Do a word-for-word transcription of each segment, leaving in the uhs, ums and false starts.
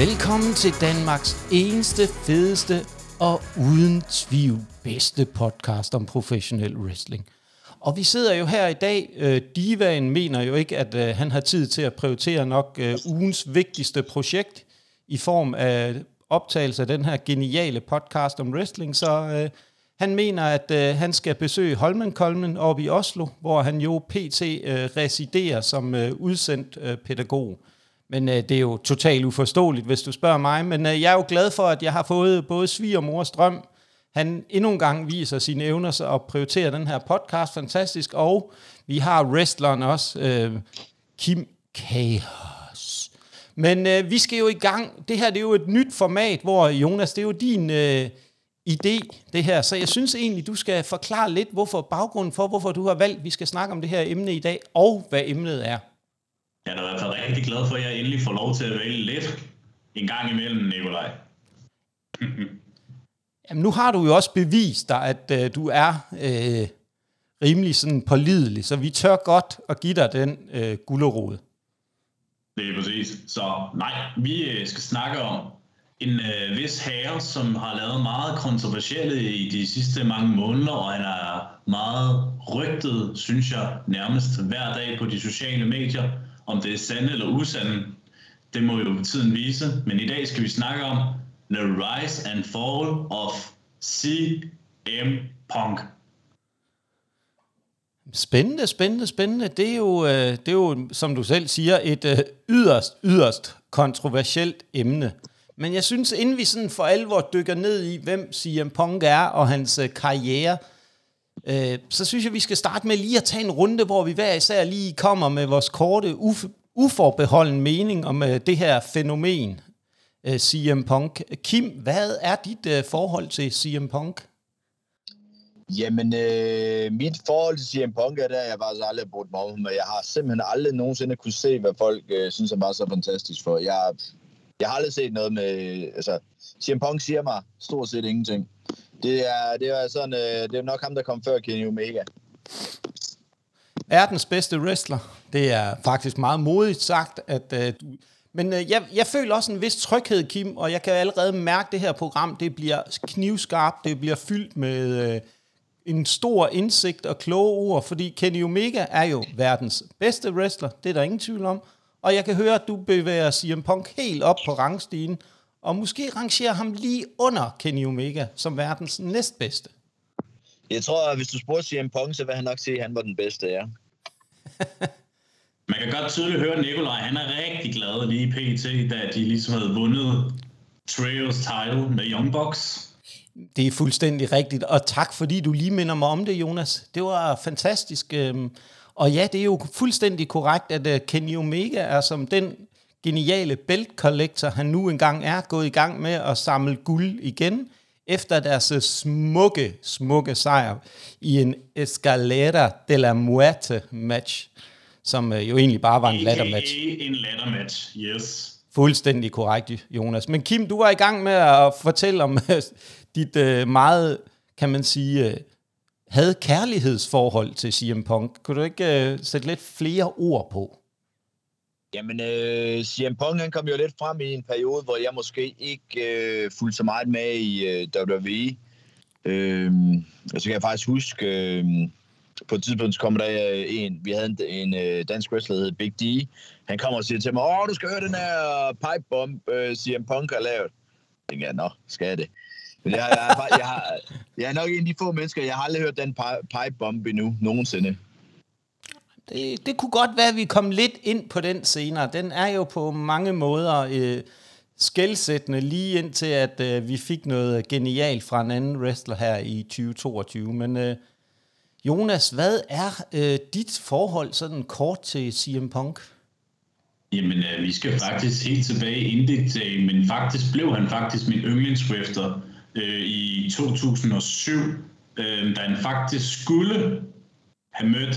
Velkommen til Danmarks eneste, fedeste og uden tvivl bedste podcast om professionel wrestling. Og vi sidder jo her i dag. Øh, Divaen mener jo ikke, at øh, han har tid til at prioritere nok øh, ugens vigtigste projekt i form af optagelse af den her geniale podcast om wrestling. Så øh, han mener, at øh, han skal besøge Holmenkollen oppe i Oslo, hvor han jo pt. Øh, residerer som øh, udsendt øh, pædagog. Men øh, det er jo totalt uforståeligt, hvis du spørger mig. Men øh, jeg er jo glad for, at jeg har fået både svigermors drøm. Han endnu en gang viser sine evner og prioriterer den her podcast fantastisk. Og vi har wrestleren også, øh, Kim Chaos. Men øh, vi skal jo i gang. Det her det er jo et nyt format, hvor Jonas, det er jo din øh, idé, det her. Så jeg synes egentlig, du skal forklare lidt, hvorfor baggrunden for, hvorfor du har valgt, at vi skal snakke om det her emne i dag, og hvad emnet er. Jeg er da i hvert fald rigtig glad for, at jeg endelig får lov til at vælge lidt en gang imellem, Nikolaj. Jamen, nu har du jo også bevist dig, at øh, du er øh, rimelig sådan pålidelig, så vi tør godt at give dig den øh, gulerod. Det er præcis. Så nej, vi skal snakke om en øh, vis herre, som har lavet meget kontroversielle i de sidste mange måneder, og han er meget rygtet, synes jeg, nærmest hver dag på de sociale medier. Om det er sande eller usande, det må jo tiden vise. Men i dag skal vi snakke om The Rise and Fall of C M Punk. Spændende, spændende, spændende. Det er jo, det er jo som du selv siger, et yderst, yderst kontroversielt emne. Men jeg synes, inden vi sådan for alvor dykker ned i, hvem C M Punk er og hans karriere, Øh, så synes jeg, vi skal starte med lige at tage en runde, hvor vi hver især lige kommer med vores korte, uf- uforbeholden mening om øh, det her fænomen, øh, C M Punk. Kim, hvad er dit øh, forhold til C M Punk? Jamen, øh, mit forhold til C M Punk er, der jeg faktisk aldrig har brugt mig om, men jeg har simpelthen aldrig nogensinde kunne se, hvad folk øh, synes, han var så fantastisk for. Jeg, jeg har aldrig set noget med, altså, C M Punk siger mig stort set ingenting. Det er, det er sådan, det er nok ham, der kom før Kenny Omega. Verdens bedste wrestler. Det er faktisk meget modigt sagt, at uh, du... Men uh, jeg, jeg føler også en vis tryghed, Kim, og jeg kan allerede mærke, at det her program, det bliver knivskarpt, det bliver fyldt med uh, en stor indsigt og kloge ord, fordi Kenny Omega er jo verdens bedste wrestler, det er der ingen tvivl om, og jeg kan høre, at du bevæger C M Punk helt op på rangstigen, og måske rangerer ham lige under Kenny Omega som verdens næstbedste. Jeg tror, at hvis du spurgte C M Punk, så vil han nok sige, at han var den bedste, ja. Man kan godt tydeligt høre, at Nikolaj, han er rigtig glad lige pt, da de ligesom havde vundet Trios title med Young Bucks. Det er fuldstændig rigtigt, og tak fordi du lige minder mig om det, Jonas. Det var fantastisk. Og ja, det er jo fuldstændig korrekt, at Kenny Omega er som den geniale belt collector, han nu engang er gået i gang med at samle guld igen, efter deres smukke, smukke sejr i en Escalera de la Muerte match, som jo egentlig bare var en laddermatch. En laddermatch, yes. Fuldstændig korrekt, Jonas. Men Kim, du var i gang med at fortælle om dit meget, kan man sige, havde kærlighedsforhold til C M Punk. Kunne du ikke sætte lidt flere ord på? Jamen, øh, C M Punk, han kom jo lidt frem i en periode, hvor jeg måske ikke øh, fulgte så meget med i øh, W W E. Øh, så kan jeg faktisk huske, øh, på et tidspunkt kom der en, vi havde en, en øh, dansk wrestler, der hed Big D. Han kommer og siger til mig, åh, du skal høre den her pipe bomb, øh, C M Punk har lavet. Jeg tænker, jeg, nå, skal jeg det? Men jeg, jeg, jeg, jeg, har, jeg er nok en af de få mennesker, jeg har aldrig hørt den pipe bomb endnu, nogensinde. Det, det kunne godt være, at vi kom lidt ind på den senere. Den er jo på mange måder øh, skelsættende, lige indtil at øh, vi fik noget genialt fra en anden wrestler her i tyve toogtyve. Men øh, Jonas, hvad er øh, dit forhold sådan kort til C M Punk? Jamen, øh, vi skal faktisk helt tilbage i Indie, men faktisk blev han faktisk min yndlingswrestler øh, i to tusind og syv, øh, da han faktisk skulle have mødt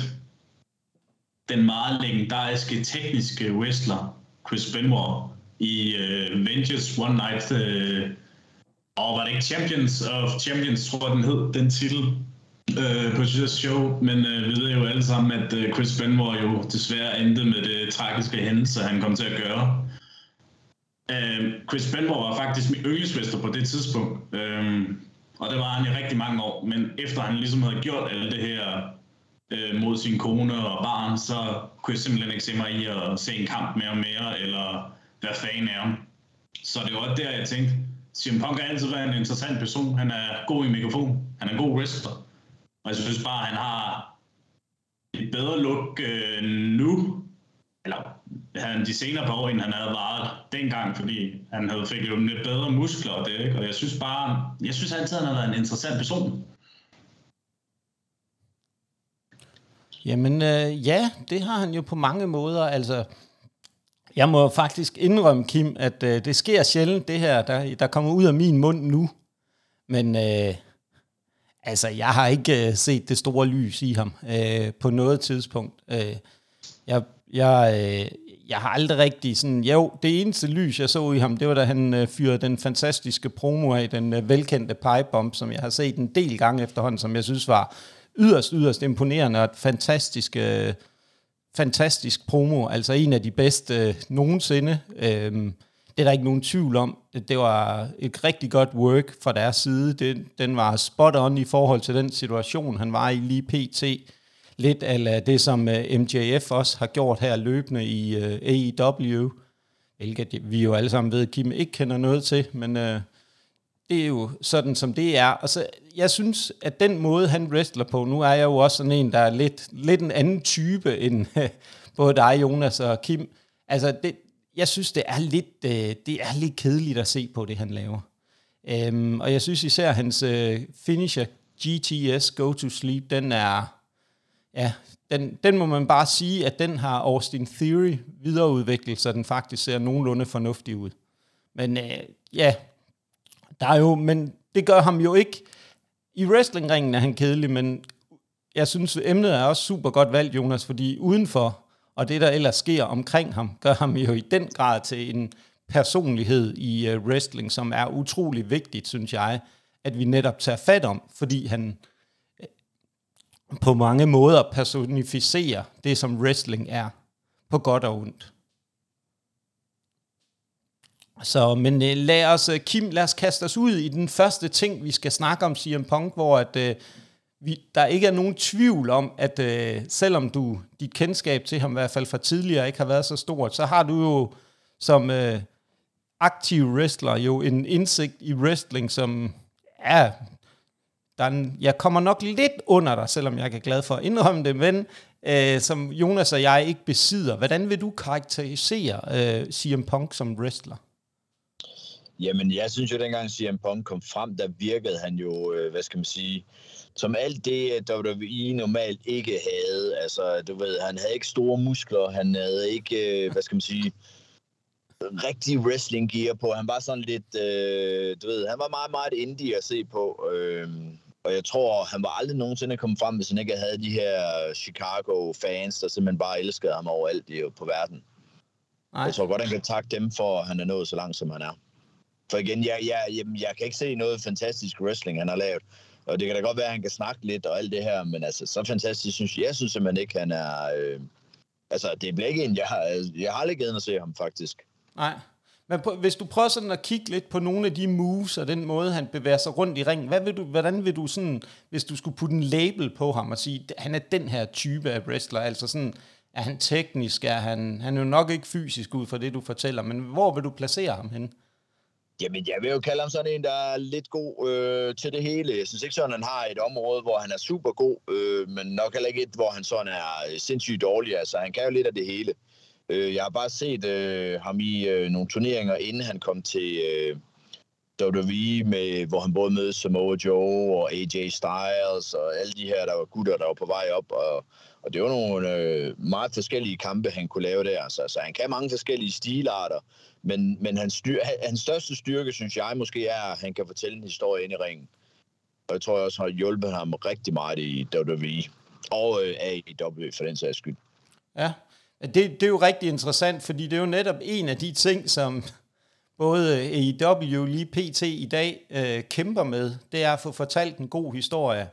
den meget legendariske tekniske wrestler Chris Benoit i uh, Vengeance One Night, uh, og var det ikke Champions of Champions, tror jeg den hed, den titel uh, på det show, men uh, vi ved jo alle sammen, at uh, Chris Benoit jo desværre endte med det tragiske hændelse, han kom til at gøre. Øh, Chris Benoit var faktisk min yndlingsmester på det tidspunkt. Øh, og det var han i rigtig mange år. Men efter han ligesom havde gjort alt det her øh, mod sin kone og barn, så kunne jeg simpelthen ikke se mig i at se en kamp mere og mere, eller være fan af ham. Så det var der, jeg tænkte, C M Punk har altid været en interessant person. Han er god i mikrofon. Han er en god wrestler. Og jeg synes bare, han har et bedre look øh, nu, eller han de senere par år, end han havde varet dengang, fordi han havde fik jo lidt bedre muskler og det, ikke? Og jeg synes bare, jeg synes altid, han har været en interessant person. Jamen øh, ja, det har han jo på mange måder. Altså, jeg må faktisk indrømme, Kim, at øh, det sker sjældent, det her, der, der kommer ud af min mund nu. Men øh, altså, jeg har ikke øh, set det store lys i ham øh, på noget tidspunkt. Øh, jeg, jeg, øh, jeg har aldrig rigtig sådan... Jo, det eneste lys, jeg så i ham, det var, da han øh, fyrede den fantastiske promo af, den øh, velkendte pipebomb, som jeg har set en del gange efterhånden, som jeg synes var yderst, yderst imponerende og et fantastisk... Øh, fantastisk promo, altså en af de bedste øh, nogensinde. Øhm, det er der ikke nogen tvivl om. Det, det var et rigtig godt work fra deres side. Det, den var spot on i forhold til den situation, han var i lige pt. Lidt af det, som øh, M J F også har gjort her løbende i øh, A E W, hvilket vi jo alle sammen ved, at Kim ikke kender noget til, men øh, det er jo sådan, som det er. Og så, jeg synes, at den måde, han wrestler på, nu er jeg jo også sådan en, der er lidt, lidt en anden type end både dig, Jonas og Kim. Altså, det, jeg synes, det er lidt, det er lidt kedeligt at se på, det han laver. Um, og jeg synes især, hans uh, finisher, G T S, Go to Sleep, den er, ja, den, den må man bare sige, at den har Austin Theory videreudviklet, så den faktisk ser nogenlunde fornuftig ud. Men uh, ja, der er jo, men det gør ham jo ikke. I wrestlingringen er han kedelig, men jeg synes, emnet er også super godt valgt, Jonas, fordi udenfor, og det der ellers sker omkring ham, gør ham jo i den grad til en personlighed i uh, wrestling, som er utrolig vigtigt, synes jeg, at vi netop tager fat om, fordi han uh, på mange måder personificerer det, som wrestling er, på godt og ondt. Så, men uh, lad os, uh, Kim, lad os kaste os ud i den første ting, vi skal snakke om C M Punk, hvor at, uh, vi, der ikke er nogen tvivl om, at uh, selvom du, dit kendskab til ham, i hvert fald fra tidligere, ikke har været så stort, så har du jo som uh, aktiv wrestler jo en indsigt i wrestling, som er... Der er en, jeg kommer nok lidt under dig, selvom jeg er glad for at indrømme det, men uh, som Jonas og jeg ikke besidder. Hvordan vil du karakterisere uh, C M Punk som wrestler? Jamen, jeg synes jo, dengang C M Punk kom frem, der virkede han jo, øh, hvad skal man sige, som alt det, W W E normalt ikke havde. Altså, du ved, han havde ikke store muskler, han havde ikke, øh, hvad skal man sige, rigtig wrestling gear på. Han var sådan lidt, øh, du ved, han var meget, meget indie at se på. Øh, og jeg tror, han var aldrig nogensinde kommet frem, hvis han ikke havde de her Chicago-fans, der simpelthen bare elskede ham overalt på verden. Nej. Jeg tror godt, han kan takke dem for, at han er nået så langt, som han er. For igen, jeg, jeg, jeg, jeg kan ikke se noget fantastisk wrestling, han har lavet. Og det kan da godt være, at han kan snakke lidt og alt det her, men altså, så fantastisk synes jeg, jeg synes simpelthen ikke, han er... Øh, altså, det bliver ikke en, jeg har, jeg har aldrig givet at se ham, faktisk. Nej, men på, hvis du prøver sådan at kigge lidt på nogle af de moves og den måde, han bevæger sig rundt i ringen, hvad vil du, hvordan vil du sådan, hvis du skulle putte en label på ham og sige, han er den her type af wrestler, altså sådan, er han teknisk, er han, han er jo nok ikke fysisk ud fra det, du fortæller, men hvor vil du placere ham henne? Jamen, jeg vil jo kalde ham sådan en, der er lidt god øh, til det hele. Jeg synes ikke sådan, han har et område, hvor han er super god, øh, men nok heller ikke et, hvor han sådan er sindssygt dårlig. Altså, han kan jo lidt af det hele. Øh, jeg har bare set øh, ham i øh, nogle turneringer, inden han kom til øh, W W E, med, hvor han både mødte Samoa Joe og A J Styles og alle de her, der var gutter, der var på vej op. Og, og det var nogle øh, meget forskellige kampe, han kunne lave der. Altså, så han kan mange forskellige stilarter. Men, men hans, styr, hans største styrke, synes jeg, måske er, at han kan fortælle en historie ind i ringen. Og jeg tror jeg også har hjulpet ham rigtig meget i W W E. Og øh, A E W for den sags skyld. Ja, det, det er jo rigtig interessant, fordi det er jo netop en af de ting, som både A E W lige pt. I dag øh, kæmper med. Det er at få fortalt en god historie.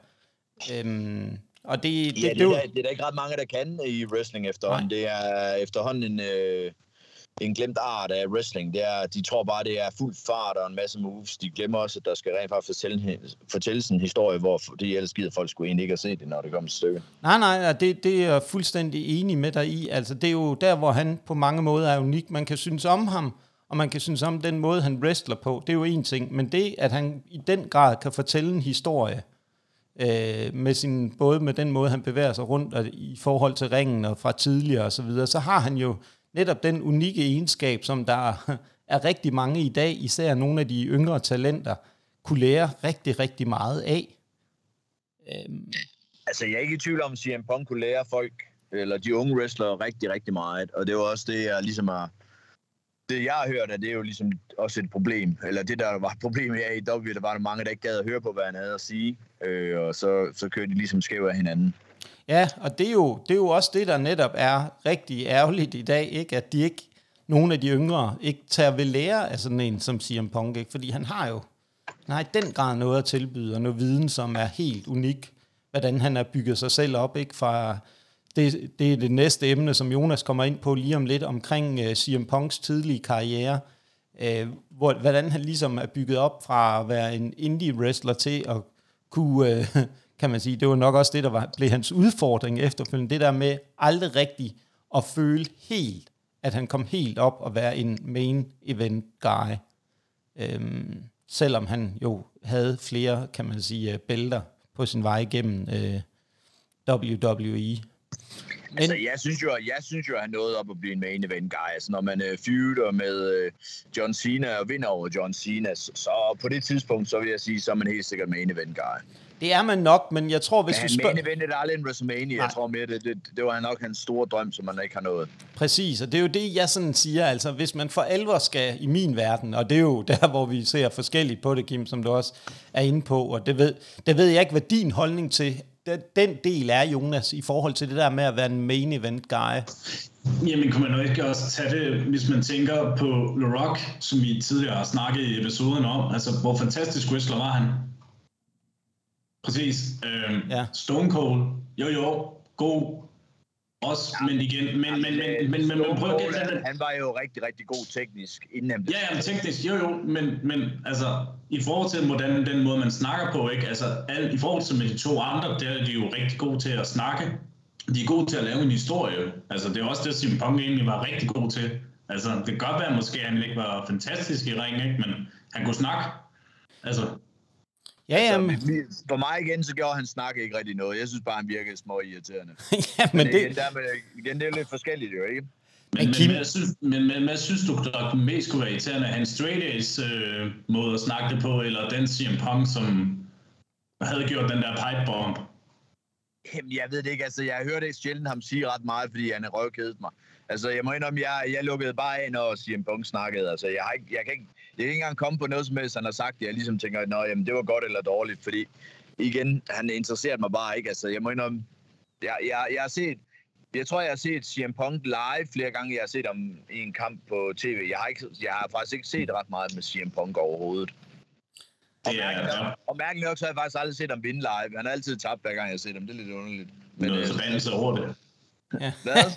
Øhm, og det, det, ja, det, det, det, er, det er der ikke ret mange, der kan i wrestling efterhånden. Nej. Det er efterhånden en... Øh, en glemt art af wrestling. Det er, de tror bare, det er fuld fart og en masse moves. De glemmer også, at der skal rent faktisk fortælle, fortælles en historie, hvor de ellers gider folk skulle egentlig ikke at se det, når det kommer til stykket. Nej, nej, det, det er jeg fuldstændig enig med dig i. Altså, det er jo der, hvor han på mange måder er unik. Man kan synes om ham, og man kan synes om den måde, han wrestler på. Det er jo en ting. Men det, at han i den grad kan fortælle en historie, øh, med sin, både med den måde, han bevæger sig rundt, og i forhold til ringen og fra tidligere og så videre, så har han jo netop den unikke egenskab, som der er rigtig mange i dag, især nogle af de yngre talenter, kunne lære rigtig, rigtig meget af. Øhm. Altså, jeg er ikke i tvivl om, at C M Punk kunne lære folk, eller de unge wrestlere, rigtig, rigtig meget. Og det var også det, jeg ligesom har... Det, jeg har hørt, at det er jo ligesom også et problem. Eller det, der var et problem i A E W, der var der mange, der ikke gad at høre på, hvad han havde at sige. Øh, og så, så kørte de ligesom skæv af hinanden. Ja, og det er, jo, det er jo også det, der netop er rigtig ærgerligt i dag, ikke? At de ikke, nogle af de yngre, ikke tager ved lære af sådan en som C M Punk, ikke? Fordi han har jo han har i den grad noget at tilbyde, og noget viden, som er helt unik, hvordan han har bygget sig selv op, ikke? Fra, det, det er det næste emne, som Jonas kommer ind på lige om lidt, omkring uh, C M Punks tidlige karriere, uh, hvor, hvordan han ligesom er bygget op fra at være en indie-wrestler til at kunne... Uh, kan man sige, det var nok også det, der var, blev hans udfordring efterfølgende, det der med aldrig rigtig at føle helt, at han kom helt op og være en main event guy. Øhm, selvom han jo havde flere, kan man sige, bælter på sin vej igennem øh, W W E. Men, altså, jeg synes, jo, jeg synes jo, at han nåede op at blive en main event guy. Altså, når man øh, feuder med øh, John Cena og vinder over John Cena, så, så på det tidspunkt, så vil jeg sige, så er man helt sikkert main event guy. Det er man nok, men jeg tror, hvis men vi spørger... main event er aldrig en WrestleMania. Nej. Jeg tror mere, det, det, det var nok hans store drøm, som man ikke har nået. Præcis, og det er jo det, jeg sådan siger. Altså, hvis man for alvor skal i min verden, og det er jo der, hvor vi ser forskelligt på det, Kim, som du også er inde på, og det ved, det ved jeg ikke, hvad din holdning til den del er, Jonas, i forhold til det der med at være en main event guy. Jamen, kan man jo ikke også tage det, hvis man tænker på The Rock, som vi tidligere har snakket i episoden om, altså, hvor fantastisk wrestler var han? Præcis. Øhm, ja. Stone Cold, jo jo, god, også, ja, men igen, men, men, men, men, men, men prøv at han, han var jo rigtig, rigtig god teknisk inden han blev... Ja, ja, teknisk, jo jo, men, men altså, i forhold til hvordan, den måde, man snakker på, ikke, altså, al, i forhold til med de to andre, der er de jo rigtig gode til at snakke. De er gode til at lave en historie. Altså, det er også det, C M Punk egentlig var rigtig god til. Altså, det kan godt være, at måske han ikke var fantastisk i ring, ikke, men han kunne snakke. Altså... Ja, jamen. Altså, for mig igen, så gjorde han snakke ikke rigtig noget. Jeg synes bare, han virkede små irriterende. ja, men, men det... Igen, der med, igen, det er jo lidt forskelligt, jo, ikke? Men, men, men, jeg synes, men, men hvad synes du, der mest kunne være irriterende? Hans straight A's øh, måde at snakke det på, eller den C M Punk, som havde gjort den der pipe bomb? Jamen, jeg ved det ikke. Altså, jeg hørte ikke sjældent ham sige ret meget, fordi han er røvkedet mig. Altså, jeg må indrømme, jeg, jeg lukkede bare af, når C M Punk snakkede. Altså, jeg, har ikke, jeg kan ikke... Jeg kan ikke engang komme på noget som helst, han har sagt. Jeg ligesom tænker, nå, jamen, det var godt eller dårligt, fordi igen, han interesserede mig bare ikke. Altså, jeg må indrømme, jeg, jeg, jeg har set, jeg tror, jeg har set C M Punk live flere gange. Jeg har set ham i en kamp på tv. Jeg har, ikke, jeg har faktisk ikke set ret meget med C M Punk overhovedet. Og mærkeligt nok, og mærkeligt nok, så har jeg faktisk aldrig set ham vinde live. Han har altid tabt, hver gang jeg har set ham. Det er lidt underligt. Men noget forbandelse over det. Ja. Hvad?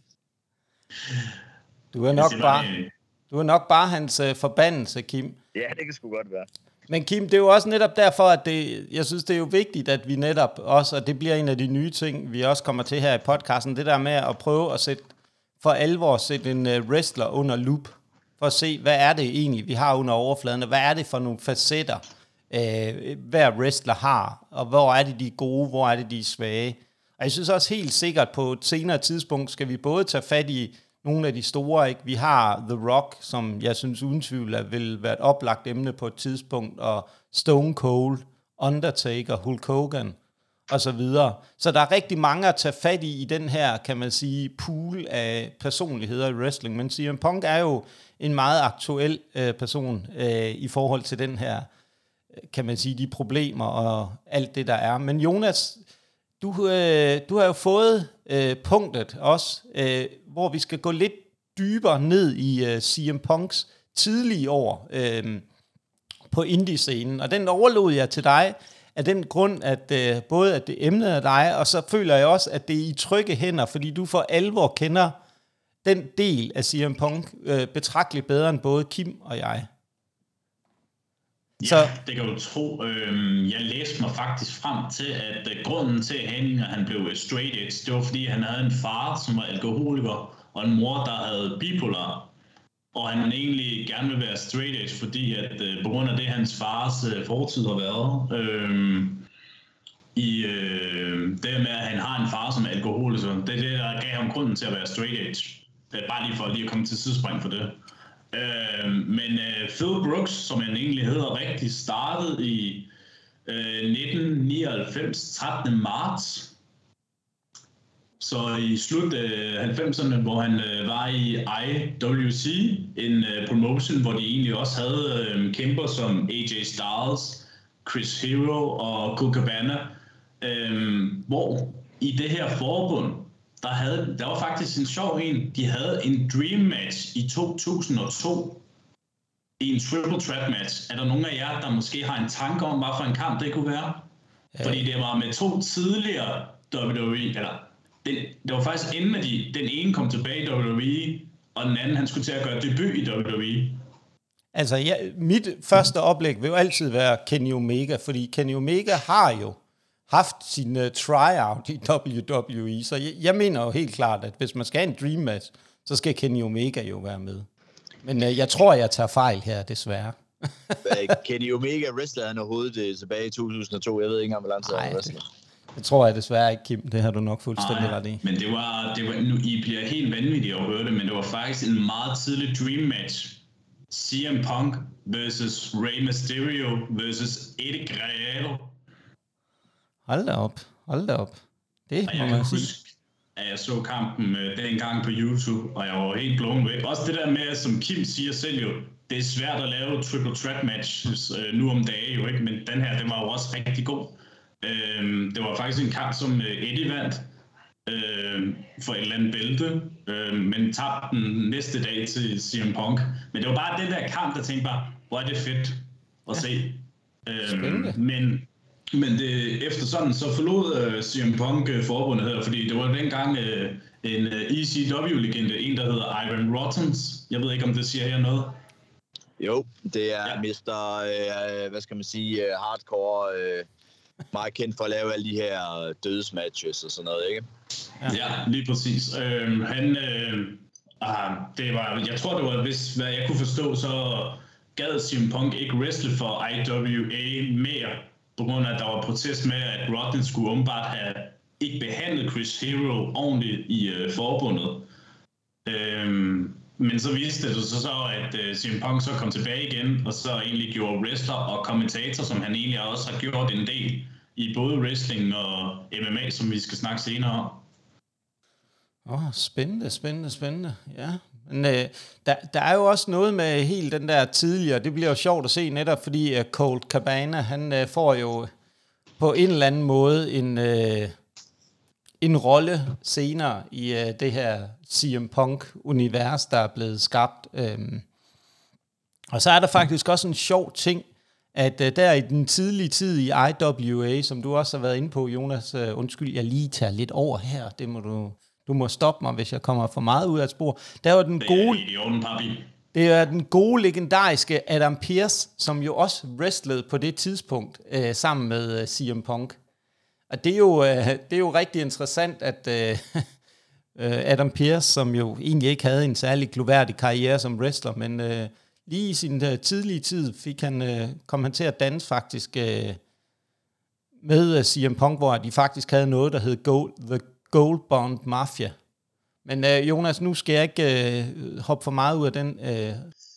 Du er nok bare... Du er nok bare hans øh, forbandelse, Kim. Ja, det kan sgu godt være. Men Kim, det er jo også netop derfor, at det, jeg synes, det er jo vigtigt, at vi netop også, og det bliver en af de nye ting, vi også kommer til her i podcasten, det der med at prøve at sætte, for alvor sætte en uh, wrestler under loop, for at se, hvad er det egentlig, vi har under overfladen, og hvad er det for nogle facetter, øh, hver wrestler har, og hvor er det, de er gode, hvor er det, de er svage. Og jeg synes også helt sikkert, på et senere tidspunkt, skal vi både tage fat i nogle af de store, ikke? Vi har The Rock, som jeg synes uden tvivl vil være et oplagt emne på et tidspunkt, og Stone Cold, Undertaker, Hulk Hogan, og så videre. Så der er rigtig mange at tage fat i, i den her, kan man sige, pool af personligheder i wrestling. Men C M Punk er jo en meget aktuel øh, person øh, i forhold til den her, kan man sige, de problemer og alt det, der er. Men Jonas, du, øh, du har jo fået øh, punktet også, øh, hvor vi skal gå lidt dybere ned i øh, C M Punks tidlige år øh, på indie-scenen. Og den overlod jeg til dig af den grund, at øh, både at det emnet er dig, og så føler jeg også, at det er i trygge hænder, fordi du for alvor kender den del af C M Punk øh, betragteligt bedre end både Kim og jeg. Ja, så. Det kan du tro. Øhm, jeg læste mig faktisk frem til, at øh, grunden til, at Henning han blev straight edge, det var fordi, han havde en far, som var alkoholiker, og en mor, der havde bipolar. Og han egentlig gerne vil være straight edge, fordi at øh, på grund af det, hans fars øh, fortid har været, øh, i øh, det med, at han har en far, som er alkoholiker, det er det, der gav ham grunden til at være straight edge. Det er bare lige for lige at komme til sidespring for det. Øh, men øh, Phil Brooks, som han egentlig hedder rigtigt, startede i øh, nitten nioghalvfems, trettende marts. Så i slut af halvfemserne, hvor han øh, var i I W C, en øh, promotion, hvor de egentlig også havde øh, kæmper som A J Styles, Chris Hero og Colt Cabana, øh, hvor i det her forbund, der, havde, der var faktisk en sjov en, de havde en dream match i to tusind og to, i en triple threat match. Er der nogen af jer, der måske har en tanke om, hvad for en kamp det kunne være? Ja. Fordi det var med to tidligere W W E, eller den, det var faktisk inden, at de, den ene kom tilbage i W W E, og den anden, han skulle til at gøre debut i W W E. Altså, ja, mit første oplæg vil jo altid være Kenny Omega, fordi Kenny Omega har jo haft sin uh, tryout i W W E, så jeg, jeg mener jo helt klart, at hvis man skal have en dream match, så skal Kenny Omega jo være med. Men uh, jeg tror, jeg tager fejl her, desværre. Kenny Omega wrestlede han overhovedet tilbage i to tusind og to, jeg ved ikke engang, hvor lang tid han wrestlede. Det tror jeg desværre ikke, Kim. Det har du nok fuldstændig ret i. Men det var, det var, nu I bliver helt vanvittige at høre det, men det var faktisk en meget tidlig dream match. C M Punk versus Rey Mysterio versus Eddie Guerrero. Hold da op. Hold da op. Det og må man sige. Huske, at jeg så kampen uh, dengang på YouTube, og jeg var helt blown away. Også det der med, som Kim siger selv jo, det er svært at lave triple threat matches uh, nu om dagen jo ikke, men den her, den var jo også rigtig god. Uh, det var faktisk en kamp, som uh, Eddie vandt uh, for et eller andet bælte, uh, men tabte den næste dag til C M Punk. Men det var bare den der kamp, der tænkte bare, hvor er det fedt at ja. se. Uh, men Men det, efter sådan, så forlod uh, C M Punk uh, forbundet her, fordi det var dengang uh, en uh, E C W-legende, en der hedder Iron Rottens. Jeg ved ikke, om det siger jer noget. Jo, det er ja. mister Uh, hvad skal man sige, uh, hardcore, uh, meget kendt for at lave alle de her dødsmatches og sådan noget, ikke? Ja, ja lige præcis. Uh, han, uh, uh, det var, jeg tror, det var, hvis hvad jeg kunne forstå, så gad C M Punk ikke wrestle for I W A mere, på grund af, at der var protest med, at Rotten skulle åbenbart have ikke behandlet Chris Hero ordentligt i øh, forbundet. Øhm, men så viste det så, så at øh, C M Punk så kom tilbage igen, og så egentlig gjorde wrestler og kommentator, som han egentlig også har gjort en del i både wrestling og M M A, som vi skal snakke senere om. Åh, oh, spændende, spændende, spændende, ja. Men øh, der, der er jo også noget med helt den der tidligere, det bliver jo sjovt at se netop, fordi uh, Colt Cabana, han uh, får jo på en eller anden måde en, uh, en rolle senere i uh, det her C M Punk-univers, der er blevet skabt. Um, og så er der faktisk også en sjov ting, at uh, der i den tidlige tid i I W A, som du også har været inde på, Jonas, uh, undskyld, jeg lige tager lidt over her, det må du... Du må stoppe mig, hvis jeg kommer for meget ud af et spor. Der var den gode, det er orden, papi. Det er den gode, legendariske Adam Pearce, som jo også wrestlede på det tidspunkt øh, sammen med øh, C M Punk. Og det er jo, øh, det er jo rigtig interessant, at øh, Adam Pearce, som jo egentlig ikke havde en særlig gloværdig karriere som wrestler, men øh, lige i sin øh, tidlige tid fik han, øh, kom han til at danse faktisk øh, med øh, C M Punk, hvor de faktisk havde noget, der hed Gold, The Gold Bond Mafia. Men øh, Jonas, nu skal jeg ikke øh, hoppe for meget ud af den øh,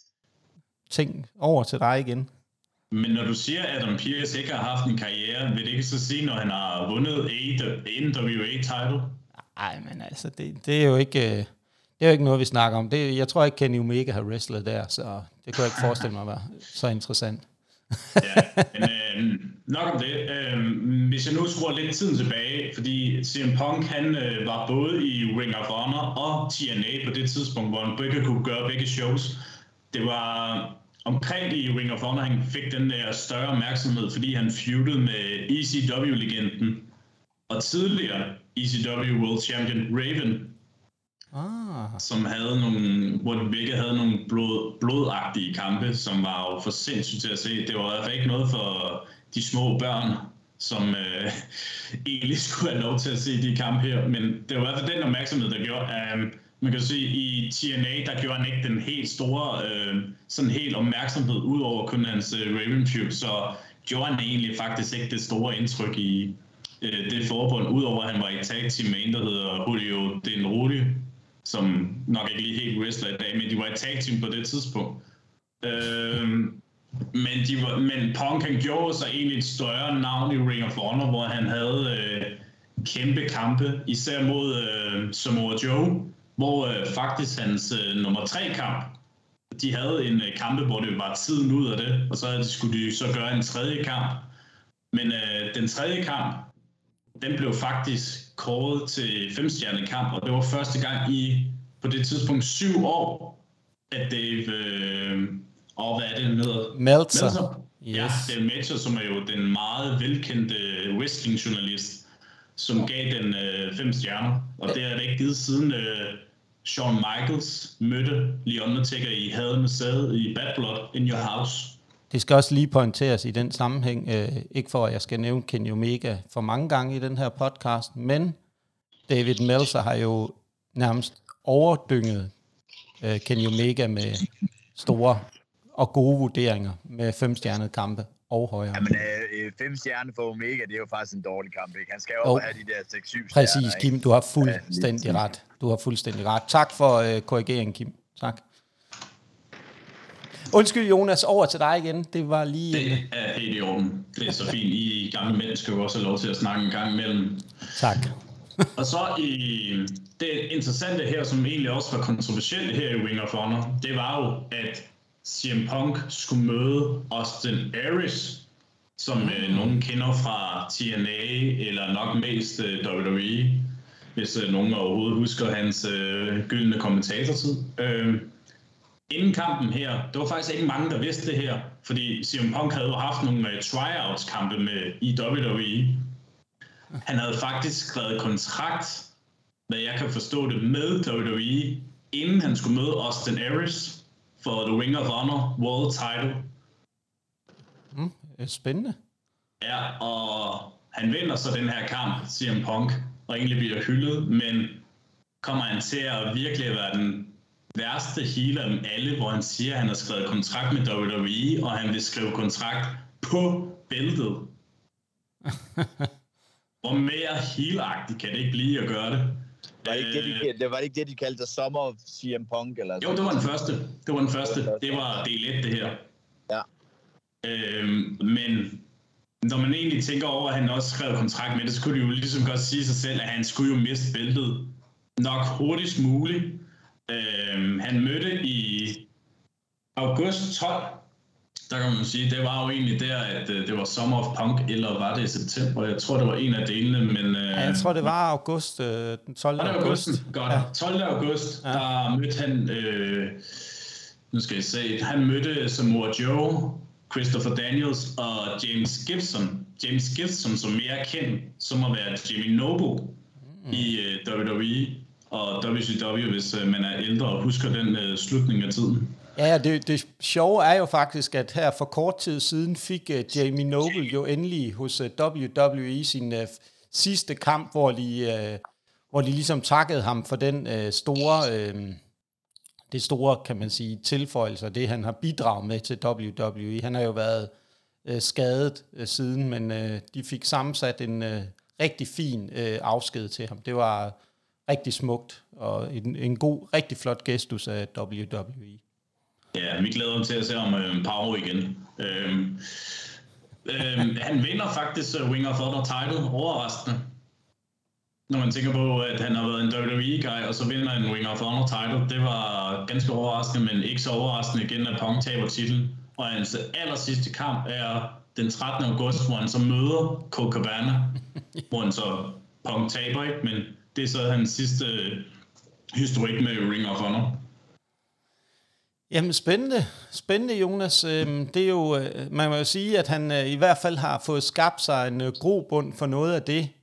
ting over til dig igen. Men når du siger, at Adam Pearce ikke har haft en karriere, vil det ikke så sige, når han har vundet en W A-title? Nej, men altså, det, det er jo ikke øh, det er jo ikke noget, vi snakker om. Det, jeg tror ikke, Kenny Omega har wrestlet der, så det kan jeg ikke forestille mig var så interessant. Ja, men øh, nok om det. Øh, hvis jeg nu skruer lidt tiden tilbage, fordi C M Punk han øh, var både i Ring of Honor og T N A på det tidspunkt, hvor han begge kunne gøre begge shows. Det var omkring i Ring of Honor, han fik den der større opmærksomhed, fordi han feudede med E C W-legenden og tidligere E C W World Champion Raven. ah. som havde nogle, hvor det virkelig havde nogle blod, blodagtige kampe, som var jo for sindssygt til at se. Det var i hvert fald ikke noget for de små børn, som øh, egentlig skulle have lov til at se de kampe her, men det var i hvert fald den opmærksomhed, der gjorde, at um, man kan sige, i T N A, der gjorde han ikke den helt store, øh, sådan helt opmærksomhed, ud over kun hans øh, Raven feud, så gjorde han egentlig faktisk ikke det store indtryk i øh, det forbund, udover at han var i tag team med en, der hedder Julio Denroli, som nok ikke lige helt wrestler i dag, men de var i tag team på det tidspunkt. Øh, men, de var, men Punk, han gjorde sig egentlig et større navn i Ring of Honor, hvor han havde øh, kæmpe kampe, især mod øh, Samoa Joe, hvor øh, faktisk hans øh, nummer tre kamp, de havde en øh, kampe, hvor det var tiden ud af det, og så skulle de så gøre en tredje kamp. Men øh, den tredje kamp, den blev faktisk kåret til femstjernet kamp, og det var første gang i, på det tidspunkt, syv år, at Dave, øh, og hvad er det, den hedder? Meltzer. Meltzer. Yes. Ja, Dave Meltzer, som er jo den meget velkendte wrestling-journalist, som gav den øh, fem stjerner, og det er det ikke givet siden øh, Shawn Michaels mødte Lee Undertaker i Hell in a Cell i Bad Blood in Your House. Det skal også lige pointeres i den sammenhæng, øh, ikke for at jeg skal nævne Kenny Omega for mange gange i den her podcast, men David Meltzer har jo nærmest overdynget øh, Kenny Omega med store og gode vurderinger med femstjernede kampe og højere. Jamen, øh, fem stjerner for Omega, det er jo faktisk en dårlig kamp, ikke? Han skal jo oh. have de der seks syv stjerner. Præcis, Kim, du har fuldstændig ja, ret. Du har fuldstændig ret. Tak for øh, korrigeringen, Kim. Tak. Undskyld, Jonas, over til dig igen. Det var lige... Det er helt i orden. Det er så fint. I gamle mænd skal jo også have lov til at snakke en gang imellem. Tak. Og så i det interessante her, som egentlig også var kontroversielt her i Ring of Honor, det var jo, at C M Punk skulle møde Austin Aries, som mm. øh, nogen kender fra T N A, eller nok mest øh, W W E, hvis øh, nogen overhovedet husker hans øh, gyldne kommentatortid. Øh, inden kampen her, der var faktisk ikke mange, der vidste det her, fordi C M Punk havde jo haft nogle uh, tryouts-kampe med i W W E. Han havde faktisk skrevet kontrakt, hvad jeg kan forstå det, med W W E, inden han skulle møde Austin Aries for The Ring of Honor World Title. Mm, det er spændende. Ja, og han vinder så den her kamp, C M Punk, og egentlig bliver hyldet, men kommer han til at virkelig være den værste healer af dem alle, hvor han siger, at han har skrevet kontrakt med W W E, og han vil skrive kontrakt på bæltet. Hvor mere healagtigt kan det ikke blive at gøre det? Var det, ikke det, de, det var det ikke det, de kaldte Summer of C M Punk? Eller jo, det var den første. Det var den første. Det var del et, det her. Ja. Øhm, men når man egentlig tænker over, at han også skrev kontrakt med det, så kunne det jo ligesom godt sige sig selv, at han skulle jo miste bæltet nok hurtigst muligt. Øhm, han mødte i august tolv. Der kan man sige, det var jo egentlig der, at øh, det var Summer of Punk, eller var det i september? Jeg tror, det var en af delene, men... Øh, ja, jeg tror, det var august, øh, den tolvte august. august. Godt. Ja. tolvte august, ja. Der mødte han... Øh, nu skal jeg se. Han mødte Samoa Joe, Christopher Daniels og James Gibson. James Gibson, som mere kendt, som at være Jimmy Noble mm. i øh, W W E og W C W, hvis øh, man er ældre og husker den øh, slutning af tiden. Ja, det, det sjove er jo faktisk, at her for kort tid siden fik uh, Jamie Noble jo endelig hos uh, W W E sin uh, sidste kamp, hvor de, uh, hvor de ligesom takkede ham for den uh, store, uh, det store, kan man sige, tilføjelse, det han har bidraget med til W W E. Han har jo været uh, skadet uh, siden, men uh, de fik sammensat en uh, rigtig fin uh, afsked til ham. Det var rigtig smukt, og en, en god, rigtig flot gestus af W W E. Ja, vi glæder os til at se om øh, et par år igen. Øhm, øhm, han vinder faktisk uh, Ring of Honor title, overraskende. Når man tænker på, at han har været en W W E-guy, og så vinder en Ring of Honor title. Det var ganske overraskende, men ikke så overraskende igen, at Punk taber titlen. Og hans aller sidste kamp er den trettende august, hvor han så møder Colt Cabana, hvor han så Punk taber, ikke? Men det er så hans sidste historik med Ring of Honor. Jamen spændende, spændende Jonas. Det er jo, man må jo sige, at han i hvert fald har fået skabt sig en grobund for noget af det,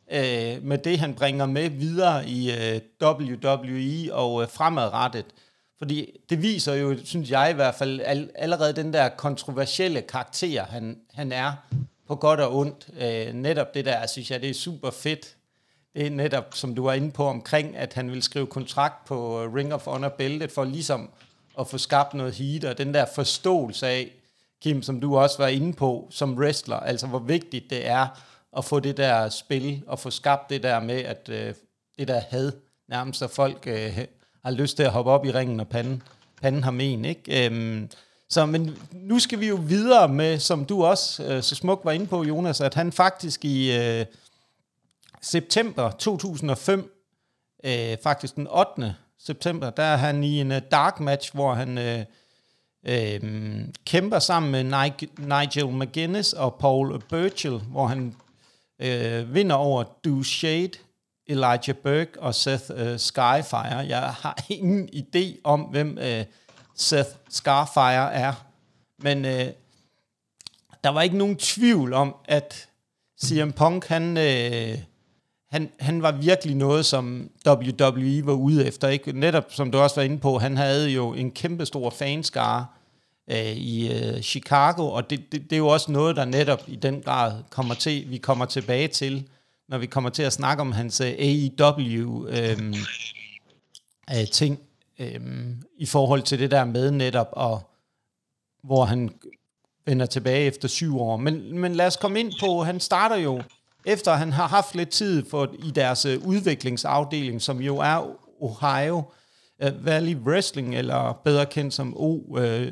øh, med det, han bringer med videre i øh, W W E og øh, fremadrettet. Fordi det viser jo, synes jeg i hvert fald, all, allerede den der kontroversielle karakter, han, han er på godt og ondt. Øh, netop det der, synes jeg, det er super fedt. Det er netop, som du var inde på omkring, at han vil skrive kontrakt på Ring of Honor-bæltet for ligesom at få skabt noget heat, og den der forståelse af, Kim, som du også var inde på som wrestler, altså hvor vigtigt det er at få det der spil, og få skabt det der med, at øh, det der had, nærmest at folk øh, har lyst til at hoppe op i ringen, og panden, panden har men, ikke? Øhm, så, men nu skal vi jo videre med, som du også øh, så smukt var inde på, Jonas, at han faktisk i øh, september to tusind og fem, øh, faktisk den ottende september, der er han i en uh, dark match, hvor han øh, øh, kæmper sammen med Nigel McGuinness og Paul Burchill, hvor han øh, vinder over Du Shade, Elijah Burke og Seth uh, Skyfire. Jeg har ingen idé om, hvem uh, Seth Skyfire er, men uh, der var ikke nogen tvivl om, at C M Punk, han, uh, han, han var virkelig noget, som W W E var ude efter. Ikke? Netop, som du også var inde på, han havde jo en kæmpe stor fanskare uh, i uh, Chicago, og det, det, det er jo også noget, der netop i den grad kommer til, vi kommer tilbage til, når vi kommer til at snakke om hans uh, A E W øhm, uh, ting øhm, i forhold til det der med netop, og hvor han vender tilbage efter syv år. Men, men lad os komme ind på, han starter jo, efter han har haft lidt tid for, i deres uh, udviklingsafdeling, som jo er Ohio uh, Valley Wrestling, eller bedre kendt som O, uh,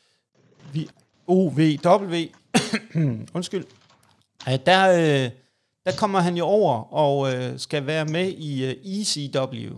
O V W. Undskyld. Uh, der... Uh, Der kommer han jo over og øh, skal være med i øh, E C W.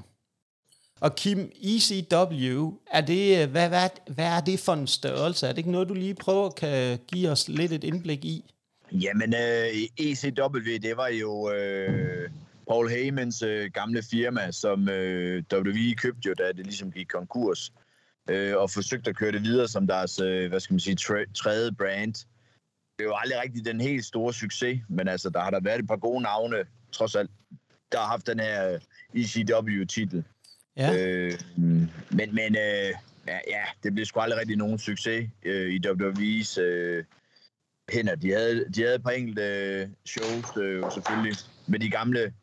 Og Kim, E C W, er det, hvad, hvad, hvad er det for en størrelse? Er det ikke noget, du lige prøver kan give os lidt et indblik i? Jamen, øh, E C W, det var jo øh, Paul Heymans øh, gamle firma, som øh, W W E købte jo, da det ligesom gik konkurs, øh, og forsøgte at køre det videre som deres, øh, hvad skal man sige, tre, tredje brand. Det er jo aldrig rigtig den helt store succes, men altså, der har der været et par gode navne, trods alt, der har haft den her E C W-titel. Ja. Øh, men men øh, ja, ja, det blev sgu aldrig rigtig nogen succes øh, i W W E's øh, hænder. De havde, de havde et par enkelte øh, shows, øh, selvfølgelig, med de gamle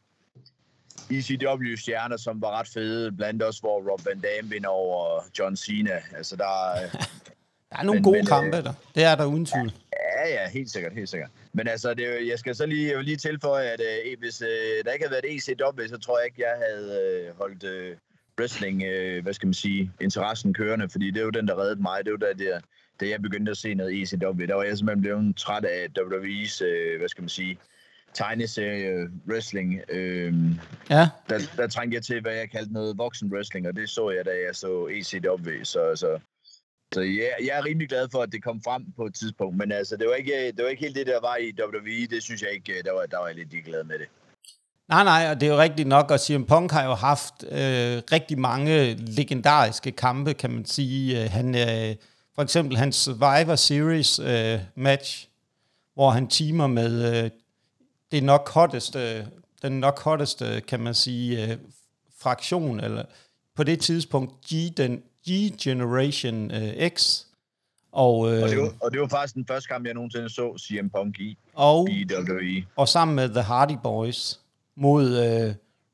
E C W-stjerner, som var ret fede, blandt også, hvor Rob Van Dam vinder over John Cena. Altså, der, øh, der er nogle men, gode men, kampe der. Det er der uden tvivl. Ja, ja, helt sikkert, helt sikkert. Men altså, det, jeg skal så lige, jeg vil lige tilføje, at øh, hvis øh, der ikke havde været E C W, så tror jeg ikke, jeg havde øh, holdt øh, wrestling, øh, hvad skal man sige, interessen kørende, fordi det er jo den, der reddede mig. Det var da, der, da jeg begyndte at se noget E C W. Der var jeg simpelthen blevet træt af W W E's, øh, hvad skal man sige, tegneserie wrestling. Øh, ja. Der, der trængte jeg til, hvad jeg kaldte noget voksen wrestling, og det så jeg, da jeg så E C W. Så, så, så jeg, jeg er rimelig glad for, at det kom frem på et tidspunkt, men altså, det var ikke, det var ikke helt det, der var i W W E. Det synes jeg ikke, der var, der var jeg lidt glad med det. Nej, nej, og det er jo rigtigt nok, og C M Punk har jo haft øh, rigtig mange legendariske kampe, kan man sige. Han, øh, for eksempel hans Survivor Series øh, match, hvor han teamer med øh, det nok hotteste, den nok hotteste, kan man sige, øh, fraktion, eller på det tidspunkt G, den G-Generation øh, X. Og, øh, og, det var, og det var faktisk den første kamp, jeg nogensinde så C M Punk i, og, i W W E. Og sammen med The Hardy Boys mod øh,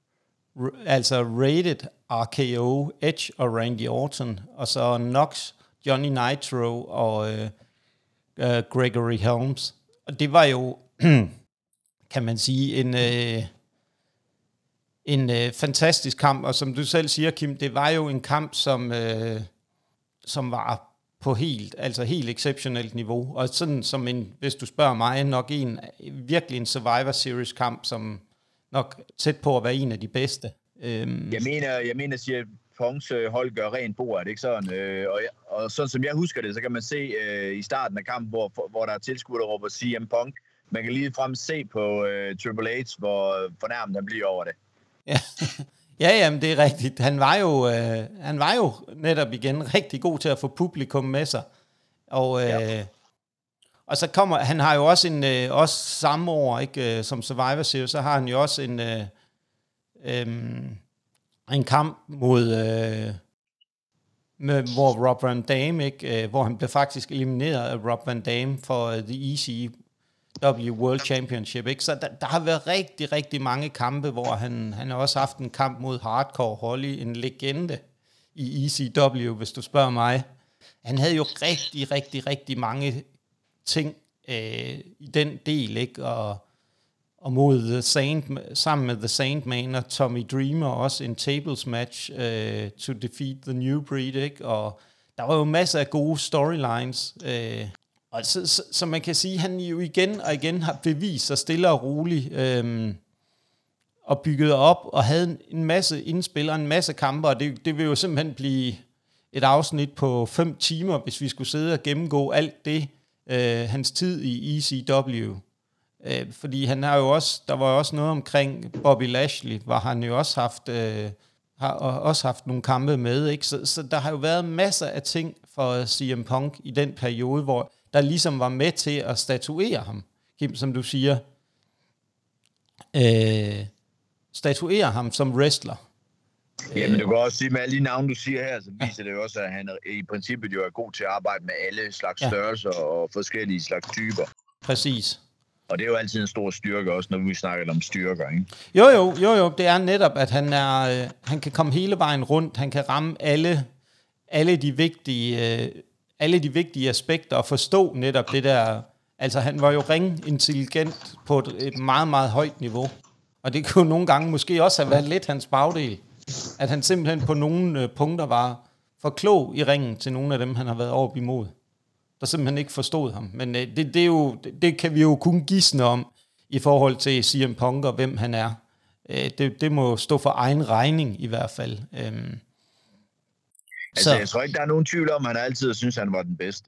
r- altså Rated, R K O, Edge og Randy Orton, og så Knox, Johnny Nitro og øh, øh, Gregory Helms. Og det var jo, kan man sige, en, øh, en øh, fantastisk kamp, og som du selv siger, Kim, det var jo en kamp, som, øh, som var på helt, altså helt exceptionelt niveau, og sådan som en, hvis du spørger mig, nok en, virkelig en Survivor Series kamp, som nok tæt på at være en af de bedste. Øhm. Jeg mener, jeg mener, siger, at Punks hold gør rent bord, er det ikke sådan? Øh, og, og sådan som jeg husker det, så kan man se øh, i starten af kampen, hvor, hvor der er tilskuere, der råber C M Punk. Man kan lige frem se på øh, Triple H, hvor fornærmet han bliver over det. Ja, ja, jamen, det er rigtigt. Han var jo, øh, han var jo netop igen rigtig god til at få publikum med sig. Og, øh, ja. Og så kommer, han har jo også en, øh, også samme år, ikke, øh, som Survivor Series, så har han jo også en, øh, øh, en kamp mod, øh, med, hvor Rob Van Dam, ikke, øh, hvor han blev faktisk elimineret af Rob Van Dam for uh, The E C W World Championship, ikke? Så der, der har været rigtig, rigtig mange kampe, hvor han, han har også haft en kamp mod Hardcore Holly, en legende i E C W, hvis du spørger mig. Han havde jo rigtig, rigtig, rigtig mange ting øh, i den del, ikke? Og, og mod The Saint, sammen med The Sandman og Tommy Dreamer, også en tables match øh, to defeat the New Breed, ikke? Og der var jo masser af gode storylines, øh, og så, så, så man kan sige, at han jo igen og igen har bevist sig stille og roligt, øh, og bygget op, og havde en masse indspil og en masse kampe, og det, det vil jo simpelthen blive et afsnit på fem timer, hvis vi skulle sidde og gennemgå alt det, øh, hans tid i E C W. Øh, fordi han har jo også, der var jo også noget omkring Bobby Lashley, hvor han jo også haft, øh, har også haft nogle kampe med, ikke? Så, så der har jo været masser af ting for C M Punk i den periode, hvor der ligesom var med til at statuere ham, Kim, som du siger. Øh, statuere ham som wrestler. Jamen, du kan også sige, med alle de navne, du siger her, så viser det jo også, at han i princippet jo er god til at arbejde med alle slags ja. størrelser og forskellige slags typer. Præcis. Og det er jo altid en stor styrke, også når vi snakker om styrker, ikke? Jo, jo, jo, jo. Det er netop, at han, er, øh, han kan komme hele vejen rundt. Han kan ramme alle, alle, de vigtige, øh, alle de vigtige aspekter og forstå netop det der. Altså, han var jo ringintelligent på et, et meget, meget højt niveau. Og det kunne nogle gange måske også have været lidt hans bagdel. At han simpelthen på nogle øh, punkter var for klog i ringen til nogle af dem, han har været op imod. Der simpelthen ikke forstod ham. Men øh, det, det, er jo, det, det kan vi jo kun gisne om i forhold til C M Punk og hvem han er. Øh, det, det må stå for egen regning i hvert fald. Øhm. Altså, så. Jeg tror ikke, der er nogen tvivl om, at han altid synes, at han var den bedste.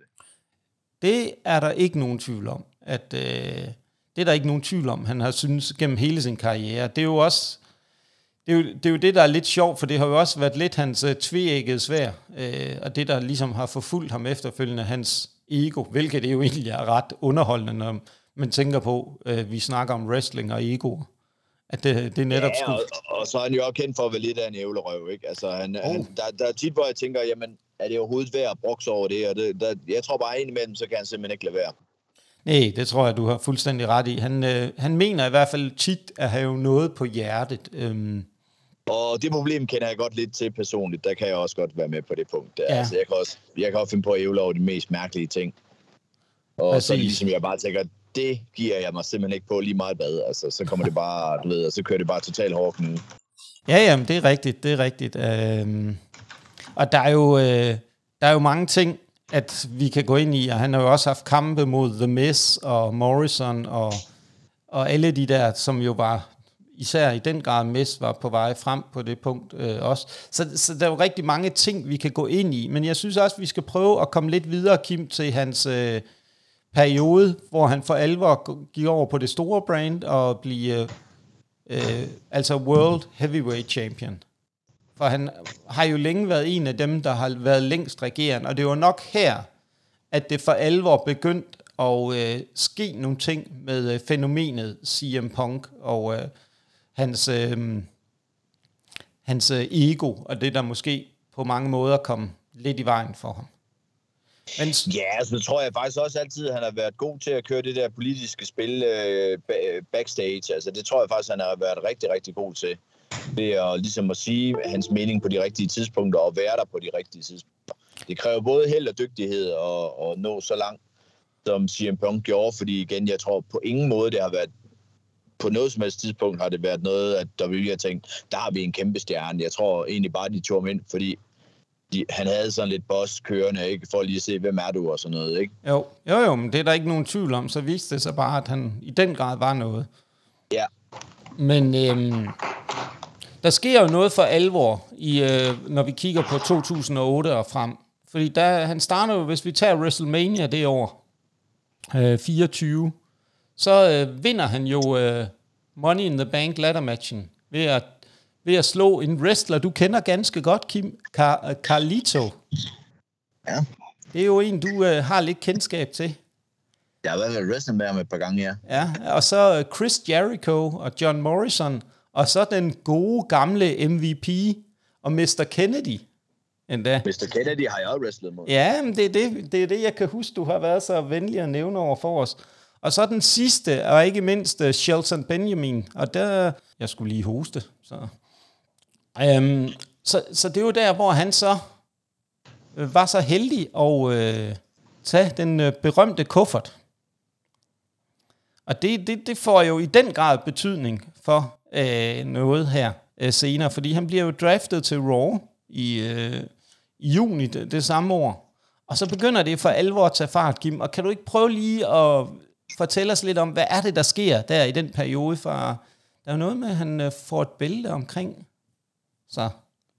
Det er der ikke nogen tvivl om. At, øh, det er der ikke nogen tvivl om, han har synes gennem hele sin karriere. Det er jo også det, er jo, det, er jo det der er lidt sjovt, for det har jo også været lidt hans uh, tveæggede sværd, øh, og det, der ligesom har forfulgt ham efterfølgende, hans ego, hvilket det jo egentlig er ret underholdende, når man tænker på, øh, vi snakker om wrestling og ego. At det, det er netop ja, skulle... og, og så er han jo også kendt for at være lidt af en ævlerøv, ikke? Altså, han, oh. han, der, der er tit, hvor jeg tænker, jamen, er det overhovedet værd at brokse over det? Og det der, jeg tror bare, en imellem, så kan han simpelthen ikke lade være. Nej, det tror jeg, du har fuldstændig ret i. Han, øh, han mener i hvert fald tit at have noget på hjertet. Øhm. Og det problem kender jeg godt lidt til personligt. Der kan jeg også godt være med på det punkt. Der. Ja. Altså, jeg kan også, jeg kan også finde på at ævle over de mest mærkelige ting. Og Præcis. Så er det ligesom, jeg bare tænker, det giver jeg mig simpelthen ikke på lige meget bad. Altså, så kommer det bare, du ved, og så kører det bare totalt hårdt nu. Ja, jamen, det er rigtigt, det er rigtigt. Øhm. Og der er jo, øh, der er jo mange ting, at vi kan gå ind i, og han har jo også haft kampe mod The Miz og Morrison og, og alle de der, som jo var, især i den grad Miz var på vej frem på det punkt øh, også. Så, så der er jo rigtig mange ting, vi kan gå ind i, men jeg synes også, vi skal prøve at komme lidt videre, Kim, til hans øh, periode, hvor han for alvor gik over på det store brand og blive øh, altså World Heavyweight Champion. For han har jo længe været en af dem, der har været længst regerende, og det var nok her, at det for alvor begyndt at øh, ske nogle ting med øh, fænomenet C M Punk og øh, hans, øh, hans øh, ego, og det der måske på mange måder kom lidt i vejen for ham. Men... Ja, så tror jeg faktisk også altid, at han har været god til at køre det der politiske spil øh, backstage. Altså det tror jeg faktisk, han har været rigtig, rigtig god til. Det er ligesom at sige hans mening på de rigtige tidspunkter og være der på de rigtige tidspunkter. Det kræver både held og dygtighed at, at nå så langt, som C M Punk gjorde, fordi igen, jeg tror på ingen måde, det har været på noget som helst tidspunkt har det været noget, at W W E har tænkt, der har vi en kæmpe stjerne. Jeg tror egentlig bare, de tog ham ind, fordi de, han havde sådan lidt boss kørende, ikke? For lige at se, hvem er du og sådan noget, ikke? Jo, jo, jo, men det er der ikke nogen tvivl om. Så viste det sig bare, at han i den grad var noget. Ja. Men øhm, der sker jo noget for alvor, i, øh, når vi kigger på to tusind og otte og frem. Fordi der, han starter jo, hvis vi tager WrestleMania det år, øh, fireogtyve, så øh, vinder han jo øh, Money in the Bank ladder matchen ved at, ved at slå en wrestler, du kender ganske godt, Kim, Car- Carlito. Ja. Det er jo en, du øh, har lidt kendskab til. Jeg har været wrestling med ham et par gange, ja. Ja, og så Chris Jericho og John Morrison, og så den gode gamle M V P og mister Kennedy endda. mister Kennedy har jeg også wrestlet mod. Ja, men det er det, det er det, jeg kan huske, du har været så venlig at nævne over for os. Og så den sidste, og ikke mindst uh, Shelton Benjamin, og der, jeg skulle lige hoste, så... Um, så, så det var der, hvor han så øh, var så heldig at øh, tage den øh, berømte kuffert. Og det, det, det får jo i den grad betydning for øh, noget her øh, senere, fordi han bliver jo draftet til Raw i, øh, i juni det, det samme år. Og så begynder det for alvor at tage fart, Kim. Og kan du ikke prøve lige at fortælle os lidt om, hvad er det, der sker der i den periode? For der er jo noget med, at han øh, får et bælte omkring. Så...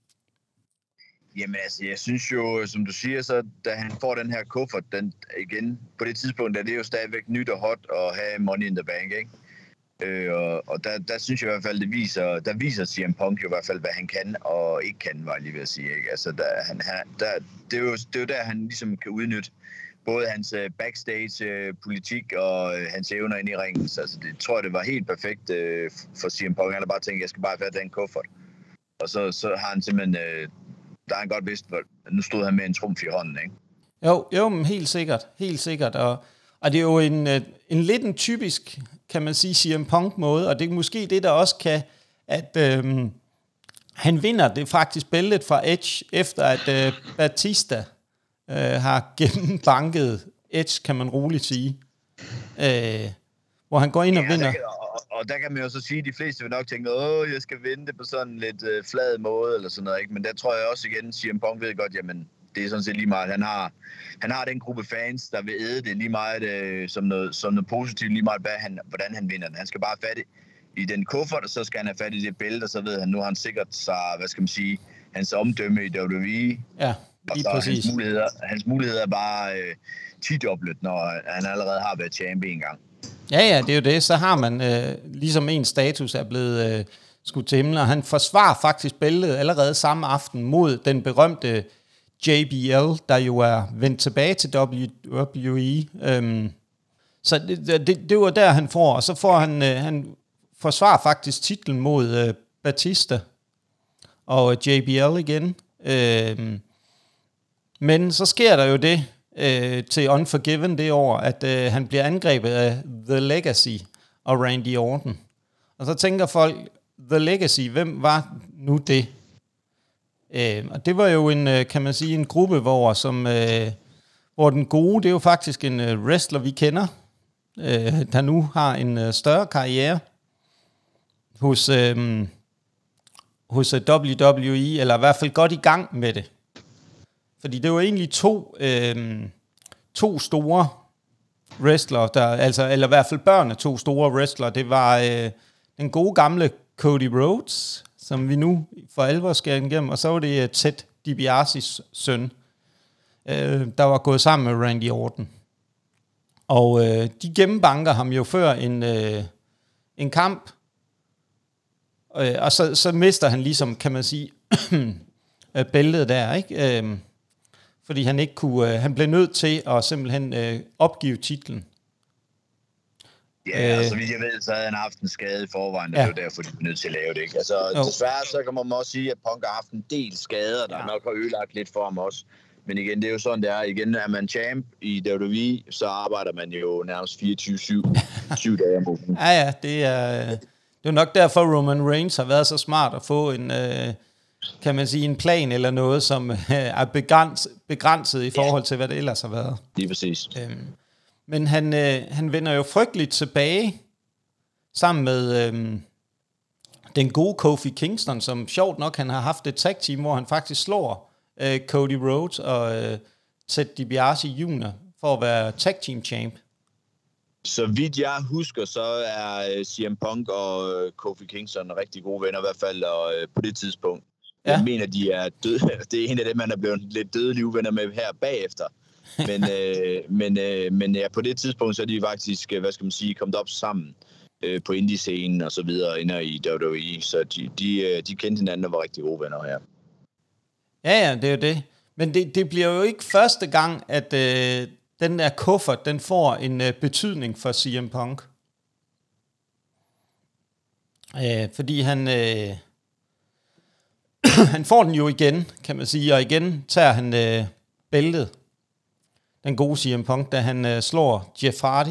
Jamen altså, jeg synes jo, som du siger, så da han får den her kuffert, den igen, på det tidspunkt, er det jo stadigvæk nyt og hot at have Money in the Bank, ikke? Øh, og og der, der synes jeg i hvert fald, det viser, der viser C M Punk jo i hvert fald, hvad han kan og ikke kan, var jeg lige ved at sige, ikke? Altså, der, han, der, det, er jo, det er jo der, han ligesom kan udnytte både hans backstage-politik og hans evner ind i ringen. Så altså, det tror jeg, det var helt perfekt øh, for C M Punk. Han har bare tænkt, jeg skal bare have den kuffert. Og så, så har han simpelthen... Øh, der har han godt vidst, at nu stod han med en trumf i hånden, ikke? Jo, jo, men helt sikkert, helt sikkert. Og, og det er jo en, en lidt en typisk, kan man sige, C M Punk-måde, og det er måske det, der også kan, at øhm, han vinder det faktisk bæltet fra Edge, efter at øh, Batista øh, har gennembanket Edge, kan man roligt sige. Øh, hvor han går ind og ja, vinder. Der, og, og der kan man jo så sige, at de fleste vil nok tænke, åh, jeg skal vinde det på sådan en lidt øh, flad måde, eller sådan noget, ikke? Men der tror jeg også igen, C M Punk ved godt, jamen, det er sådan set lige meget. Han har, han har den gruppe fans, der vil æde det lige meget øh, som, noget, som noget positivt, lige meget hvad han, hvordan han vinder den. Han skal bare have fat i den kuffert, og så skal han have fat i det bælte, og så ved han, nu har han sikkert sig, hvad skal man sige, hans omdømme i W W E. Ja, lige præcis. Hans muligheder, hans muligheder er bare øh, tidoblet, når han allerede har været champ en gang. Ja, ja, det er jo det. Så har man øh, ligesom en status er blevet øh, skudt til himlen, og han forsvarer faktisk bæltet allerede samme aften mod den berømte J B L, der jo er vendt tilbage til W W E. Øhm, så det, det, det var der, han får, og så får han, øh, han forsvarer faktisk titlen mod øh, Batista og J B L igen. Øhm, men så sker der jo det, Øh, til Unforgiven det år, at øh, han bliver angrebet af The Legacy og Randy Orton. Og så tænker folk, The Legacy, hvem var nu det? Øh, og det var jo en, øh, kan man sige, en gruppe, hvor, som, øh, hvor den gode, det er jo faktisk en øh, wrestler, vi kender, øh, der nu har en øh, større karriere hos, øh, hos øh, W W E, eller i hvert fald godt i gang med det. Fordi det var egentlig to, øh, to store wrestlere, der, altså, eller i hvert fald børn af to store wrestlere. Det var øh, den gode gamle Cody Rhodes, som vi nu for alvor skal igennem, og så var det uh, Ted DiBiase's søn, øh, der var gået sammen med Randy Orton. Og øh, de gennembanker ham jo før en, øh, en kamp, øh, og så, så mister han ligesom, kan man sige, bæltet der, ikke? Øh, fordi han ikke kunne, øh, han blev nødt til at simpelthen øh, opgive titlen. Ja, øh, altså hvis jeg ved, så havde han haft en skade i forvejen, og ja. Det var derfor, de blev nødt til at lave det, ikke? Altså jo. Desværre, så kan man også sige, at Punk har haft en del skader, der ja. nok har ødelagt lidt for ham også. Men igen, det er jo sådan, det er. Igen, er man champ i W W E, så arbejder man jo nærmest fireogtyve syv syv dage om ugen. Ja, ja, det er, det er nok derfor, Roman Reigns har været så smart at få en... Øh, kan man sige, en plan eller noget, som er begrænset, begrænset i forhold til, hvad det ellers har været. Lige præcis. Øhm, men han, øh, han vender jo frygteligt tilbage, sammen med øhm, den gode Kofi Kingston, som sjovt nok, han har haft et tag team, hvor han faktisk slår øh, Cody Rhodes og øh, Ted DiBiase junior for at være tag team champ. Så vidt jeg husker, så er C M Punk og Kofi Kingston rigtig gode venner, i hvert fald og, på det tidspunkt. Ja. Jeg mener, de er døde. Det er en af dem, man er blevet lidt dødelige uvenner med her bagefter. Men, øh, men, øh, men ja, på det tidspunkt, så er de faktisk, hvad skal man sige, kommet op sammen øh, på indie-scenen og så videre inde i W W E. Så de, de, de kendte hinanden og var rigtig gode venner her. Ja, ja, det er jo det. Men det, det bliver jo ikke første gang, at, øh, den der kuffert, den får en øh, betydning for C M Punk. Øh, fordi han... Øh, han får den jo igen, kan man sige, og igen tager han øh, bæltet. Den gode C M Punk, da han øh, slår Jeff Hardy.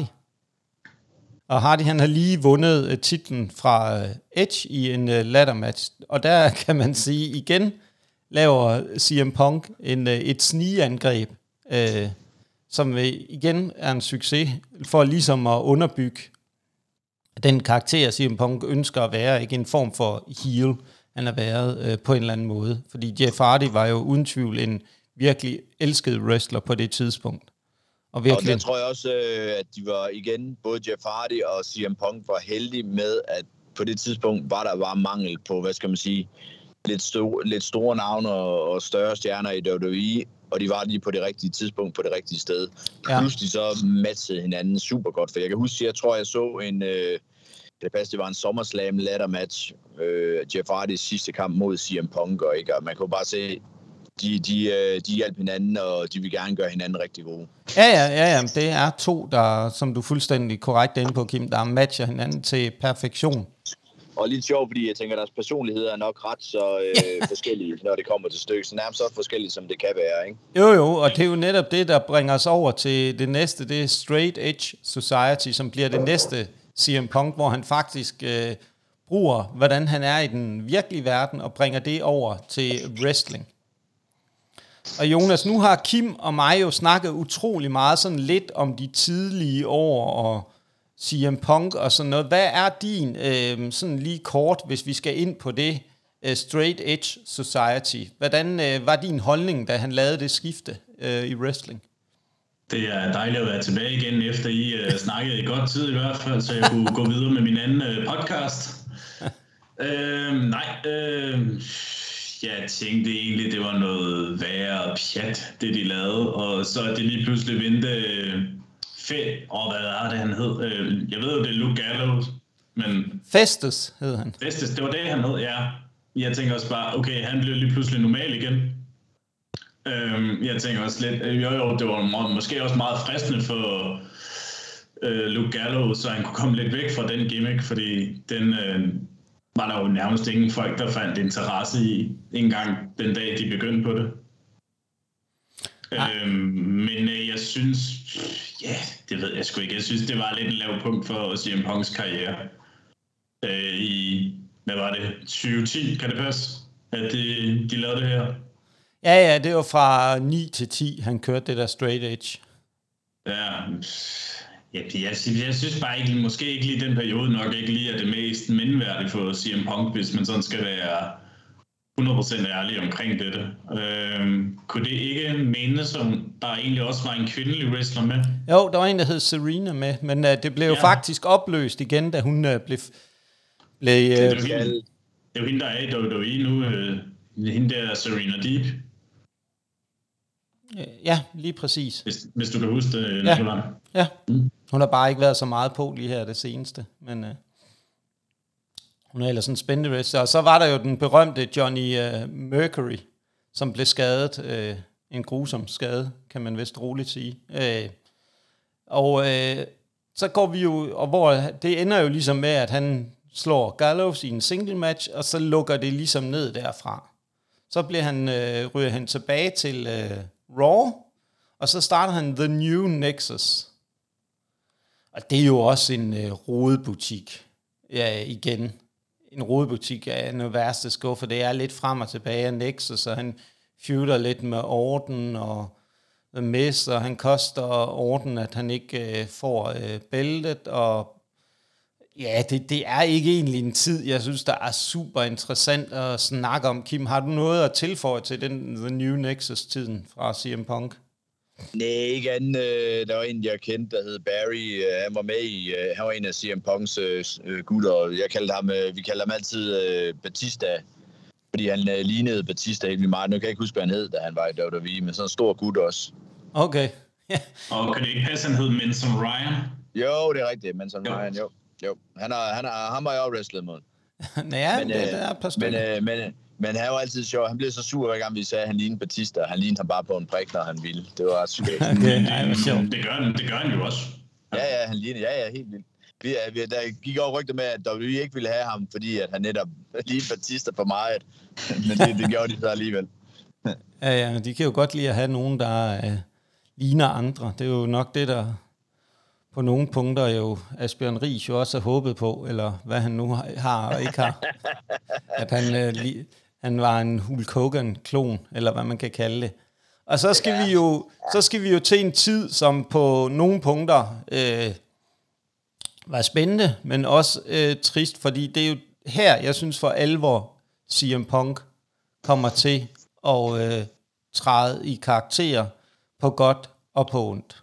Og Hardy, han har lige vundet øh, titlen fra øh, Edge i en øh, ladder match. Og der kan man sige, igen laver C M Punk en, øh, et snigeangreb, øh, som øh, igen er en succes, for ligesom at underbygge den karakter, C M Punk ønsker at være, ikke en form for heel, han har været øh, på en eller anden måde. Fordi Jeff Hardy var jo uden tvivl en virkelig elsket wrestler på det tidspunkt. Og, virkelig... og der tror jeg også, at de var igen, både Jeff Hardy og C M Punk var heldige med, at på det tidspunkt var der var mangel på, hvad skal man sige, lidt, sto- lidt store navne og, og større stjerner i W W E, og de var lige på det rigtige tidspunkt, på det rigtige sted. Ja. Pludselig så matchede hinanden super godt, for jeg kan huske, jeg tror, jeg så en... Øh, det bedste, det var en SummerSlam ladder match. Øh, Jeff Hardys sidste kamp mod C M Punk, og, ikke? Og man kunne bare se, de, de, de hjalp hinanden, og de vil gerne gøre hinanden rigtig gode. Ja, ja, ja, ja. Det er to, der, som du fuldstændig korrekt er inde på, Kim, der matcher hinanden til perfektion. Og lidt sjovt, fordi jeg tænker, at deres personligheder er nok ret så øh, forskellige, når det kommer til stykket. Så nærmest så forskellige, som det kan være, ikke? Jo, jo, og det er jo netop det, der bringer os over til det næste. Det er Straight Edge Society, som bliver det næste C M Punk, hvor han faktisk øh, bruger, hvordan han er i den virkelige verden, og bringer det over til wrestling. Og Jonas, nu har Kim og mig jo snakket utrolig meget sådan lidt om de tidlige år og C M Punk og sådan noget. Hvad er din, øh, sådan lige kort, hvis vi skal ind på det, uh, Straight Edge Society? Hvordan øh, var din holdning, da han lavede det skifte øh, i wrestling? Det er dejligt at være tilbage igen, efter I uh, snakkede i godt tid i hvert fald, så jeg kunne gå videre med min anden uh, podcast. uh, nej, uh, jeg tænkte egentlig, det var noget værre pjat, det de lavede, og så det lige pludselig vendte uh, fedt, og hvad er det, han hed? Uh, jeg ved jo, det er Luke Gallows, men... Festus hed han. Festus, det var det, han hed, ja. Jeg tænker også bare, okay, han blev lige pludselig normal igen. Øhm, jeg tænker også lidt, jo jo, det var må, måske også meget fristende for øh, Luke Gallows, så han kunne komme lidt væk fra den gimmick, fordi den øh, var der jo nærmest ingen folk, der fandt interesse i, ikke engang den dag, de begyndte på det. Øhm, men øh, jeg synes, ja, det ved jeg sgu ikke, jeg synes, det var lidt en lav punkt for C M Punks karriere. Øh, I, hvad var det, tyve ti, kan det passe, at de, de lavede det her? Ja, ja, det var fra ni til ti, han kørte det der Straight Edge. Ja, jeg, jeg, jeg synes bare ikke, måske ikke lige den periode nok ikke lige er det mest mindværdige for C M Punk, hvis man sådan skal være hundrede procent ærlig omkring dette. Øhm, kunne det ikke mene, som der egentlig også var en kvindelig wrestler med? Jo, der var en, der hed Serena med, men uh, det blev jo ja. faktisk opløst igen, da hun uh, blev... blev uh, det, er jo hende, det er jo hende, der er i W W E nu, uh, hende der Serena Deeb. Ja, lige præcis. Hvis, hvis du kan huske det, ja. Nicolai. Ja, hun har bare ikke været så meget på lige her det seneste, men uh, hun er ellers sådan en spændende wrestler. Og så var der jo den berømte Johnny uh, Mercury, som blev skadet, uh, en grusom skade, kan man vist roligt sige. Uh, og uh, så går vi jo, og hvor det ender jo ligesom med, at han slår Gallows i en single match, og så lukker det ligesom ned derfra. Så bliver han, uh, ryger han tilbage til... Uh, Raw, og så starter han The New Nexus. Og det er jo også en øh, rodebutik. Ja, igen. En rodebutik er noget værste skuffe, for det er lidt frem og tilbage af Nexus, og han feuder lidt med Orton og The Miz, og han koster Orton, at han ikke øh, får øh, bæltet, og ja, det, det er ikke egentlig en tid, jeg synes, der er super interessant at snakke om. Kim, har du noget at tilføje til den The New Nexus-tiden fra C M Punk? Nej, ikke anden. Der var en, jeg kendte, der hed Barry. Han var med i, han var en af C M Punks gutter. Jeg kaldte ham, vi kaldte ham altid Batista, fordi han lignede Batista helt vildt meget. Nu kan jeg ikke huske, hvad han hed, da han var i W W E, men sådan en stor gut også. Okay. Og kan det ikke passe, han hed Menson Ryan? Jo, det er rigtigt, Menson Ryan, jo. Jo, han har, han har, ham har jeg også wrestlet mod. Ja, men, det, det er et par men, øh, men, Men han var altid sjov. Han blev så sur, hver gang vi sagde, at han lignede Batista. Han lignede ham bare på en prik, når han ville. Det var sygt. Okay, ej, hvor sjovt. Det gør han, det gør han jo også. Ja, ja, han lignede. Ja, ja, helt vildt. Vi, vi, der gik over rygter med, at W W E ikke ville have ham, fordi at han netop lignede Batista for meget. Men det, det gjorde de så alligevel. Ja, ja, de kan jo godt lide at have nogen, der uh, ligner andre. Det er jo nok det, der på nogle punkter jo Asbjørn Riis jo også har håbet på, eller hvad han nu har og ikke har. At han, uh, li- han var en Hulk Hogan-klon, eller hvad man kan kalde det. Og så skal, ja. vi, jo, så skal vi jo til en tid, som på nogle punkter øh, var spændende, men også øh, trist, fordi det er jo her, jeg synes for alvor, C M Punk kommer til at øh, træde i karakter på godt og på ondt.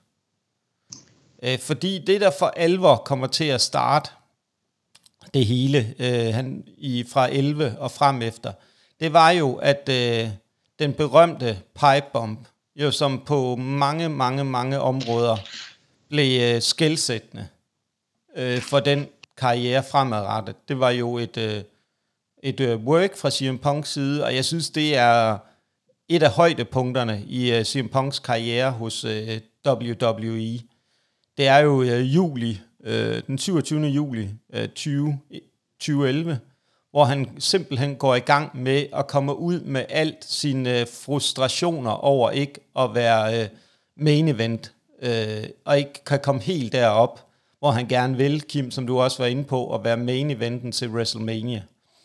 Øh, fordi det, der for alvor kommer til at starte det hele øh, han, i, fra elleve og frem efter, det var jo, at øh, den berømte pipebomb, jo som på mange, mange, mange områder blev øh, skelsættende øh, for den karriere fremadrettet. Det var jo et, øh, et øh, work fra C M Punks side, og jeg synes, det er et af højdepunkterne i øh, C M Punks karriere hos øh, W W E. Det er jo øh, juli, øh, den syvogtyvende juli øh, tyve elleve, hvor han simpelthen går i gang med at komme ud med alt sine frustrationer over ikke at være øh, main event, øh, og ikke kan komme helt derop, hvor han gerne vil, Kim, som du også var inde på, at være main eventen til WrestleMania.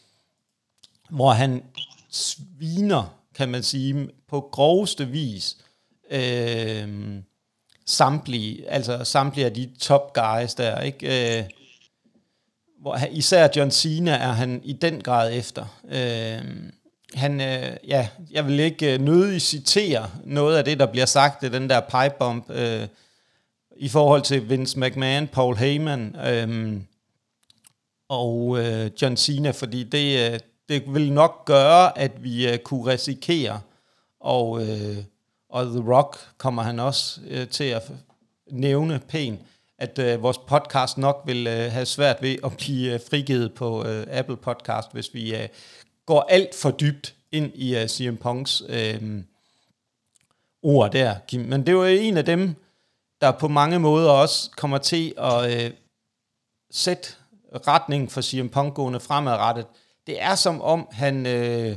Hvor han sviner, kan man sige, på groveste vis, øh, samtlige, altså samtlige af de top guys der, ikke? Øh, hvor især John Cena er han i den grad efter. Øh, han, øh, ja, jeg vil ikke øh, nødig citere noget af det, der bliver sagt i den der pipebomb øh, i forhold til Vince McMahon, Paul Heyman øh, og øh, John Cena, fordi det, øh, det vil nok gøre, at vi øh, kunne risikere, og, øh, og The Rock kommer han også øh, til at nævne pænt, at øh, vores podcast nok vil øh, have svært ved at blive øh, frigivet på øh, Apple Podcast, hvis vi øh, går alt for dybt ind i øh, C M Punks øh, ord der, Kim. Men det var en af dem, der på mange måder også kommer til at øh, sætte retning for C M Punk gående fremadrettet. Det er som om han øh,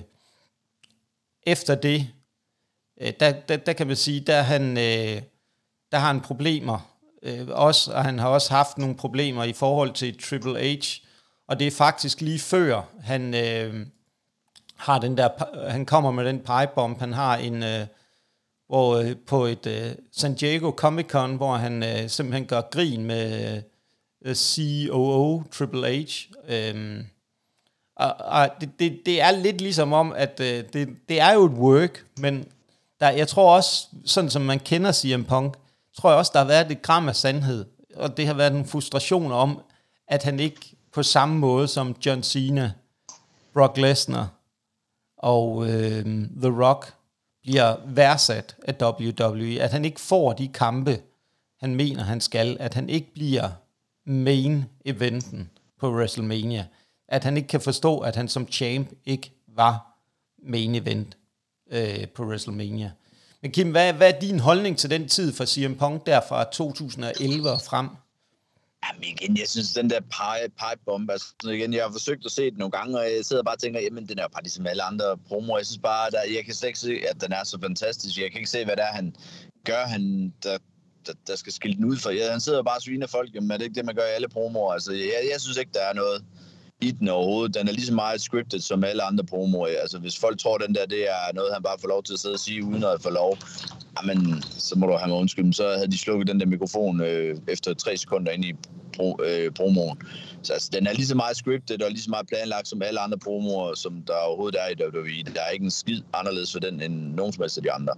efter det, øh, der, der, der kan man sige, der, han, øh, der har han problemer øh, også, og han har også haft nogle problemer i forhold til Triple H, og det er faktisk lige før han øh, har den der, han kommer med den pipebomb, han har en øh, hvor øh, på et øh, San Diego Comic Con, hvor han øh, simpelthen gør grin med øh, C O O Triple H. Øh, og og det, det, det er lidt ligesom om, at øh, det, det er jo et work, men der, jeg tror også, sådan som man kender C M Punk, tror jeg også, der har været et gram af sandhed, og det har været en frustration om, at han ikke på samme måde som John Cena, Brock Lesnar og øh, The Rock bliver værdsat af W W E, at han ikke får de kampe, han mener, han skal, at han ikke bliver main eventen på WrestleMania, at han ikke kan forstå, at han som champ ikke var main event øh, på WrestleMania. Men Kim, hvad, hvad er din holdning til den tid for C M Punk der fra to tusind og elleve og frem? Jamen igen, jeg synes, den der pipebomb, altså igen, jeg har forsøgt at se den nogle gange, og jeg sidder bare og tænker, jamen den er jo bare ligesom alle andre promoer. Jeg synes bare, der, jeg kan slet ikke se, at den er så fantastisk. Jeg kan ikke se, hvad det er, han gør, han, der, der, der skal skille den ud for. Ja, han sidder bare og sviner folk, jamen er det ikke det, man gør i alle promoer? Altså, jeg, jeg synes ikke, der er noget i den overhovedet. Den er lige så meget scripted som alle andre promoer. Altså, hvis folk tror, den der, det er noget, han bare får lov til at sidde og sige, uden at få lov, jamen, så må du have mig undskyld. Så havde de slukket den der mikrofon øh, efter tre sekunder ind i pro, øh, promoen. Så altså, den er lige så meget scripted og lige så meget planlagt som alle andre promoer, som der overhovedet er i W W E. Der er ikke en skid anderledes for den, end nogen som helst af de andre.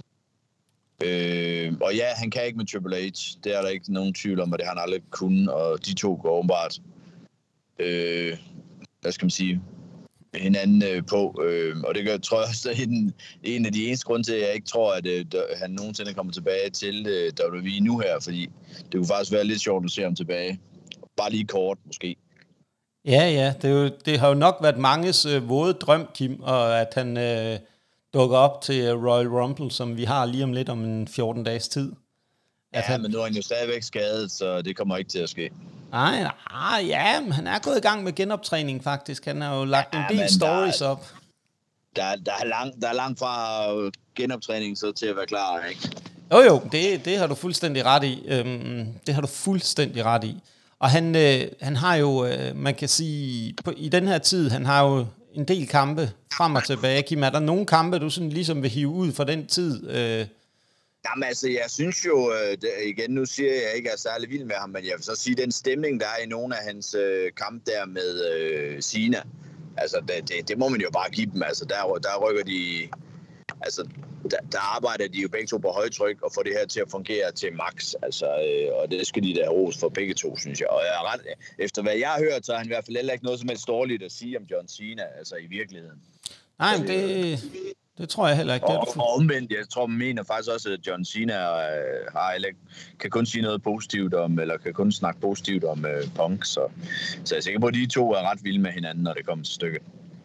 Øh, og ja, han kan ikke med Triple H. Det er der ikke nogen tvivl om, og det har han aldrig kunnet, og de to går åbenbart øh, hvad skal man sige, hinanden øh, på, øh, og det gør, tror jeg også, det er en, en af de eneste grunde til, at jeg ikke tror, at øh, han nogensinde kommer tilbage til øh, W W E nu her, fordi det kunne faktisk være lidt sjovt at se ham tilbage. Bare lige kort, måske. Ja, ja, det, er jo, det har jo nok været manges øh, våde drøm, Kim, og at han øh, dukker op til Royal Rumble, som vi har lige om lidt om en fjorten dages tid. At ja, han... men nu er han jo stadigvæk skadet, så det kommer ikke til at ske. Nej, nej, ja, men han er gået i gang med genoptræning faktisk. Han har jo lagt ja, en del stories der, op. Der, der, er lang, der er langt fra genoptræning så til at være klar, ikke? Jo jo, det, det har du fuldstændig ret i. Øhm, det har du fuldstændig ret i. Og han, øh, han har jo, øh, man kan sige, på, i den her tid, han har jo en del kampe frem og tilbage. Kim, er der nogle kampe, du sådan ligesom vil hive ud fra den tid? Øh? Jamen altså, jeg synes jo, det, igen, nu siger jeg, at jeg ikke er særlig vild med ham, men jeg vil så sige, den stemning, der er i nogle af hans øh, kampe der med øh, Cena, altså det, det, det må man jo bare give dem. Altså der, der rykker de, altså der, der arbejder de jo begge to på højtryk og får det her til at fungere til max. Altså, øh, og det skal de da ros for begge to, synes jeg. Og jeg er ret, efter hvad jeg har hørt, så har han i hvert fald heller ikke noget som helst dårligt at sige om John Cena, altså i virkeligheden. Nej, men det, det tror jeg heller ikke. Og, og omvendt, jeg tror, man mener faktisk også, at John Cena øh, har, eller kan kun sige noget positivt om, eller kan kun snakke positivt om øh, Punk. Så, så jeg er sikker på, at de to er ret vilde med hinanden, når det kommer til stykket.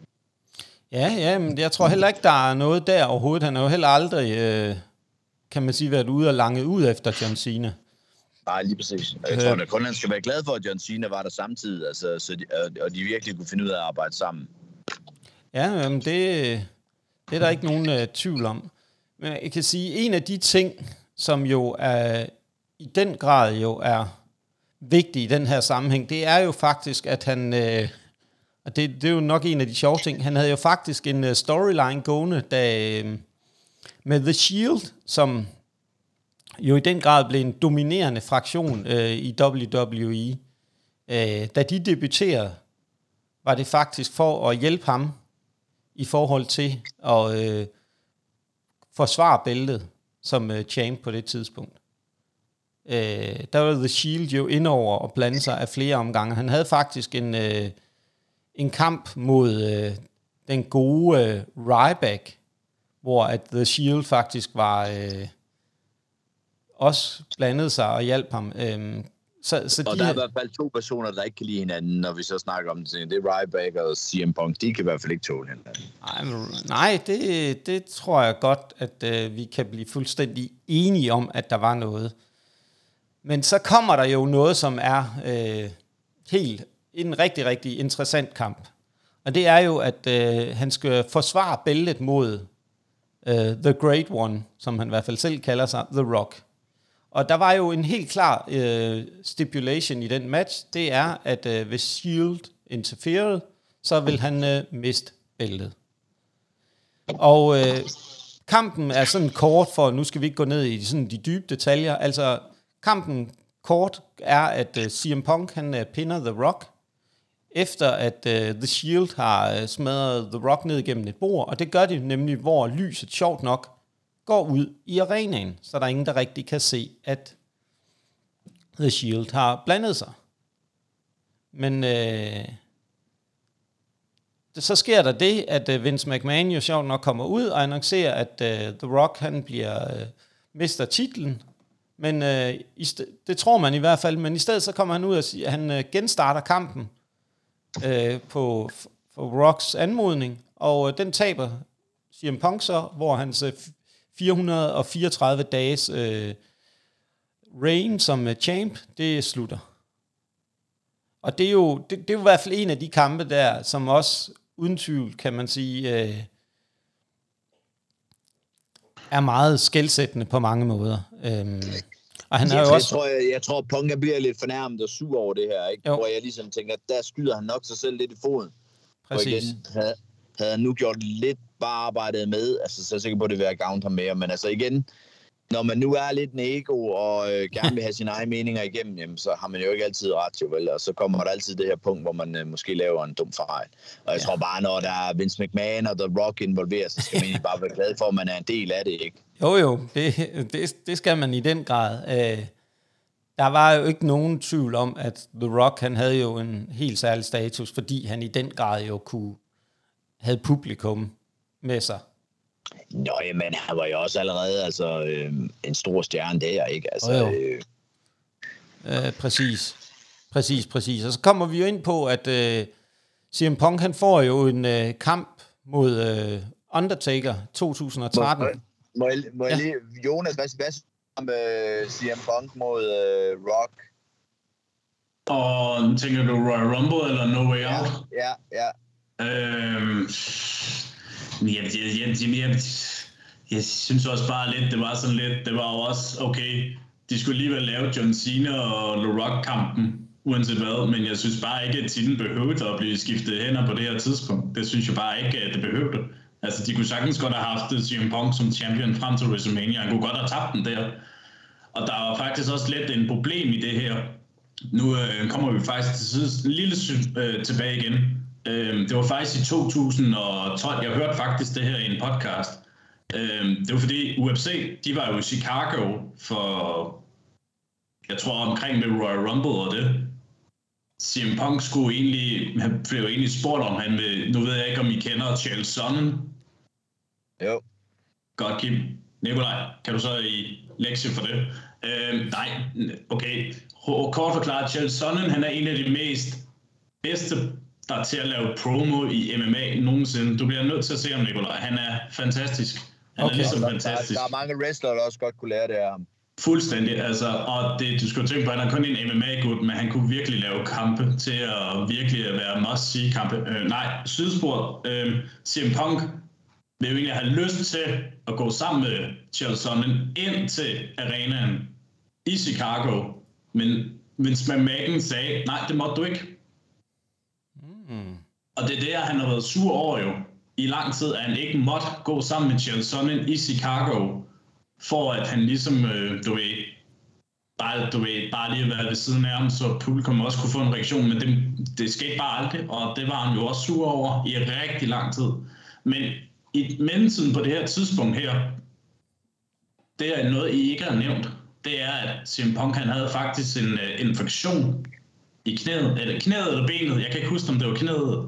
Ja, ja, men jeg tror heller ikke, der er noget der overhovedet. Han har jo heller aldrig, øh, kan man sige, været ude og lange ud efter John Cena. Nej, lige præcis. Jeg tror, at kun han skal være glad for, at John Cena var der samtidig, altså, så de, og de virkelig kunne finde ud af at arbejde sammen. Ja, jamen det, det er der ikke nogen uh, tvivl om. Men jeg kan sige, en af de ting, som jo er i den grad jo er vigtig i den her sammenhæng, det er jo faktisk, at han, uh, og det, det er jo nok en af de sjove ting, han havde jo faktisk en uh, storyline gående, da, uh, med The Shield, som jo i den grad blev en dominerende fraktion uh, i W W E. Uh, da de debuterede, var det faktisk for at hjælpe ham i forhold til at øh, forsvare bæltet som øh, champ på det tidspunkt. Øh, der var The Shield jo indover og blande sig af flere omgange. Han havde faktisk en, øh, en kamp mod øh, den gode øh, Ryback, hvor at The Shield faktisk var øh, også blandet sig og hjalp ham. Øh, Så, så og de der er i hvert fald to personer, der ikke kan lide hinanden, når vi så snakker om det. Det er Ryback og C M Punk. De kan i hvert fald ikke tåle hinanden. Nej, nej det, det tror jeg godt, at øh, vi kan blive fuldstændig enige om, at der var noget. Men så kommer der jo noget, som er øh, helt en rigtig, rigtig interessant kamp. Og det er jo, at øh, han skal forsvare bæltet mod øh, The Great One, som han i hvert fald selv kalder sig, The Rock. Og der var jo en helt klar øh, stipulation i den match, det er, at øh, hvis Shield interferede, så vil han øh, miste bæltet. Og øh, kampen er sådan kort, for nu skal vi ikke gå ned i sådan de dybe detaljer. Altså, kampen kort er, at øh, C M Punk, han øh, pinder The Rock, efter at øh, The Shield har øh, smadret The Rock ned gennem et bord, og det gør de nemlig, hvor lyset, sjovt nok, går ud i arenaen, så der er ingen, der rigtig kan se, at The Shield har blandet sig. Men øh, det, så sker der det, at øh, Vince McMahon jo sjovt nok kommer ud og annoncerer, at øh, The Rock, han bliver øh, mister titlen. Men øh, i st- det tror man i hvert fald, men i stedet så kommer han ud og siger, at han øh, genstarter kampen øh, på for Rocks anmodning, og øh, den taber C M Punk så, hvor hans øh, fire hundrede og fireogtredive dages øh, reign som øh, champ, det slutter. Og det er, jo, det, det er jo i hvert fald en af de kampe der, som også uden tvivl, kan man sige, øh, er meget skelsættende på mange måder. Øhm, og han jeg, har jo også... tror, jeg, jeg tror, Punk bliver lidt fornærmet og sur over det her, ikke? Hvor jeg ligesom tænker, at der skyder han nok sig selv lidt i foden. Præcis. Og igen, havde, havde han nu gjort lidt bare arbejdet med, altså så er jeg sikker på, at det vil have gavnet ham mere, men altså igen, når man nu er lidt en ego og øh, gerne vil have sine egne meninger igennem, jamen, så har man jo ikke altid ret, jo vel, og så kommer der altid det her punkt, hvor man øh, måske laver en dum fejl. Og jeg ja. tror bare, når der er Vince McMahon og The Rock involveret, så skal man egentlig bare være glad for, at man er en del af det, ikke? Jo jo, det, det, det skal man i den grad. Øh, der var jo ikke nogen tvivl om, at The Rock, han havde jo en helt særlig status, fordi han i den grad jo kunne havde publikum med sig. Nå, men han var jo også allerede altså, øh, en stor stjerne der, ikke? Altså, oh, øh... øh, præcis. Præcis, præcis. Og så kommer vi jo ind på, at øh, C M Punk, han får jo en øh, kamp mod øh, Undertaker to tusind og tretten. Må, må, jeg, må jeg lige, Jonas, hvad, hvad med C M Punk mod øh, Rock? Og tænker du Royal Rumble eller No Way Out? Ja, ja. Øhm, jeg, jeg, jeg, jeg, jeg, jeg synes også bare lidt, det var sådan lidt, det var jo også, okay, de skulle alligevel lave John Cena og The Rock-kampen, uanset hvad, men jeg synes bare ikke, at titlen behøvede at blive skiftet hænder på det her tidspunkt. Det synes jeg bare ikke, at det behøvede. Altså, de kunne sagtens godt have haft C M Punk som champion frem til WrestleMania. Han kunne godt have tabt den der. Og der var faktisk også lidt en problem i det her. Nu øh, kommer vi faktisk til side, en lille øh, tilbage igen. Øh, det var faktisk i to tusind og tolv. Jeg hørte faktisk det her i en podcast. Øh, det var fordi U F C, de var jo i Chicago for, jeg tror omkring med Royal Rumble og det. C M Punk skulle egentlig, han blev jo egentlig spurgt om han vil, nu ved jeg ikke om I kender Chael Sonnen. Jo. Godt, Kim. Nikolaj, kan du så i lektie for det? Øh, nej, okay. Kort forklaret, Chael Sonnen, han er en af de mest bedste, der er til at lave promo i M M A nogensinde. Du bliver nødt til at se ham, Nikolaj. Han er fantastisk. Han okay. er ligesom der, fantastisk. Der, der er mange wrestlere, der også godt kunne lære det af ham. Fuldstændig, altså, og det, du skulle tænke på, at han er kun en M M A-gut, men han kunne virkelig lave kampe til at virkelig være must-see-kampe. Øh, nej, Sydspor, øh, C M Punk vil jo egentlig have lyst til at gå sammen med Chael Sonnen ind til arenaen i Chicago, men Vince McMahon sagde, nej, det måtte du ikke. Mm. Og det er det, han har været sur over jo i lang tid, at han ikke måtte gå sammen med Chael Sonnen i Chicago, for at han ligesom, øh, du ved, bare, du ved, bare lige at være ved siden af ham, så publikum også kunne få en reaktion, men det, det skete bare aldrig, og det var han jo også sur over i rigtig lang tid. Men i mellemtiden på det her tidspunkt her, det er noget, I ikke har nævnt, det er, at C M Punk, han havde faktisk en uh, infektion i knæet, eller knæet eller benet, jeg kan ikke huske, om det var knæet.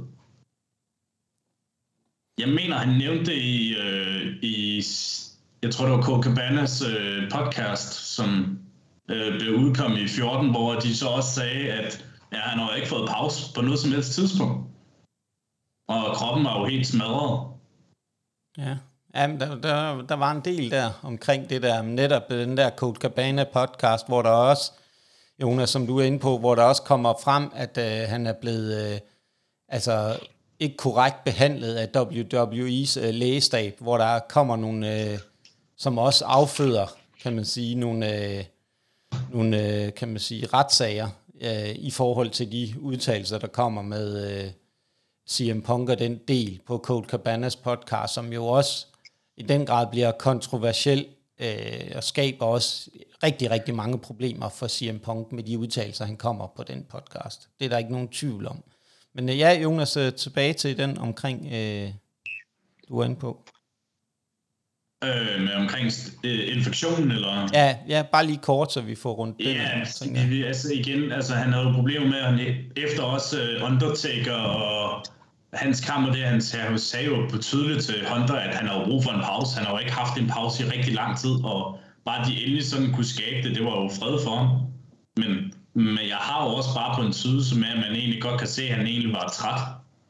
Jeg mener, han nævnte det i, øh, i jeg tror, det var Colt Cabanas øh, podcast, som øh, blev udkommet i fjorten, hvor de så også sagde, at ja, han har ikke fået pause på noget som helst tidspunkt. Og kroppen var jo helt smadret. Ja, Jamen, der, der, der var en del der omkring det der, netop den der Colt Cabana podcast, hvor der også, Jonas, som du er inde på, hvor der også kommer frem, at øh, han er blevet øh, altså ikke korrekt behandlet af W W E's øh, lægestab, hvor der kommer nogle, øh, som også afføder, kan man sige, nogle, øh, nogle øh, kan man sige, retssager øh, i forhold til de udtalelser, der kommer med øh, C M Punk og den del på Colt Cabanas podcast, som jo også i den grad bliver kontroversiel øh, og skaber også rigtig, rigtig mange problemer for C M Punk med de udtalelser, han kommer på den podcast. Det er der ikke nogen tvivl om. Men øh, ja, Jonas, øh, tilbage til den omkring, øh, du er inde på. Øh, med omkring øh, infektionen, eller? Ja, ja, bare lige kort, så vi får rundt den. Ja, det, altså igen, altså han havde jo problemer med, at efter også uh, Undertaker og hans kamp, det han sagde, sagde jo betydeligt til Hunter, at han havde brug for en pause. Han har jo ikke haft en pause i rigtig lang tid, og bare de endelig sådan kunne skabe det, det var jo fred for ham. Men, men jeg har jo også bare på en side, som er, at man egentlig godt kan se, at han egentlig var træt.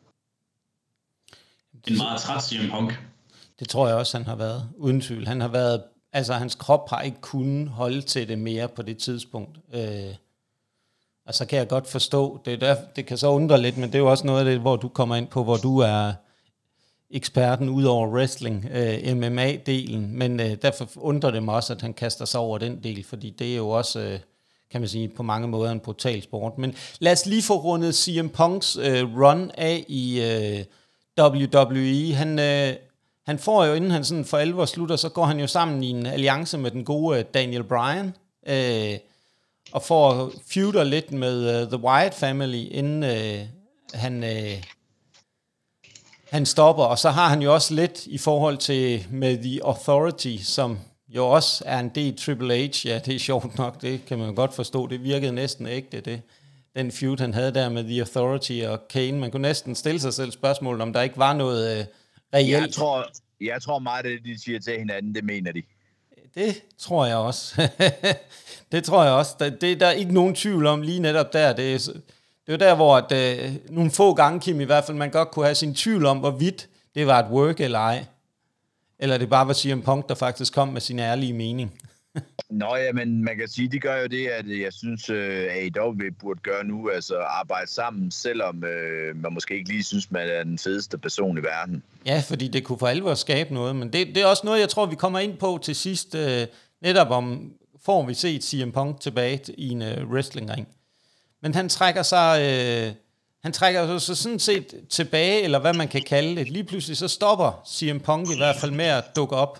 En meget træt C M Punk. Det tror jeg også, han har været, uden tvivl. Han har været, altså hans krop har ikke kunnet holde til det mere på det tidspunkt. Øh, og så kan jeg godt forstå, det, der, det kan så undre lidt, men det er jo også noget af det, hvor du kommer ind på, hvor du er eksperten ud over wrestling, øh, M M A-delen, men øh, derfor undrer det mig også, at han kaster sig over den del, fordi det er jo også, øh, kan man sige, på mange måder en brutal sport. Men lad os lige få rundet C M Punks øh, run af i øh, W W E. Han... Øh, Han får jo, inden han sådan for alvor slutter, så går han jo sammen i en alliance med den gode Daniel Bryan, øh, og får feuder lidt med uh, The Wyatt Family, inden øh, han, øh, han stopper. Og så har han jo også lidt i forhold til med The Authority, som jo også er en del Triple H. Ja, det er sjovt nok, det kan man godt forstå. Det virkede næsten ægte, det. Den feud, han havde der med The Authority og Kane. Man kunne næsten stille sig selv spørgsmålet, om der ikke var noget... Øh, Jeg tror, jeg tror meget, at det, de siger til hinanden, det mener de. det tror jeg også. det tror jeg også. Der, det, der er ikke nogen tvivl om lige netop der. Det er, det er jo der, hvor at, uh, nogle få gange, Kim, i hvert fald, man godt kunne have sin tvivl om, hvorvidt det var et work eller ej. Eller det bare var C M Punk, der faktisk kom med sin ærlige mening. Nå ja, men man kan sige, de gør jo det, at jeg synes, at A E W burde gøre nu, altså arbejde sammen, selvom øh, man måske ikke lige synes, man er den fedeste person i verden. Ja, fordi det kunne for alvor skabe noget, men det, det er også noget, jeg tror, vi kommer ind på til sidst, øh, netop om, får vi set C M Punk tilbage i en øh, wrestlingring. Men han trækker sig, øh, han trækker sig sådan set tilbage, eller hvad man kan kalde det. Lige pludselig så stopper C M Punk i hvert fald med at dukke op.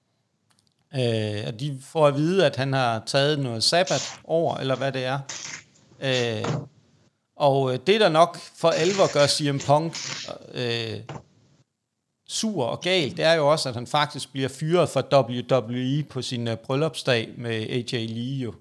Øh, og de får at vide, at han har taget noget sabbat over, eller hvad det er. Øh, og det, der nok for alvor gør C M Punk øh, sur og galt, det er jo også, at han faktisk bliver fyret fra W W E på sin uh, bryllupsdag med A J Lee jo.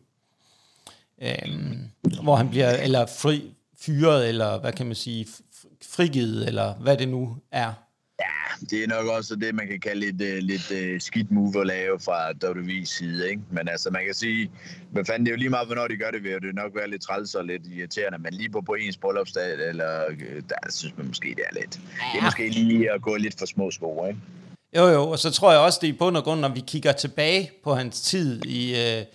Øh, hvor han bliver, eller fri, fyret, eller hvad kan man sige, frigivet, eller hvad det nu er. Ja, det er nok også det, man kan kalde lidt, lidt uh, skidt move at lave fra W W E's side, ikke? Men altså, man kan sige, hvad fanden, det er jo lige meget, hvornår de gør det, vil det nok være lidt træls og lidt irriterende, men lige på, på ens bryllupsdag, eller der synes man måske, det er lidt, det er måske lige at gå lidt for små sko, ikke? Jo, jo, og så tror jeg også, det er i bund og grund, når vi kigger tilbage på hans tid i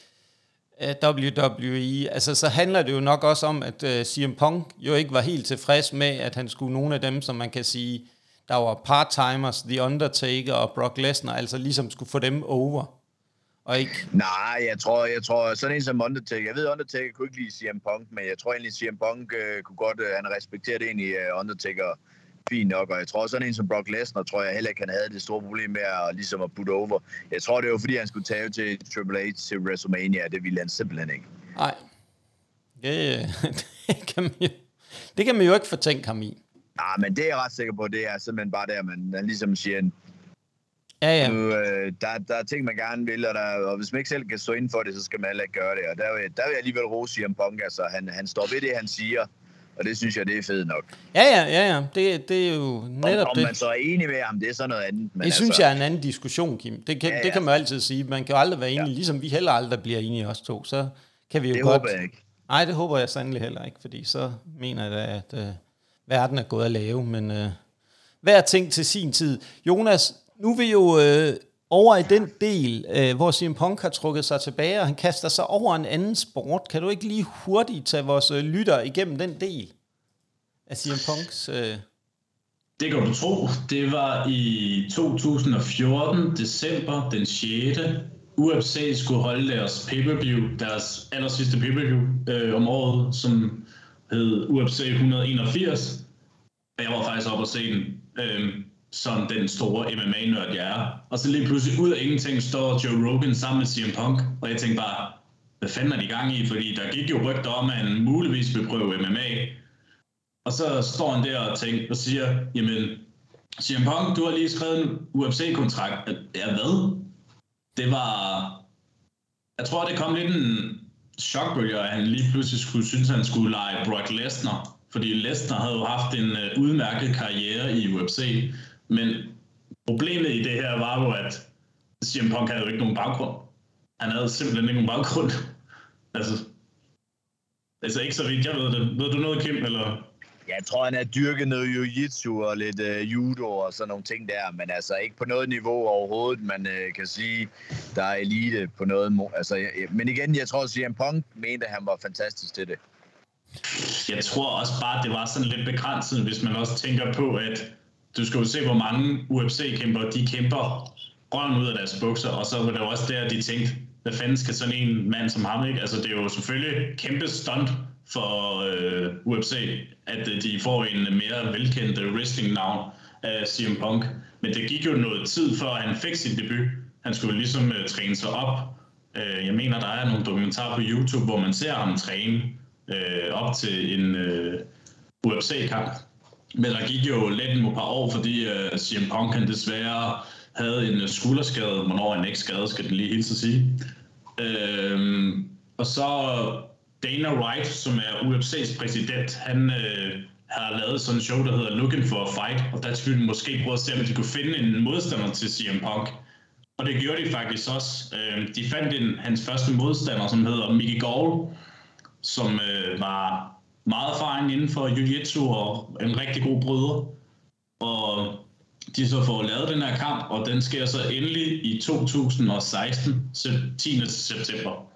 uh, W W E, altså så handler det jo nok også om, at uh, C M Punk jo ikke var helt tilfreds med, at han skulle nogle af dem, som man kan sige, der var part-timers, The Undertaker og Brock Lesnar, altså ligesom skulle få dem over. Og ikke... Nej, jeg tror, jeg tror sådan en som Undertaker, jeg ved, Undertaker kunne ikke lide C M Punk, men jeg tror egentlig, C M Punk uh, kunne godt, uh, han respekterede egentlig uh, Undertaker fint nok, og jeg tror sådan en som Brock Lesnar, tror jeg heller ikke, han havde det store problem med at, ligesom at putte over. Jeg tror, det var fordi, han skulle tage til Triple H til WrestleMania, det ville han simpelthen ikke. Nej, det, det, kan man jo, det kan man jo ikke fortænke ham i. Ah, men det er jeg ret sikker på, det er simpelthen bare der, man, man ligesom siger, ja, ja. Nu, øh, der, der er ting, man gerne vil, og, der, og hvis man ikke selv kan stå inden for det, så skal man heller ikke gøre det. Og der, der vil jeg alligevel rose C M Punk, altså han, han står ved det, han siger, og det synes jeg, det er fedt nok. Ja, ja, ja, ja. Det, det er jo netop om, om det. man så er enig med ham, det er så noget andet. Men det altså, synes jeg er en anden diskussion, Kim. Det kan, ja, ja. det kan man altid sige. Man kan jo aldrig være enig, ja. Ligesom vi heller aldrig bliver enige os to. Så kan vi jo det godt... håber jeg ikke. Nej, det håber jeg sandelig heller ikke, fordi så mener jeg da, at... Øh, verden er gået at lave, men øh, hver ting til sin tid. Jonas, nu er vi jo øh, over i den del, øh, hvor C M Punk har trukket sig tilbage, og han kaster sig over en anden sport. Kan du ikke lige hurtigt tage vores øh, lytter igennem den del af C M Punks? Øh... Det kan du tro. Det var i to tusind og fjorten, december den sjette. U F C skulle holde deres pay-per-view, deres aller sidste pay-per-view øh, om året, som hed U F C et hundrede og enogfirs. Jeg var faktisk oppe og se den, øh, som den store M M A-nørd, jeg er. Og så lige pludselig ud af ingenting står Joe Rogan sammen med C M Punk, og jeg tænkte bare, hvad fanden er de gang i? Fordi der gik jo rygter om, at han muligvis vil prøve M M A. Og så står han der og, tænker, og siger, jamen, C M Punk, du har lige skrevet en U F C-kontrakt. Ja, hvad? Det var... Jeg tror, det kom lidt en chokbølge, at han lige pludselig skulle synes, at han skulle lege Brock Lesnar. Fordi Lesnar havde jo haft en uh, udmærket karriere i U F C. Men problemet i det her var jo, at C M Punk havde jo ikke nogen baggrund. Han havde simpelthen ikke nogen baggrund. altså, altså ikke så vidt jeg ved det. Ved du noget, Kim, eller... Jeg tror, han har dyrket noget jiu-jitsu og lidt uh, judo og sådan nogle ting der, men altså ikke på noget niveau overhovedet, man uh, kan sige, der er elite på noget. Altså, jeg, men igen, jeg tror, at C M Punk mente, at han var fantastisk til det. Jeg tror også bare, at det var sådan lidt begrænset, hvis man også tænker på, at du skal jo se, hvor mange U F C-kæmpere, de kæmper røven ud af deres bukser, og så var det jo også der, de tænkte, hvad fanden skal sådan en mand som ham, ikke? Altså, det er jo selvfølgelig kæmpe stunt for øh, U F C, at øh, de får en mere velkendt wrestling-navn af C M Punk. Men det gik jo noget tid, før han fik sin debut. Han skulle ligesom øh, træne sig op. Øh, jeg mener, der er nogle dokumentarer på YouTube, hvor man ser ham træne øh, op til en øh, U F C-kamp. Men der gik jo lidt et par år, fordi øh, C M Punk han desværre havde en skulderskade. Hvornår han ikke skade, skal det lige hilse at sige. Øh, og så Dana White, som er U F C's præsident, han øh, har lavet sådan en show, der hedder Looking for a Fight, og der skulle de måske prøve at se, om de kunne finde en modstander til C M Punk. Og det gjorde de faktisk også. Øh, de fandt en, hans første modstander, som hedder Mickey Gall, som øh, var meget erfaring inden for jiu-jitsu og en rigtig god bryder. Og de så får lavet den her kamp, og den sker så endelig i to tusind og seksten, tiende september.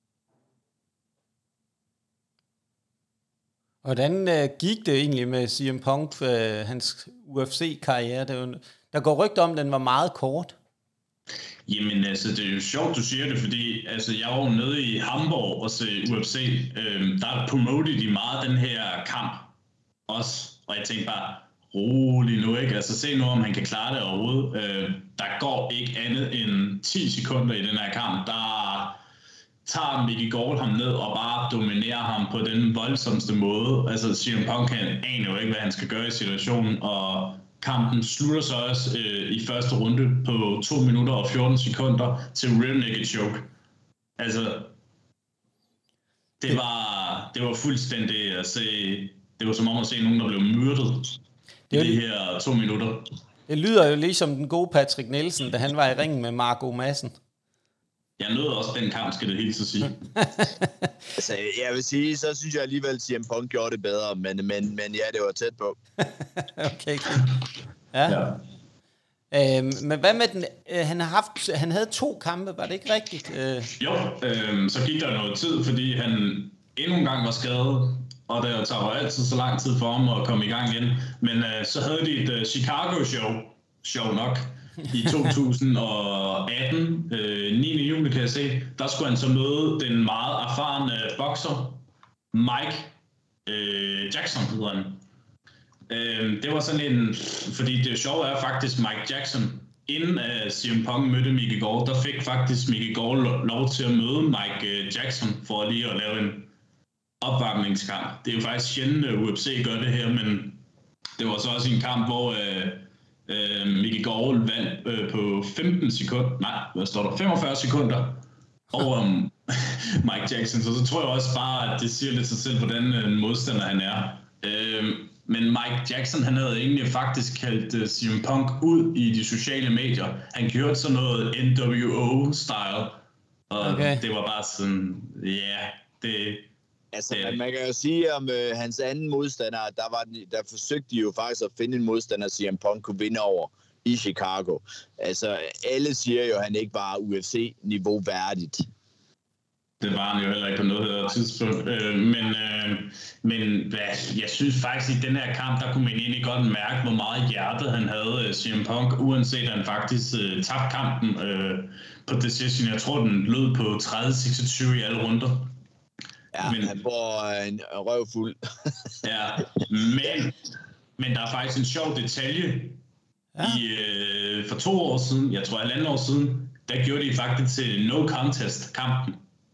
Hvordan øh, gik det egentlig med C M Punk, øh, hans U F C-karriere? Der, der går rygter om, at den var meget kort. Jamen altså, det er jo sjovt, du siger det, fordi altså, jeg var jo nede i Hamburg og se U F C. Øhm, der promotede de meget den her kamp også, og jeg tænkte bare, rolig nu, ikke? Altså se nu, om han kan klare det overhovedet. Øh, der går ikke andet end ti sekunder i den her kamp. Der tager Mickey Gall ham ned og bare dominerer ham på den voldsomste måde. Altså C M Punk, han aner jo ikke, hvad han skal gøre i situationen, og kampen slutter så også øh, i første runde på to minutter og fjorten sekunder til rear naked choke. Altså, det var, det var fuldstændig at se, det var som om at se nogen, der blev myrdet i de her to minutter. Det lyder jo ligesom den gode Patrick Nielsen, da han var i ringen med Marco Madsen. Jeg nød også den kamp, skal det helt så sige. Altså, jeg vil sige, så synes jeg alligevel, at C M Punk gjorde det bedre, men, men, men ja, det var tæt på. Okay, ja. ja. Øhm, men hvad med den? Øh, han, har haft, han havde to kampe, var det ikke rigtigt? Øh. Jo, øh, så gik der noget tid, fordi han endnu en gang var skadet, og der tager jo altid så lang tid for ham at komme i gang igen. Men øh, så havde de et uh, Chicago-show, show nok, i to tusind og atten, øh, niende juli kan jeg se. Der skulle han så møde den meget erfarne bokser, Mike øh, Jackson hedder han. Øh, det var sådan en, fordi det sjove er faktisk Mike Jackson, inden uh, C M Punk mødte Mickey Gall, der fik faktisk Mickey Gall lov til at møde Mike Jackson for lige at lave en opvarmningskamp. Det er jo faktisk sjældent, at U F C gør det her, men det var så også en kamp, hvor uh, uh, Mickey Gall vandt uh, på femten sekunder, nej, hvad står der, femogfyrre sekunder over um, Mike Jackson, så så tror jeg også bare, at det siger lidt sig selv, hvordan en modstander han er. Uh, men Mike Jackson, han havde egentlig faktisk kaldt uh, C M Punk ud i de sociale medier. Han gjorde sådan noget N W O-style, og okay. Det var bare sådan, ja, yeah, det... Altså, man, man kan jo sige om øh, hans anden modstander, der, var, der forsøgte de jo faktisk at finde en modstander, C M Punk kunne vinde over i Chicago. Altså, alle siger jo, at han ikke var U F C-niveau værdigt. Det var han jo heller ikke på noget tidspunkt. Øh, men øh, men hvad, jeg synes faktisk, i den her kamp, der kunne man egentlig godt mærke, hvor meget hjerte han havde, C M Punk, uanset at han faktisk øh, tabte kampen øh, på decision. Jeg tror, den lød på tredive seksogtyve i alle runder. Ja, men, han får en røv fuld. Ja, men, men der er faktisk en sjov detalje. Ja. I, øh, for to år siden, jeg tror halvanden år siden, der gjorde de faktisk til no contest-kampen.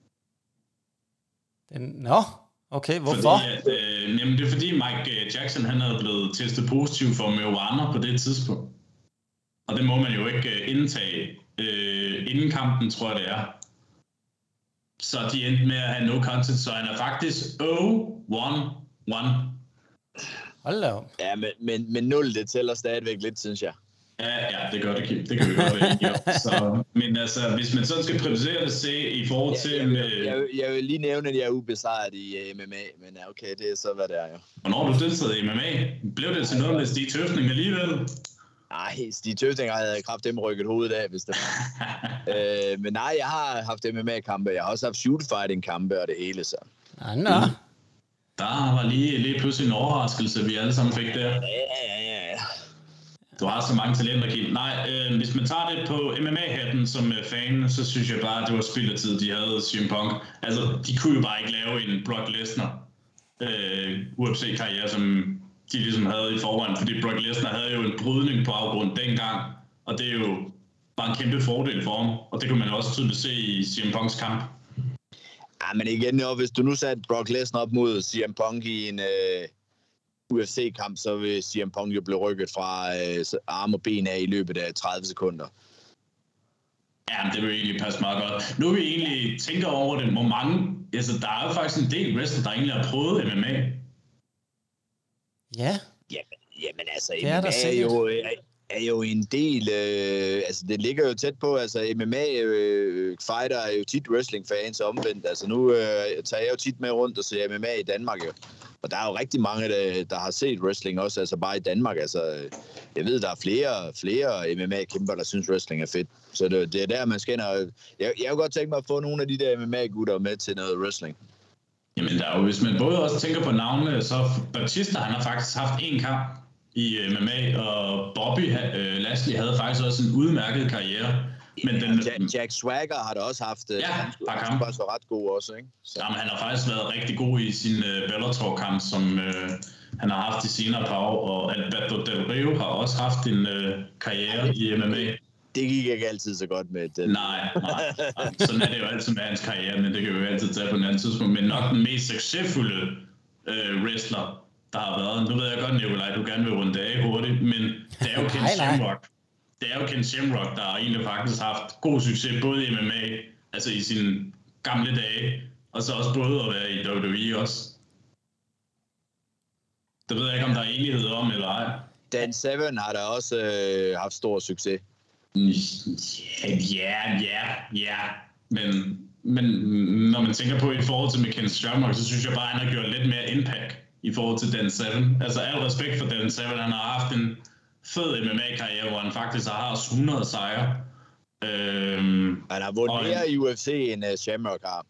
Nå, okay, hvorfor? Fordi, at, øh, jamen, det er fordi Mike Jackson, han havde blevet testet positiv for marijuana på det tidspunkt. Og det må man jo ikke øh, indtage øh, inden kampen, tror jeg det er. Så de endte med at have no contest, så han er faktisk nul et et. Hold da op. Ja, men, men, men nul, det tæller stadigvæk lidt, synes jeg. Ja, ja, det gør det, Kim. Det kan vi godt være. Så, men altså, hvis man sådan skal prioritere det, se i forhold til... Ja, jeg, med... jeg, jeg, jeg vil lige nævne, at jeg er ubesejret i uh, M M A, men okay, det er så, hvad det er jo. Hvornår har du deltaget i M M A? Blev det til noget med Stig Tøfning alligevel? Nej, Stig Tøfting havde kraftedeme rykket hovedet af, hvis det var. øh, men nej, jeg har haft M M A-kampe. Jeg har også haft shoot-fighting-kampe og det hele, så. Ah, nå. Mm. Der var lige, lige pludselig en overraskelse, vi alle sammen fik der. Ja, ja, ja, ja. Du har så mange talenter, Kim. Nej, øh, hvis man tager det på M M A-hatten som øh, fan, så synes jeg bare, at det var spild af tid, de havde C M Punk. Altså, de kunne jo bare ikke lave en Brock Lesnar øh, U F C-karriere, som de ligesom havde i forvejen, fordi Brock Lesnar havde jo en brydning på afgrund dengang, og det er jo bare en kæmpe fordel for ham, og det kunne man også tydeligt se i C M Punks kamp. Ja, men igen, jo, hvis du nu satte Brock Lesnar op mod C M Punk i en øh, U F C-kamp, så vil C M Punk jo blive rykket fra øh, arm og ben af i løbet af tredive sekunder. Ja, det vil egentlig passe meget godt. Nu vil vi egentlig tænke over det, hvor mange... Altså, der er jo faktisk en del wrestler, der egentlig har prøvet M M A. Ja. Jamen, jamen altså, det er M M A er jo, er, er jo en del, øh, altså det ligger jo tæt på, altså M M A-fighter øh, er jo tit wrestling-fans omvendt, altså nu øh, tager jeg jo tit med rundt og ser M M A i Danmark jo, og der er jo rigtig mange, der, der har set wrestling også, altså bare i Danmark, altså jeg ved, der er flere, flere M M A-kæmper, der synes wrestling er fedt, så det, det er der, man skinner. Jeg, jeg kunne godt tænke mig at få nogle af de der M M A-gutter med til noget wrestling. Jamen der er jo, hvis man både også tænker på navnene, så Batista, han har faktisk haft en kamp i M M A, og Bobby øh, Lashley havde faktisk også en udmærket karriere. Men ja, den, Jack, Jack Swagger har da også haft, ja, han skulle faktisk være ret god også, ikke? Så. Jamen, han har faktisk været rigtig god i sin øh, Bellator-kamp, som øh, han har haft i senere par år, og Alberto Del Rio har også haft en øh, karriere i M M A. Det gik ikke altid så godt med det. Nej, nej, nej. Sådan er det jo altid med hans karriere, men det kan vi jo altid tage på en anden tidspunkt. Men nok den mest succesfulde øh, wrestler, der har været. Nu ved jeg godt, Nikolaj, du gerne vil runde af hurtigt, men det er jo Ken Shamrock. Det er jo Ken Shamrock, der har egentlig faktisk haft god succes både i M M A, altså i sine gamle dage, og så også både at være i W W E også. Det ved jeg ikke, om der er enighed om, eller ej. Dan Severn har da også øh, haft stor succes. Ja, ja, ja, men, men når man tænker på i forhold til Ken Shamrock, så synes jeg bare, at han har gjort lidt mere impact i forhold til Dan Severn. Altså al respekt for Dan Severn, han har haft en fed M M A-karriere, hvor han faktisk har hundrede sejre. Øhm, han har vundet mere i U F C, end uh, Shamrock har.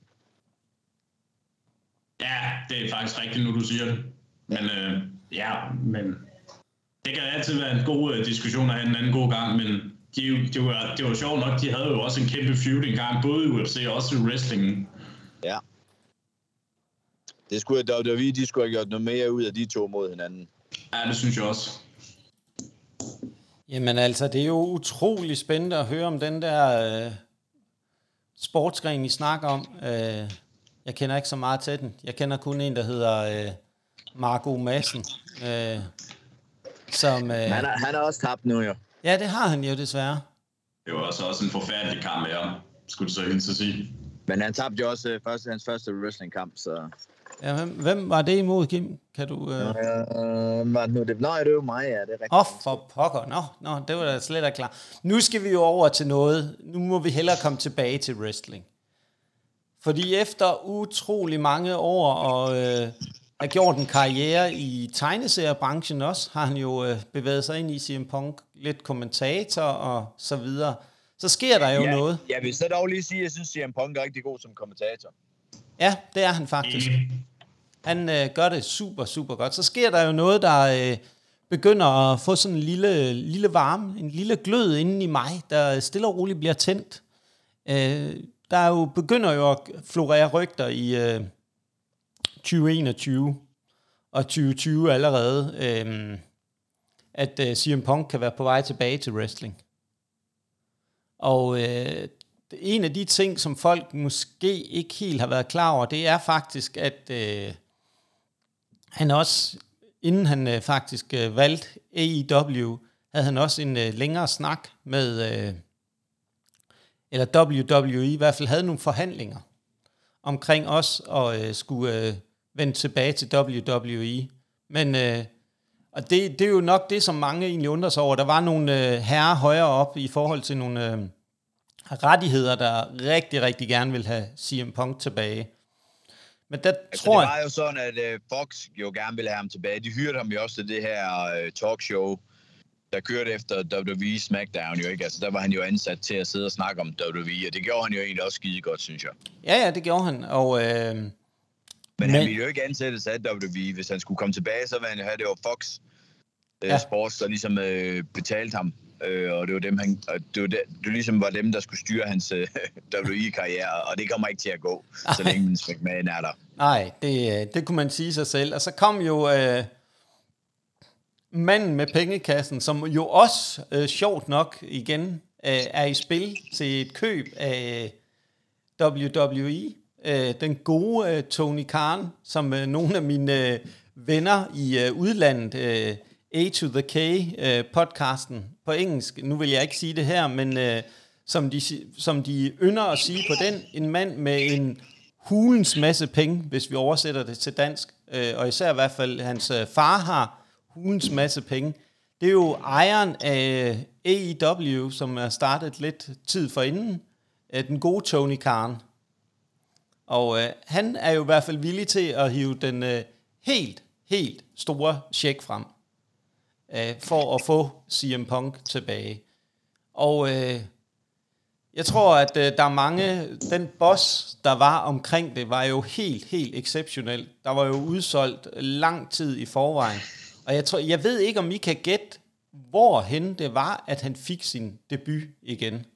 Ja, det er faktisk rigtigt, nu du siger det. Men øh, ja, men det kan altid være en god uh, diskussion at have en anden god gang, men de, det, var, det var sjovt nok, de havde jo også en kæmpe feud en gang, både i U F C og også i wrestlingen. Ja. Det skulle W W E, de skulle have gjort noget mere ud af de to mod hinanden. Ja, det synes jeg også. Jamen altså, det er jo utrolig spændende at høre om den der øh, sportsgren, I snakker om. Øh, jeg kender ikke så meget til den. Jeg kender kun en, der hedder øh, Marco Madsen. Øh, som, øh, han, er, han er også tabt nu, jo. Ja, det har han jo desværre. Det var også, også en forfærdelig kamp med ham, skulle du så helt så sige. Men han tabte jo også første, hans første wrestlingkamp, så... Ja, hvem, hvem var det imod, Kim? Kan du... Øh... Øh, var nu det? Nej, det er jo mig, ja, det er rigtigt. Åh, oh, for pokker. Nå, nå, det var da slet ikke klar. Nu skal vi jo over til noget. Nu må vi hellere komme tilbage til wrestling. Fordi efter utrolig mange år og øh, har gjort en karriere i tegneseriebranchen også, har han jo øh, bevæget sig ind i C M Punk, lidt kommentator og så videre. Så sker der jo ja, noget. Jeg vil så dog lige sige, at jeg synes, C M Punk er rigtig god som kommentator. Ja, det er han faktisk. Han øh, gør det super, super godt. Så sker der jo noget, der øh, begynder at få sådan en lille, lille varme, en lille glød inde i mig, der stille og roligt bliver tændt. Øh, der er jo, begynder jo at florere rygter i øh, tyve enogtyve og tyve tyve allerede, øh, at øh, C M Punk kan være på vej tilbage til wrestling. Og øh, en af de ting, som folk måske ikke helt har været klar over, det er faktisk, at øh, han også, inden han øh, faktisk øh, valgte A E W, havde han også en øh, længere snak med, øh, eller W W E, i hvert fald havde nogle forhandlinger omkring os, og øh, skulle øh, vende tilbage til W W E. Men, øh, og det, det er jo nok det, som mange egentlig undrer sig over. Der var nogle øh, herrer højere op i forhold til nogle... Øh, rettigheder, der rigtig, rigtig gerne vil have C M Punk tilbage. Men der altså, tror det var jo sådan, at uh, Fox jo gerne ville have ham tilbage. De hyrede ham jo også til det her uh, talkshow, der kørte efter W W E SmackDown jo ikke. Altså, der var han jo ansat til at sidde og snakke om W W E, og det gjorde han jo egentlig også skide godt, synes jeg. Ja, ja, det gjorde han. Og, øh, men, men han ville jo ikke ansættes af W W E. Hvis han skulle komme tilbage, så ville han jo have det var Fox uh, ja. Sports, der ligesom uh, betalte ham. Øh, og det var dem han, det var det, det ligesom var dem der skulle styre hans øh, W W E-karriere, og det kommer ikke til at gå, Ej. så længe Vince McMahon er der. Nej, det, det kunne man sige sig selv. Og så kom jo øh, manden med pengekassen, som jo også øh, sjovt nok igen øh, er i spil til et køb af W W E. Øh, den gode øh, Tony Khan, som øh, nogle af mine øh, venner i øh, udlandet øh, A to the K øh, podcasten på engelsk, nu vil jeg ikke sige det her, men øh, som, de, som de ynder at sige på den, en mand med en hulens masse penge, hvis vi oversætter det til dansk, øh, og især i hvert fald hans øh, far har hulens masse penge. det er jo ejeren af A E W, som er startet lidt tid forinden, den gode Tony Khan. Og øh, han er jo i hvert fald villig til at hive den øh, helt, helt store check frem, øh, for at få C M Punk tilbage. Og øh, jeg tror, at øh, der er mange, den boss, der var omkring det, var jo helt, helt exceptionel. Der var jo udsolgt lang tid i forvejen. Og jeg tror, jeg ved ikke, om I kan gætte, hvorhen det var, at han fik sin debut igen.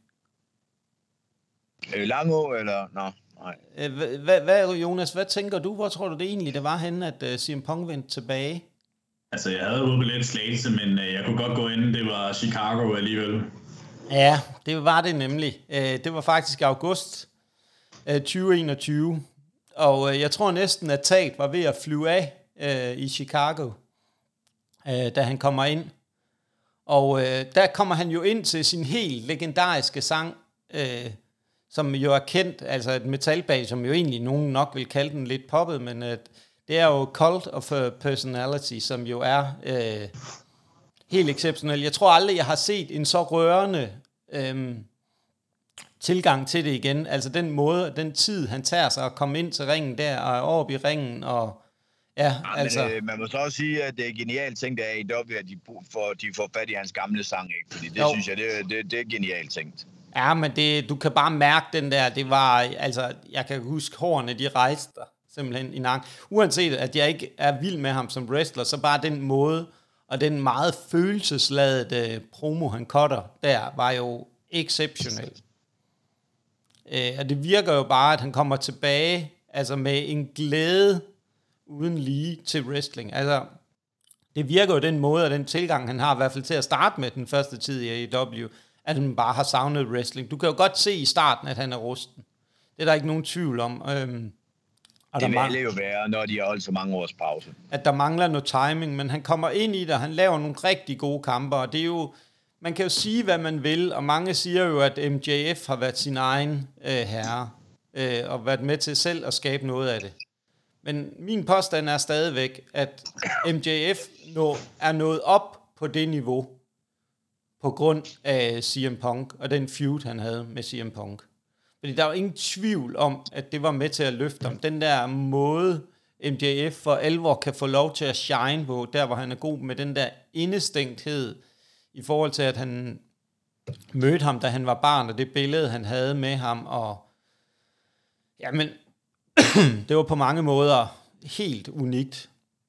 Øh, Langå, eller? Nå, nej. Hvad, hvad, Jonas, hvad tænker du? Hvor tror du det egentlig, det var henne, at uh, C M Punk vendte tilbage? Altså, jeg havde håbet lidt Slagelse, men uh, jeg kunne godt gå ind, det var Chicago alligevel. Ja, det var det nemlig. Uh, det var faktisk august uh, tyve enogtyve, og uh, jeg tror næsten, at Tate var ved at flyve af uh, i Chicago, uh, da han kommer ind. Og uh, der kommer han jo ind til sin helt legendariske sang, uh, som jo er kendt, altså et metalband, som jo egentlig nogen nok vil kalde den lidt poppet, men uh, det er jo Cult of Personality, som jo er uh, helt exceptionel. Jeg tror aldrig, jeg har set en så rørende uh, tilgang til det igen. Altså den måde, den tid, han tager sig at komme ind til ringen der, og op i ringen, og ja, ja altså... Men, øh, man må så også sige, at det er genialt tænkt af A E W, at de får, de får fat i hans gamle sang, ikke? Fordi det jo. synes jeg, det, det, det er genialt tænkt. Ja, men det, du kan bare mærke den der, det var, altså, jeg kan huske hårene, de rejste der simpelthen i nakken. Uanset at jeg ikke er vild med ham som wrestler, så bare den måde, og den meget følelsesladede promo, han cutter der, var jo exceptionel. Øh, og det virker jo bare, at han kommer tilbage, altså med en glæde uden lige til wrestling. Altså, det virker jo den måde, og den tilgang, han har i hvert fald til at starte med den første tid i A E W, at han bare har savnet wrestling. Du kan jo godt se i starten, at han er rusten. Det er der ikke nogen tvivl om. Øhm, og det vil alle jo være, når de har holdt så mange års pause. At der mangler noget timing, men han kommer ind i det, og han laver nogle rigtig gode kamper, og det er jo, man kan jo sige, hvad man vil, og mange siger jo, at M J F har været sin egen øh, herre, øh, og været med til selv at skabe noget af det. Men min påstand er stadigvæk, at M J F nå, er nået op på det niveau, på grund af C M Punk, og den feud, han havde med C M Punk. Fordi der var ingen tvivl om, at det var med til at løfte ham. Den der måde, M J F for alvor kan få lov til at shine på, der hvor han er god med den der indestængthed, i forhold til, at han mødte ham, da han var barn, og det billede, han havde med ham, og jamen, det var på mange måder helt unikt.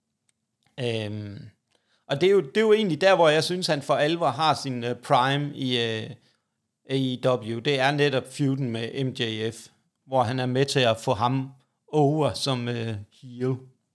Øhm, og det er, jo, det er jo egentlig der, hvor jeg synes, han for alvor har sin uh, prime i uh, A E W. Det er netop feuden med M J F, hvor han er med til at få ham over som uh, heel.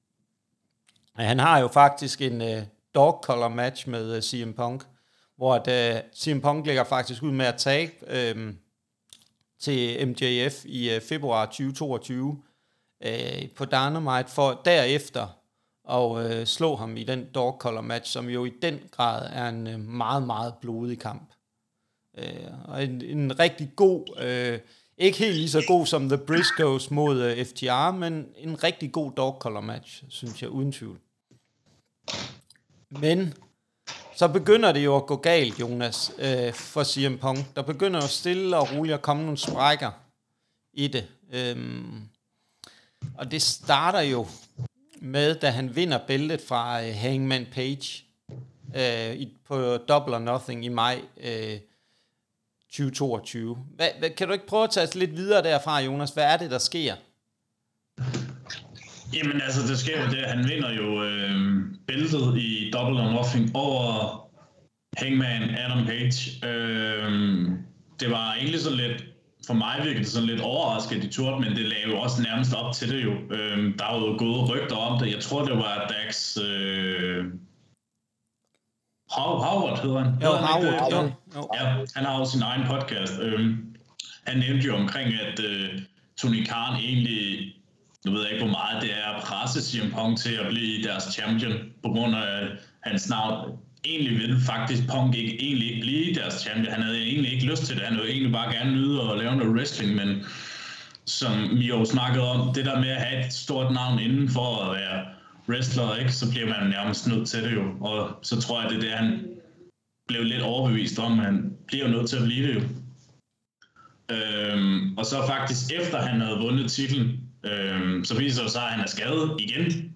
Han har jo faktisk en uh, dog collar match med uh, C M Punk, hvor at, uh, C M Punk ligger faktisk ud med at tabe uh, til M J F i uh, februar tyve toogtyve uh, på Dynamite, for derefter og øh, slå ham i den dog collar match, som jo i den grad er en øh, meget, meget blodig kamp. Øh, og en, en rigtig god, øh, ikke helt lige så god som The Briscoes mod øh, F T R, men en rigtig god dog collar match, synes jeg, uden tvivl. Men så begynder det jo at gå galt, Jonas, øh, for C M Punk. Der begynder jo stille og roligt at komme nogle sprækker i det. Øhm, og det starter jo med, da han vinder bæltet fra uh, Hangman Page uh, i, på Double or Nothing i maj uh, tyve toogtyve. Hvad, hvad, kan du ikke prøve at tage os lidt videre derfra, Jonas? Hvad er det, der sker? Jamen altså, det sker jo det, han vinder jo øh, bæltet i Double or Nothing over Hangman Adam Page. Øh, det var egentlig så lidt, for mig virkede det sådan lidt overrasket i turt, men det lagde jo også nærmest op til det jo. Øhm, der var jo gode rygter om det. Jeg tror, det var Dax... Øh... Howard hedder han. Jo, Howard. Jo, jo. Ja, han har jo sin egen podcast. Øhm, han nævnte jo omkring, at øh, Tony Khan egentlig... Nu ved jeg ikke, hvor meget det er at presse C M Punk til at blive deres champion, på grund af hans navn. Egentlig ville faktisk Punk ikke, egentlig ikke blive deres champion. Han havde egentlig ikke lyst til det. Han ville egentlig bare gerne nyde og lave noget wrestling, men som vi jo snakkede om, det der med at have et stort navn inden for at være wrestler, ikke, så bliver man nærmest nødt til det jo. Og så tror jeg, det er det, han blev lidt overbevist om, at han bliver nødt til at blive det jo. Øhm, og så faktisk efter han havde vundet titlen, øhm, så viser det sig, at han er skadet igen.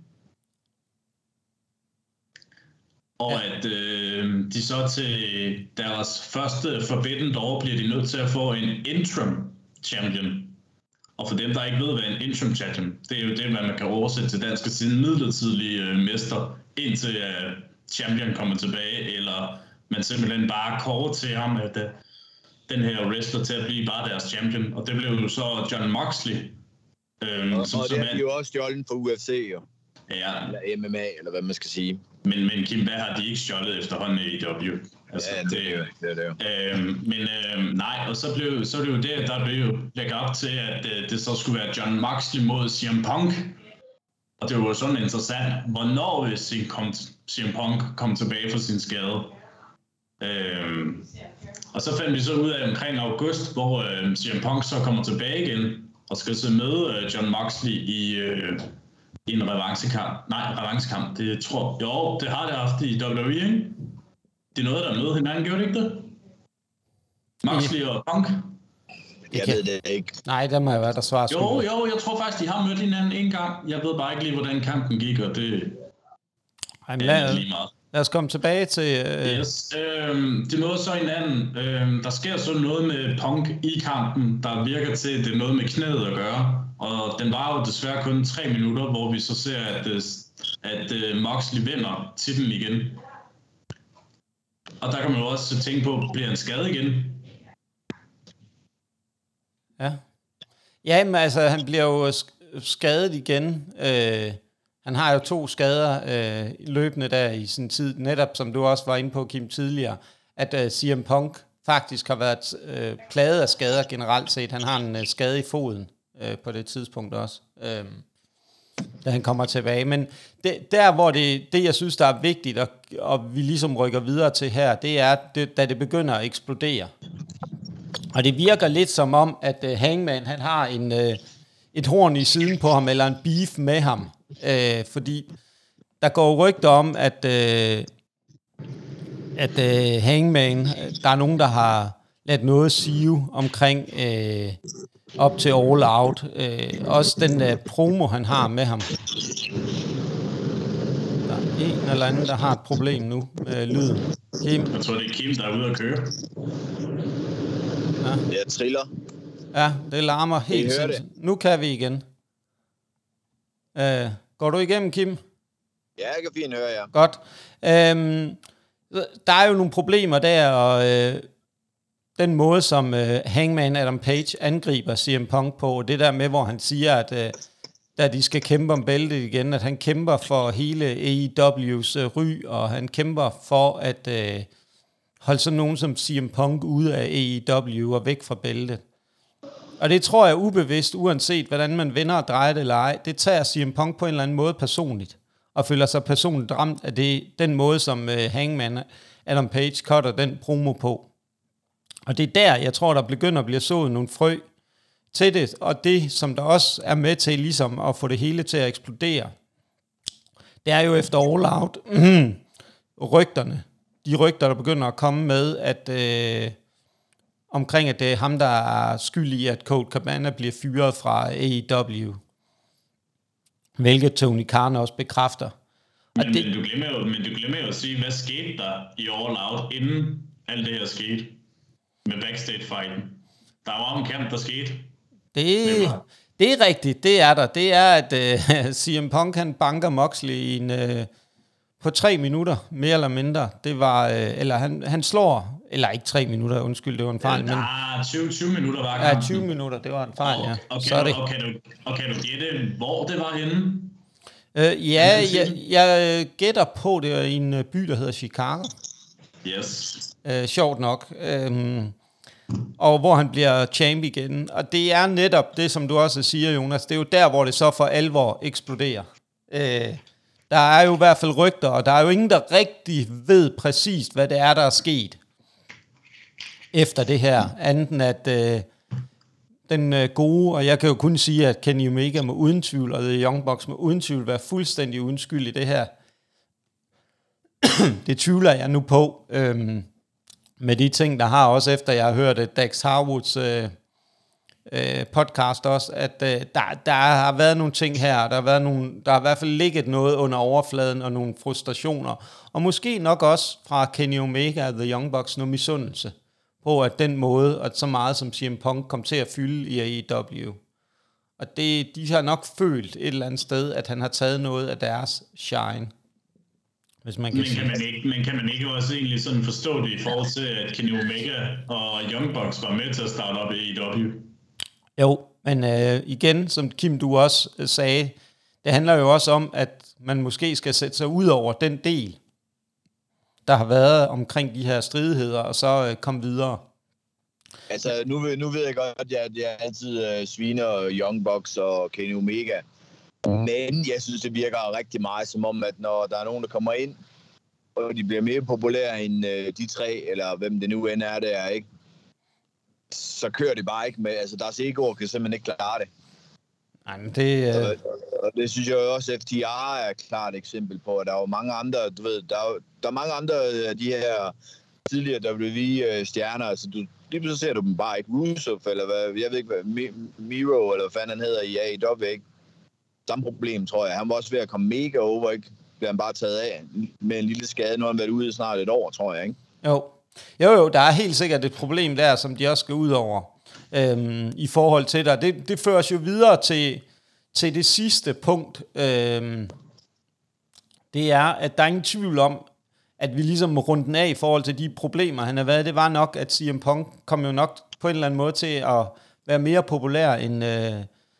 Og ja. at øh, de så til deres første Forbidden Door bliver de nødt til at få en interim champion. Og for dem, der ikke ved, hvad en interim champion, det er jo det, hvad man kan oversætte til dansk og sige en midlertidig øh, mester, indtil øh, champion kommer tilbage, eller man simpelthen bare kårer til ham, at øh, den her wrestler til at blive bare deres champion. Og det blev jo så Jon Moxley. Øh, og som, og det er jo også stjålen for U F C, jo. Ja. Eller M M A, eller hvad man skal sige. Men, men Kim, hvad har de ikke stjålet efterhånden i A E W? Altså, ja, det, det er jo det. Er det øhm, men øhm, nej, og så blev, så blev det, der blev jo lægget op til, at øh, det så skulle være Jon Moxley mod C M Punk. Og det var jo sådan interessant, hvornår vil C M Punk komme tilbage fra sin skade. Øhm, og så fandt vi så ud af omkring august, hvor øh, C M Punk så kommer tilbage igen, og skal så møde øh, Jon Moxley i... Øh, i en revanchekamp. Nej, revanchekamp, det tror jeg. Jo, det har det haft i W W E, ikke? Det er noget, der møder hinanden, gjorde det ikke det? Moxley og Punk? Jeg ved det ikke. Nej, der må jeg være, der svarer. Jo, jo, jeg tror faktisk, de har mødt hinanden en gang. Jeg ved bare ikke lige, hvordan kampen gik, og det Ej, men lad, lige meget. Lad os komme tilbage til... Øh... Yes, øh, det møder så hinanden. Øh, der sker så noget med Punk i kampen, der virker til, at det er noget med knæet at gøre. Og den var jo desværre kun tre minutter, hvor vi så ser, at, at, at Moxley vinder titlen igen. Og der kan man jo også tænke på, bliver han skadet igen? Ja. Ja, men altså, han bliver jo skadet igen. Øh, han har jo to skader øh, løbende der i sin tid, netop som du også var inde på, Kim, tidligere, at øh, C M Punk faktisk har været øh, plaget af skader generelt set. Han har en øh, skade i foden øh, på det tidspunkt også, øh, da han kommer tilbage. Men det, der, hvor det, det, jeg synes, der er vigtigt, og, og vi ligesom rykker videre til her, det er, det, da det begynder at eksplodere. Og det virker lidt som om, at uh, Hangman, han har en, uh, et horn i siden på ham, eller en beef med ham. Uh, fordi der går rygter om, at, uh, at uh, Hangman, der er nogen, der har ladt noget sive omkring uh, op til All Out. Uh, også den uh, promo, han har med ham. Der er en eller anden, der har et problem nu med lyden. Kim? Jeg tror, det er Kim, der er ude at køre. Ja. Jeg triller. Ja, det larmer helt sindssygt. Nu kan vi igen. Uh, går du igennem, Kim? Ja, jeg kan fint høre jer. Ja. Godt. Um, der er jo nogle problemer der, og uh, den måde, som uh, Hangman Adam Page angriber C M Punk på, det der med, hvor han siger, at uh, da de skal kæmpe om bæltet igen, at han kæmper for hele A E W's uh, ry, og han kæmper for at... Uh, holde sådan nogen som C M Punk ude af A E W og væk fra bæltet. Og det tror jeg ubevidst, uanset hvordan man vender og drejer det eller ej, det tager C M Punk på en eller anden måde personligt, og føler sig personligt ramt af det, den måde, som uh, Hangman Adam Page cutter den promo på. Og det er der, jeg tror, der begynder at blive sået nogle frø til det, og det, som der også er med til ligesom at få det hele til at eksplodere, det er jo efter All Out, rygterne, de rygter, der begynder at komme med, at øh, omkring, at det er ham, der er skyld i, at Colt Cabana bliver fyret fra A E W. Hvilket Tony Khan også bekræfter. Men, det, men, du glemmer jo, men du glemmer jo at sige, hvad skete der i All Out, inden alt det her skete med backstage-fighten? Der var en kamp, der skete. Det, det er rigtigt, det er der. Det er, at øh, C M Punk, han banker Moxley i en... Øh, på tre minutter, mere eller mindre. Det var, øh, eller han, han slår, eller ikke tre minutter, undskyld, det var en fejl. Ja, men, tyve, tyve minutter var kampen. Ja, tyve minutter, det var en fejl, og, ja. Og, så er det. Og, kan du, og kan du gætte, hvor det var henne? Øh, ja, jeg, jeg gætter på, det er i en by, der hedder Chicago. Yes. Øh, sjovt nok. Øh, og hvor han bliver champ igen. Og det er netop det, som du også siger, Jonas, det er jo der, hvor det så for alvor eksploderer. Øh, Der er jo i hvert fald rygter, og der er jo ingen, der rigtig ved præcist, hvad det er, der er sket efter det her. Anden at øh, den øh, gode, og jeg kan jo kun sige, at Kenny Omega må uden tvivl, og The Young Bucks må uden tvivl være fuldstændig uden skyld i det her. Det tvivler jeg nu på. Øhm, med de ting, der har også efter, jeg har hørt uh, Dax Harwoods uh, uh, podcast også, at uh, der, der har været nogle ting her, der har, været nogle, der har i hvert fald ligget noget under overfladen og nogle frustrationer, og måske nok også fra Kenny Omega og The Young Bucks noget misundelse på, at den måde, at så meget som C M Punk kom til at fylde i A E W. Og det, de har nok følt et eller andet sted, at han har taget noget af deres shine. Hvis man kan men, kan man ikke, men kan man ikke også egentlig sådan forstå det i forhold til, at Kenny Omega og Young Bucks var med til at starte op i A E W? Jo, men øh, igen, som Kim du også øh, sagde, det handler jo også om, at man måske skal sætte sig ud over den del, der har været omkring de her stridigheder, og så øh, komme videre. Altså, nu, nu ved jeg godt, at jeg, jeg altid øh, sviner Young Bucks og Kenny Omega. Men jeg synes, det virker rigtig meget som om, at når der er nogen, der kommer ind, og de bliver mere populære end øh, de tre, eller hvem det nu end er, det er, ikke? Så kører det bare ikke med. Altså, deres egoer kan simpelthen ikke klare det. Nej, men det... Øh... Og, og det synes jeg jo også, at F T R er et klart eksempel på, at der er jo mange andre, du ved, der er, der er mange andre af de her tidligere W W E-stjerner, altså du, lige pludselig ser du dem bare ikke. Rusev, eller hvad, jeg ved ikke hvad, Miro, eller hvad fanden han hedder i A E W, ikke? Samme problem, tror jeg. Han var også ved at komme mega over, ikke? Bliver han bare taget af med en lille skade. Nu har han været ude i snart et år, tror jeg, ikke? Jo. Jo, jo, der er helt sikkert et problem der, som de også skal ud over øhm, i forhold til dig. Det, det føres jo videre til, til det sidste punkt. Øhm, det er, at der er ingen tvivl om, at vi ligesom må runde den af i forhold til de problemer, han har været. Det var nok, at C M Punk kom jo nok på en eller anden måde til at være mere populær end øh,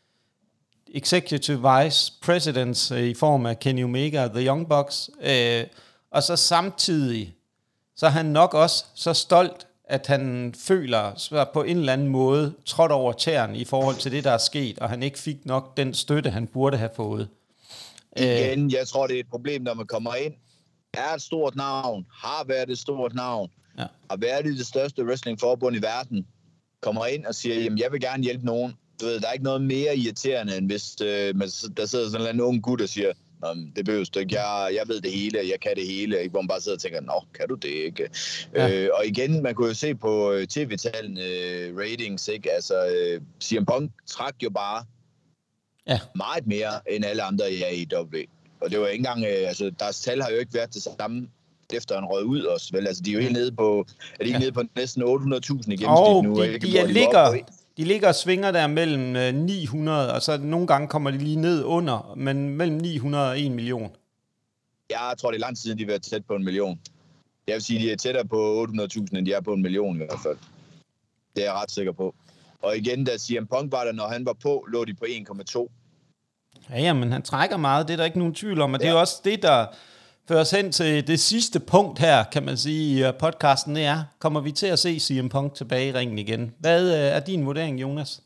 Executive Vice Presidents øh, i form af Kenny Omega og The Young Bucks. Øh, og så samtidig, så er han nok også så stolt, at han føler sig på en eller anden måde trådt over tæerne i forhold til det, der er sket, og han ikke fik nok den støtte, han burde have fået. Igen, jeg tror, det er et problem, når man kommer ind, er et stort navn, har været et stort navn, ja. Har været i det største wrestlingforbund i verden, kommer ind og siger, jamen jeg vil gerne hjælpe nogen. Du ved, der er ikke noget mere irriterende, end hvis øh, man, der sidder sådan en eller anden ung gut og siger, det behøves du ikke, jeg, jeg ved det hele, jeg kan det hele, ikke? Hvor man bare sidder og tænker, nå, kan du det ikke? Ja. Øh, og igen, man kunne jo se på T V-tallene, øh, ratings, ikke? Altså, øh, C M Punk trak jo bare ja. meget mere end alle andre i A E W. Og det var ikke engang, øh, altså deres tal har jo ikke været det samme, efter han røg ud også, vel? Altså, de er jo helt nede på, er de ikke ja. nede på næsten otte hundrede tusind i gennemsnit oh, nu, de, ikke? De, de ligger... De ligger og svinger der mellem øh, ni hundrede, og så nogle gange kommer de lige ned under, men mellem ni hundrede og en million. Jeg tror, det er lang tid siden, de har været tæt på en million. Jeg vil sige, de er tættere på otte hundrede tusind, end de er på en million i hvert fald. Det er jeg ret sikker på. Og igen, da C M Punk var der, når han var på, lå de på en komma to. Ja, ja, men han trækker meget, det er der ikke nogen tvivl om, og ja. Det er også det, der fører os hen til det sidste punkt her, kan man sige, i podcasten, det er, kommer vi til at se C M Punk tilbage i ringen igen? Hvad er din vurdering, Jonas?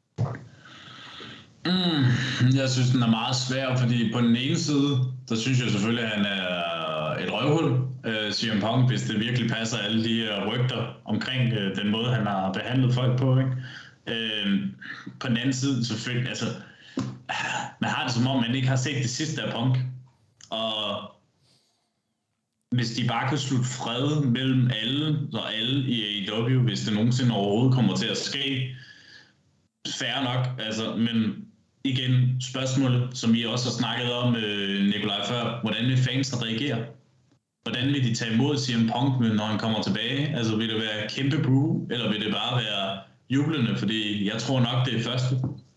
Mm, jeg synes, den er meget svær, fordi på den ene side, der synes jeg selvfølgelig, at han er et røvhul, uh, C M Punk, hvis det virkelig passer alle de uh, rygter omkring uh, den måde, han har behandlet folk på, ikke? Uh, på den anden side, selvfølgelig, altså, man har det som om, man ikke har set det sidste af Punk, og hvis de bare kan slutte fred mellem alle og alle i A E W, hvis det nogensinde overhovedet kommer til at ske, fair nok, altså, men igen, spørgsmålet, som I også har snakket om, øh, Nikolaj, før, hvordan vil fans reagere? Hvordan vil de tage imod C M Punk, når han kommer tilbage? Altså, vil det være kæmpe boo, eller vil det bare være jublende? Fordi jeg tror nok, det er første.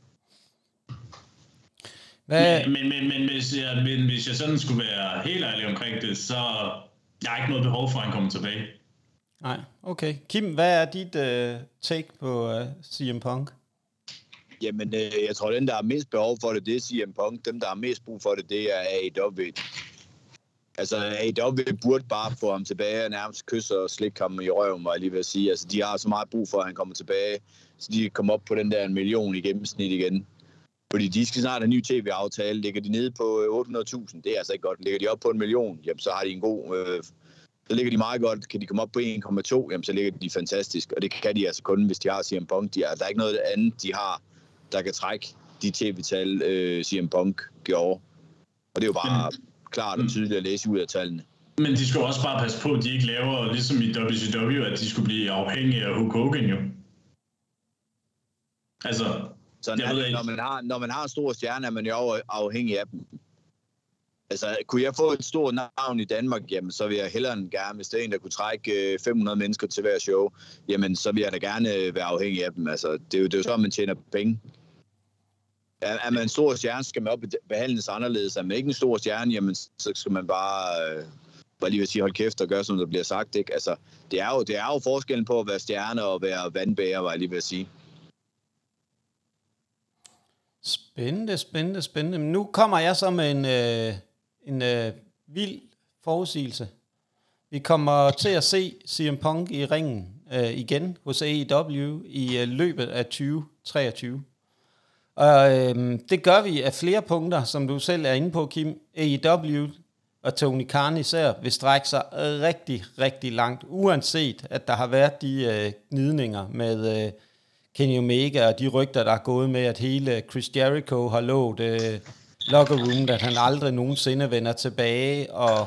Hvad? Men, men, men, hvis jeg, men hvis jeg sådan skulle være helt ærlig omkring det, så jeg har ikke noget behov for, at han kommer tilbage. Nej, okay. Kim, hvad er dit uh, take på uh, C M Punk? Jamen, øh, jeg tror, den, der har mest behov for det, det er C M Punk. Dem, der har mest brug for det, det er A E W. Altså, A E W burde bare få ham tilbage og nærmest kysse og slikke ham i røven, må jeg lige vil sige. Altså, de har så meget brug for, at han kommer tilbage, så de kan komme op på den der en million i gennemsnit igen. Fordi de skal snart have en ny tv-aftale. Ligger de nede på otte hundrede tusind, det er altså ikke godt. Ligger de op på en million, jamen, så har de en god... Øh, så ligger de meget godt. Kan de komme op på en komma to, jamen, så ligger de fantastisk. Og det kan de altså kun, hvis de har C M Punk. De er, der er ikke noget andet, de har, der kan trække de tv-tal, øh, C M Punk gjorde. Og det er jo bare mm. klart og tydeligt at læse ud af tallene. Men de skulle også bare passe på, at de ikke laver, ligesom i W C W, at de skulle blive afhængige af Hulk Hogan jo. Altså, sådan er det, når man, har, når man har en stor stjerne, er man jo afhængig af dem. Altså, kunne jeg få et stort navn i Danmark, jamen, så vil jeg hellere end gerne, hvis det er en, der kunne trække fem hundrede mennesker til hver show, jamen, så vil jeg da gerne være afhængig af dem. Altså, det er jo, det er jo sådan, man tjener penge. Er, er man en stor stjerne, skal man op behandles anderledes. Er man ikke en stor stjerne, jamen, så skal man bare, øh, bare lige vil sige, hold kæft og gøre, som der bliver sagt. Ikke? Altså, det, er jo, det er jo forskellen på at være stjerne og være vandbærer, var jeg lige ved at sige. Spændende, spændende, spændende. Men nu kommer jeg så med en, øh, en øh, vild forudsigelse. Vi kommer til at se C M Punk i ringen øh, igen hos A E W i øh, løbet af tyve treogtyve. Og øh, det gør vi af flere punkter, som du selv er inde på, Kim. A E W og Tony Khan især vil strække sig rigtig, rigtig langt, uanset at der har været de øh, gnidninger med... Øh, Kenny Omega og de rygter, der er gået med, at hele Chris Jericho har lovet øh, locker room, at han aldrig nogensinde vender tilbage, og,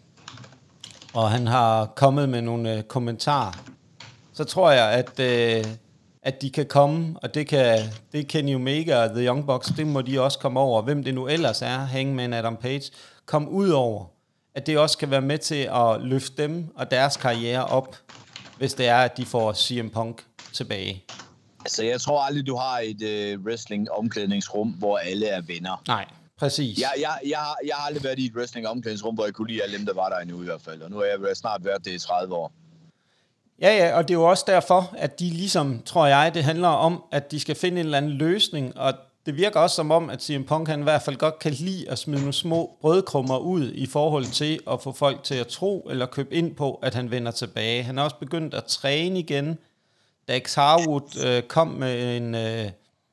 og han har kommet med nogle øh, kommentarer. Så tror jeg, at, øh, at de kan komme, og det kan det er Kenny Omega og The Young Bucks, det må de også komme over. Hvem det nu ellers er, Hangman Adam Page, kom ud over, at det også kan være med til at løfte dem og deres karriere op, hvis det er, at de får C M Punk tilbage. Altså, jeg tror aldrig, du har et uh, wrestling-omklædningsrum, hvor alle er venner. Nej, præcis. Jeg, jeg, jeg, jeg har aldrig været i et wrestling-omklædningsrum, hvor jeg kunne lide alle dem, der var der endnu i hvert fald. Og nu har jeg snart været det i tredive år. Ja, ja, og det er jo også derfor, at de ligesom, tror jeg, det handler om, at de skal finde en eller anden løsning. Og det virker også som om, at C M Punk han i hvert fald godt kan lide at smide nogle små brødkrummer ud i forhold til at få folk til at tro eller købe ind på, at han vender tilbage. Han har også begyndt at træne igen. Dax Harwood øh, kom med en, øh,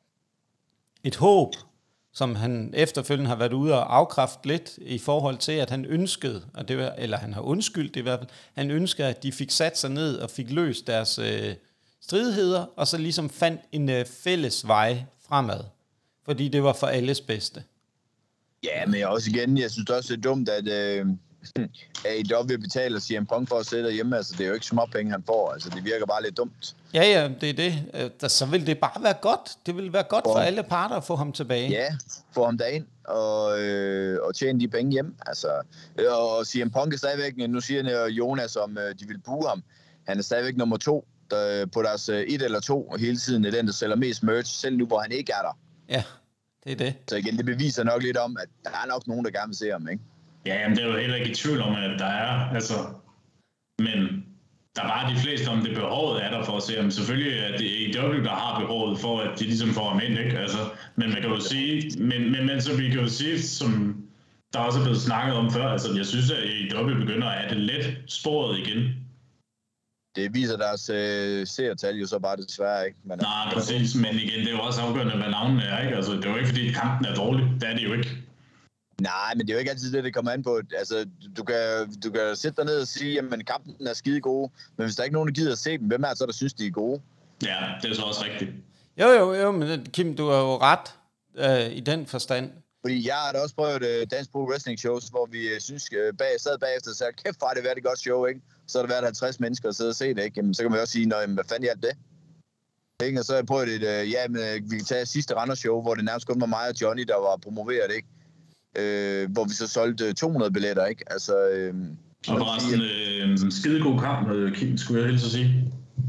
et håb, som han efterfølgende har været ude og afkræfte lidt i forhold til, at han ønskede, og det var, eller han har undskyldt det i hvert fald, han ønskede, at de fik sat sig ned og fik løst deres øh, stridigheder, og så ligesom fandt en øh, fælles vej fremad, fordi det var for alles bedste. Ja, men også igen, jeg synes også, det er dumt, at... Øh A E W betaler C M Punk for at sidde derhjemme, altså det er jo ikke småpenge, han får, altså det virker bare lidt dumt. Ja, ja, det er det. Så vil det bare være godt. Det vil være godt for, for alle parter at få ham tilbage. Ja, få ham derind og, øh, og tjene de penge hjem. Altså, og C M Punk er stadigvæk, nu siger Jonas, om øh, de vil bruge ham, han er stadigvæk nummer to der, på deres øh, et eller to, og hele tiden er den, der sælger mest merch, selv nu, hvor han ikke er der. Ja, det er det. Så igen, det beviser nok lidt om, at der er nok nogen, der gerne vil se ham, ikke? Ja, jamen, det er jo heller ikke i tvivl om, at der er, altså, men der er bare de fleste om det behovet er der for at se ham. Selvfølgelig er det A E W, der har behovet for, at de ligesom får ham ind, ikke? Altså, men man kan jo sige, men, men, men så vi kan jo sige, som der også er blevet snakket om før, altså jeg synes, at A E W begynder at have det let sporet igen. Det viser deres øh, seertal jo så bare desværre, ikke? Men, Nej, præcis, men igen, det er jo også afgørende, hvad navnene er, ikke? Altså, det er jo ikke, fordi kampen er dårlig, det er det jo ikke. Nej, men det er jo ikke altid det, det kommer an på. Altså, du kan, du kan sætte dig ned og sige, at kampen er skide gode, men hvis der ikke er nogen, der gider at se dem, hvem er det så, der synes, de er gode? Ja, det er så også rigtigt. Jo, jo, jo, men Kim, du har jo ret øh, i den forstand. Fordi jeg har da også prøvet uh, Dansk Pro Wrestling shows, hvor vi uh, synes, uh, bag, sad bagefter og sagde, kæft, har det været et godt show, ikke? Så har der været halvtreds mennesker, der sidder og se det, ikke? Jamen, så kan man også sige, nå, jamen, hvad fanden hjalp det? Ikke? Og så har jeg prøvet et, uh, ja, men uh, vi kan tage sidste Randers show, hvor det nærmest kun var mig og Johnny, der var promoveret, ikke? Øh, hvor vi så solgte to hundrede billetter, ikke? Altså, øh, og forresten, øh, en skidegod kamp, Kim, skulle jeg helst at sige.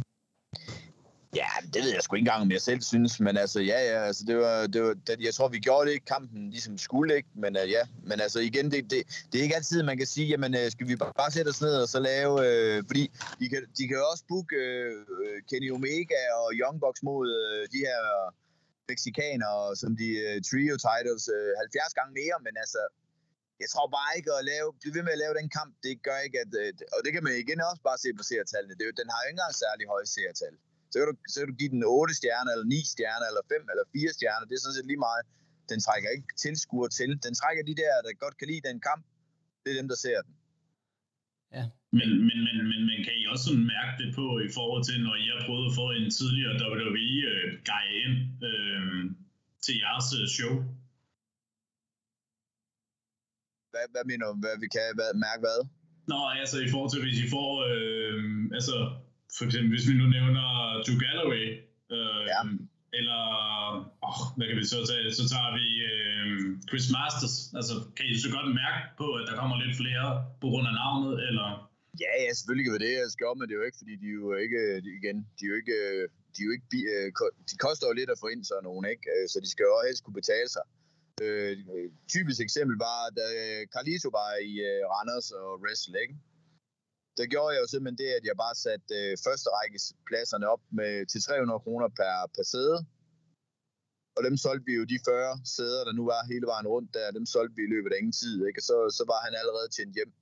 Ja, det ved jeg sgu ikke engang, om jeg selv synes, men altså, ja, ja, altså, det var, det var, det, jeg tror, vi gjorde det ikke, kampen ligesom skulle, ikke? Men uh, ja, men altså, igen, det, det, det er ikke altid, man kan sige, jamen, uh, skal vi bare sætte os ned og så lave, uh, fordi de kan, de kan jo også booke uh, Kenny Omega og Young Bucks mod uh, de her mexikanere, som de uh, trio titles uh, halvfjerds gange mere, men altså, jeg tror bare ikke at lave, blive ved med at lave den kamp, det gør ikke, at, uh, og det kan man igen også bare se på seertallene, det, den har jo ikke engang særlig høje seertal. Så kan, du, så kan du give den otte stjerner, eller ni stjerner, eller fem, eller fire stjerner. Det er sådan set lige meget. Den trækker ikke tilskuere til. Den trækker de der, der godt kan lide den kamp. Det er dem, der ser den. Ja. Men, men, men, men, men kan I også sådan mærke det på i forhold til, når I har prøvet at få en tidligere W W E-guy øh, ind øh, til jeres show? Hvad, hvad mener du? Hvad vi kan hvad, mærke hvad? Nå, altså i forhold til, hvis I får, øh, altså for eksempel, hvis vi nu nævner Drew Galloway, øh, ja. eller, åh, hvad kan vi så tage, så tager vi øh, Chris Masters, altså kan I så godt mærke på, at der kommer lidt flere på grund af navnet, eller? Ja, ja, selvfølgelig kan vi det, jeg skal op, men det er jo ikke, fordi de er jo ikke, de, igen, de er jo ikke, de er jo ikke, de koster jo lidt at få ind sådan nogen, ikke, så de skal jo også helst kunne betale sig. Øh, typisk eksempel var, da Carlito var i uh, Randers og wrestle, ikke? Der gjorde jeg jo simpelthen det, at jeg bare satte uh, første rækkes pladserne op med, til tre hundrede kroner per, per sæde. Og dem solgte vi jo de fyrre sæder, der nu var hele vejen rundt der, dem solgte vi i løbet af ingen tid, ikke? Og så, så var han allerede tjent hjem.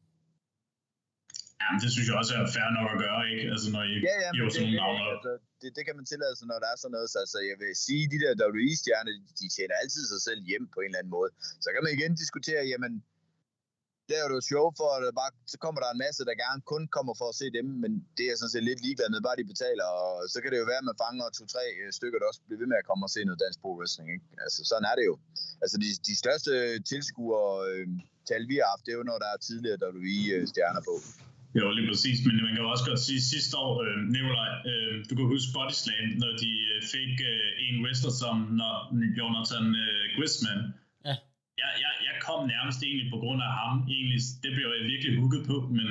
Jamen, det synes jeg også er fair nok at gøre, ikke? Altså, når I ja, ja, giver sådan nogle navne. Altså, det, det kan man tillade sig, når der er sådan noget. Så altså, jeg vil sige, de der W W E-stjerner, de tjener altid sig selv hjem på en eller anden måde. Så kan man igen diskutere, jamen, laver du et show for, at bare, så kommer der en masse, der gerne kun kommer for at se dem, men det er sådan set lidt ligeglad med, bare de betaler, og så kan det jo være, at man fanger to-tre stykker, der også bliver ved med at komme og se noget dansk pro wrestling, ikke? Altså, sådan er det jo. Altså, de, de største tilskuere, øh, tal vi har haft, det er jo, når der er tidligere W W E-stjerner på. Jo, lige præcis, men man kan også godt sige, at sidste år, øh, Nikolaj, øh, du kan huske Body Slam, når de øh, fik øh, en wrestler som når, Jonathan øh, Grisman. Ja. Jeg, jeg, jeg kom nærmest egentlig på grund af ham. Egentlig, det blev jeg virkelig hooket på, men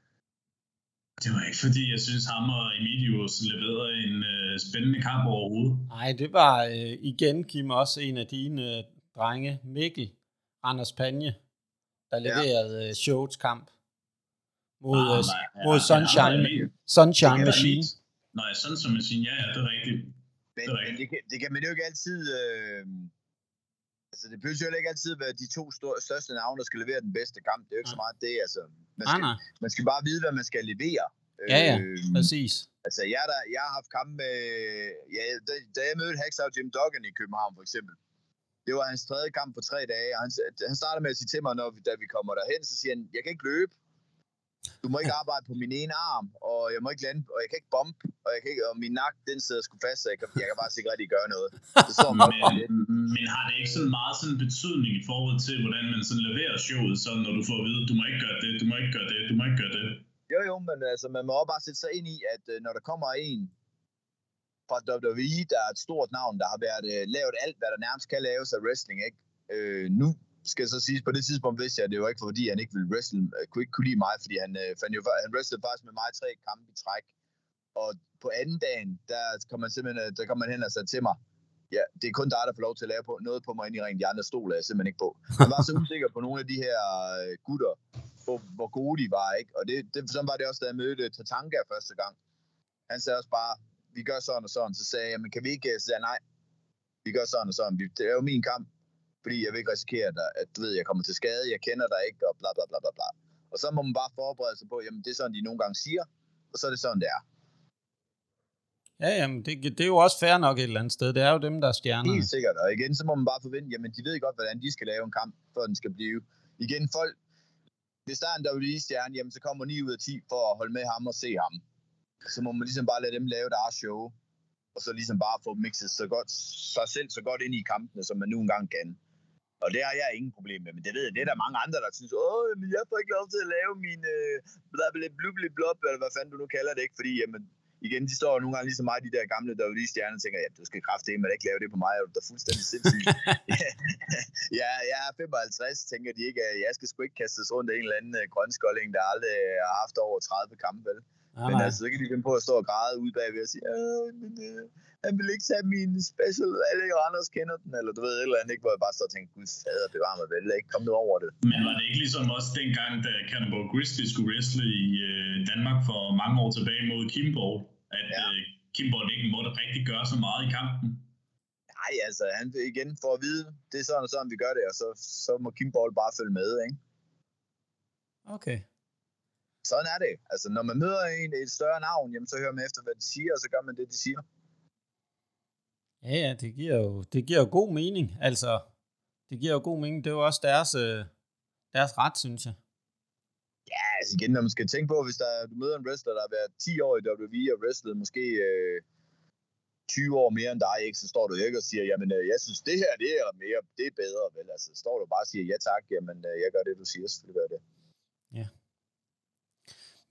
det var ikke fordi, jeg synes, ham og Emilius leverede en øh, spændende kamp overhovedet. Nej, det var øh, igen, Kim, også en af dine øh, drenge, Mikkel Randers Panje, der leverede øh, showets kamp. Mod, ah, uh, nej, mod ja, Sunshine, ja, Sunshine Machine. Nej, Sunshine Machine, ja, ja, det er rigtigt. Men det, men det, kan, det kan man jo ikke altid... Øh, altså, det behøver jo ikke altid være de to store, største navne, der skal levere den bedste kamp. Det er jo ikke ja. så meget det, altså. Man skal, ah, man skal bare vide, hvad man skal levere. Ja, ja, øh, præcis. Altså, jeg, der, jeg har haft kampe med... Ja, da, da jeg mødte Hacksaw Jim Duggan i København, for eksempel. Det var hans tredje kamp på tre dage, og han, han starter med at sige til mig, når vi, da vi kommer derhen, så siger han, jeg kan ikke løbe. Du må ikke arbejde på min ene arm, og jeg må ikke lande, og jeg kan ikke bombe, og, jeg kan ikke, og min nakke, den sidder sgu fast, så jeg kan, jeg kan bare ikke rigtig gøre noget. Det står men, men har det ikke sådan meget sådan betydning i forhold til, hvordan man sådan leverer showet, sådan når du får at vide, du må ikke gøre det, du må ikke gøre det, du må ikke gøre det? Jo jo, men altså, man må også bare sætte sig ind i, at når der kommer en fra W W E, der er et stort navn, der har været uh, lavet alt, hvad der nærmest kan laves af wrestling, ikke? Øh, nu skal så sige, på det tidspunkt vidste jeg, at det var ikke fordi, han ikke ville wrestle, kunne ikke kunne lide mig, fordi han, øh, fandt jo, han wrestlede faktisk med mig tre kampe i træk. Og på anden dagen, der kom man simpelthen, der kom man hen og sagde til mig, ja, det er kun dig, der får lov til at lave på, noget på mig ind i ringen, de andre stoler jeg simpelthen ikke på. Han var så usikker på nogle af de her øh, gutter, på, hvor gode de var, ikke? Og det, det, sådan var det også, da jeg mødte Tatanka første gang. Han sagde også bare, vi gør sådan og sådan. Så sagde jeg, men kan vi ikke? Så sagde jeg, nej, vi gør sådan og sådan. Det er jo min kamp. Fordi jeg vil ikke risikere, at, at du ved, jeg kommer til skade, jeg kender dig ikke, og bla bla bla bla bla. Og så må man bare forberede sig på, jamen det er sådan, de nogle gange siger, og så er det sådan, det er. Ja, jamen det, det er jo også fair nok et eller andet sted. Det er jo dem, der er stjerner. Helt sikkert, og igen, så må man bare forvente, jamen de ved godt, hvordan de skal lave en kamp, før den skal blive. Igen, folk, hvis der er en W W E-stjerne, jamen så kommer ni ud af ti for at holde med ham og se ham. Så må man ligesom bare lade dem lave deres show, og så ligesom bare få mixet så godt, sig selv så godt ind i kampene, som man nu engang kan. Og det har jeg ingen problem med, men det ved jeg, det er der mange andre, der synes, åh, men jeg får ikke lov til at lave min øh, blub-blub-blub, eller hvad fanden du nu kalder det, ikke? Fordi, jamen, igen, de står nogle gange ligesom mig, de der gamle W W E-stjerner, og tænker, ja, du skal kraftedeme ikke lave det på mig, og du er fuldstændig sindssygt. ja, jeg er femoghalvtreds, tænker de ikke, at jeg skal sgu ikke kastes rundt af en eller anden grønskolding, der aldrig har haft over tredive kampe, vel? Ah, men altså, så kan de finde på at stå og græde ude bagved og sige, øh, men øh, han vil ikke tage min special, alle Randers kender den, eller du ved et eller andet, ikke? Hvor jeg bare står og tænker, gud fader, bevar mig vel, ikke? Kom nu over det. Men var det ikke ligesom også dengang, da Cannibal Grizzly skulle wrestle i øh, Danmark for mange år tilbage mod Kimball, at ja. øh, Kimball ikke måtte rigtig gøre så meget i kampen? Nej, altså, han vil igen få at vide, det er sådan og sådan, vi gør det, og så, så må Kimball bare følge med, ikke? Okay. Sådan er det. Altså, når man møder en et større navn, jamen, så hører man efter, hvad de siger, og så gør man det, de siger. Ja, ja, det giver jo, det giver jo god mening. Altså, det giver jo god mening. Det er jo også deres, deres ret, synes jeg. Ja, altså igen, når man skal tænke på, hvis der, du møder en wrestler, der har været ti år i W W E og wrestlet måske øh, tyve år mere end dig, ikke, så står du ikke og siger, jamen, øh, jeg synes, det her, det er mere, det er bedre, vel? Altså, står du bare og siger, ja tak, jamen, øh, jeg gør det, du siger, selvfølgelig gør det. Ja.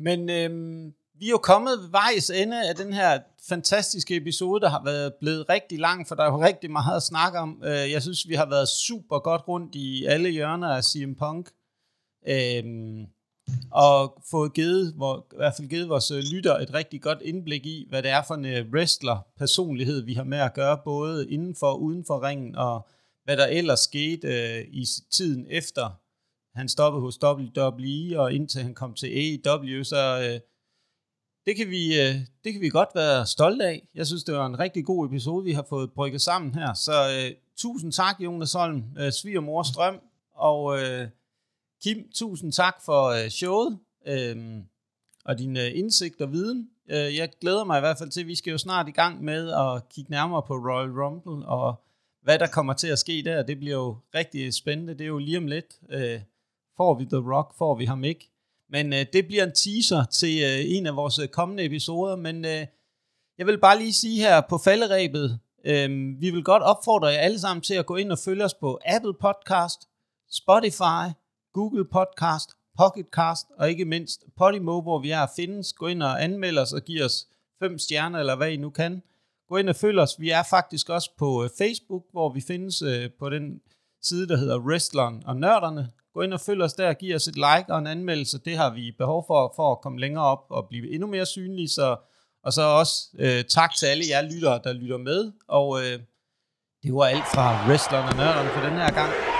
Men øhm, vi er jo kommet ved vejs ende af den her fantastiske episode, der har været blevet rigtig lang, for der er jo rigtig meget at snakke om. Jeg synes, vi har været super godt rundt i alle hjørner af C M Punk. Øhm, og fået givet, hvor, i hvert fald givet vores lytter et rigtig godt indblik i, hvad det er for en wrestler-personlighed, vi har med at gøre, både inden for og uden for ringen, og hvad der ellers skete øh, i tiden efter han stoppede hos W W E, og indtil han kom til A E W, så øh, det, kan vi, øh, det kan vi godt være stolte af. Jeg synes, det var en rigtig god episode, vi har fået brygget sammen her. Så øh, tusind tak, Jonas Holm, øh, svigermor Strøm, og øh, Kim, tusind tak for øh, showet øh, og din øh, indsigt og viden. Øh, jeg glæder mig i hvert fald til, at vi skal jo snart i gang med at kigge nærmere på Royal Rumble, og hvad der kommer til at ske der. Det bliver jo rigtig spændende. Det er jo lige om lidt. Øh, får vi The Rock, får vi ham ikke. Men øh, det bliver en teaser til øh, en af vores kommende episoder. Men øh, jeg vil bare lige sige her på falderebet, øh, vi vil godt opfordre jer alle sammen til at gå ind og følge os på Apple Podcast, Spotify, Google Podcast, Pocket Cast og ikke mindst Podimo, hvor vi er at findes. Gå ind og anmeld os og giv os fem stjerner, eller hvad I nu kan. Gå ind og følg os. Vi er faktisk også på øh, Facebook, hvor vi findes øh, på den side, der hedder Wrestleren og Nørderne. Gå ind og følg os der og giv os et like og en anmeldelse. Det har vi behov for, for at komme længere op og blive endnu mere synlige. Så, og så også øh, tak til alle jer lyttere, der lytter med. Og øh, det var alt fra Wrestleren og Nørderne for den her gang.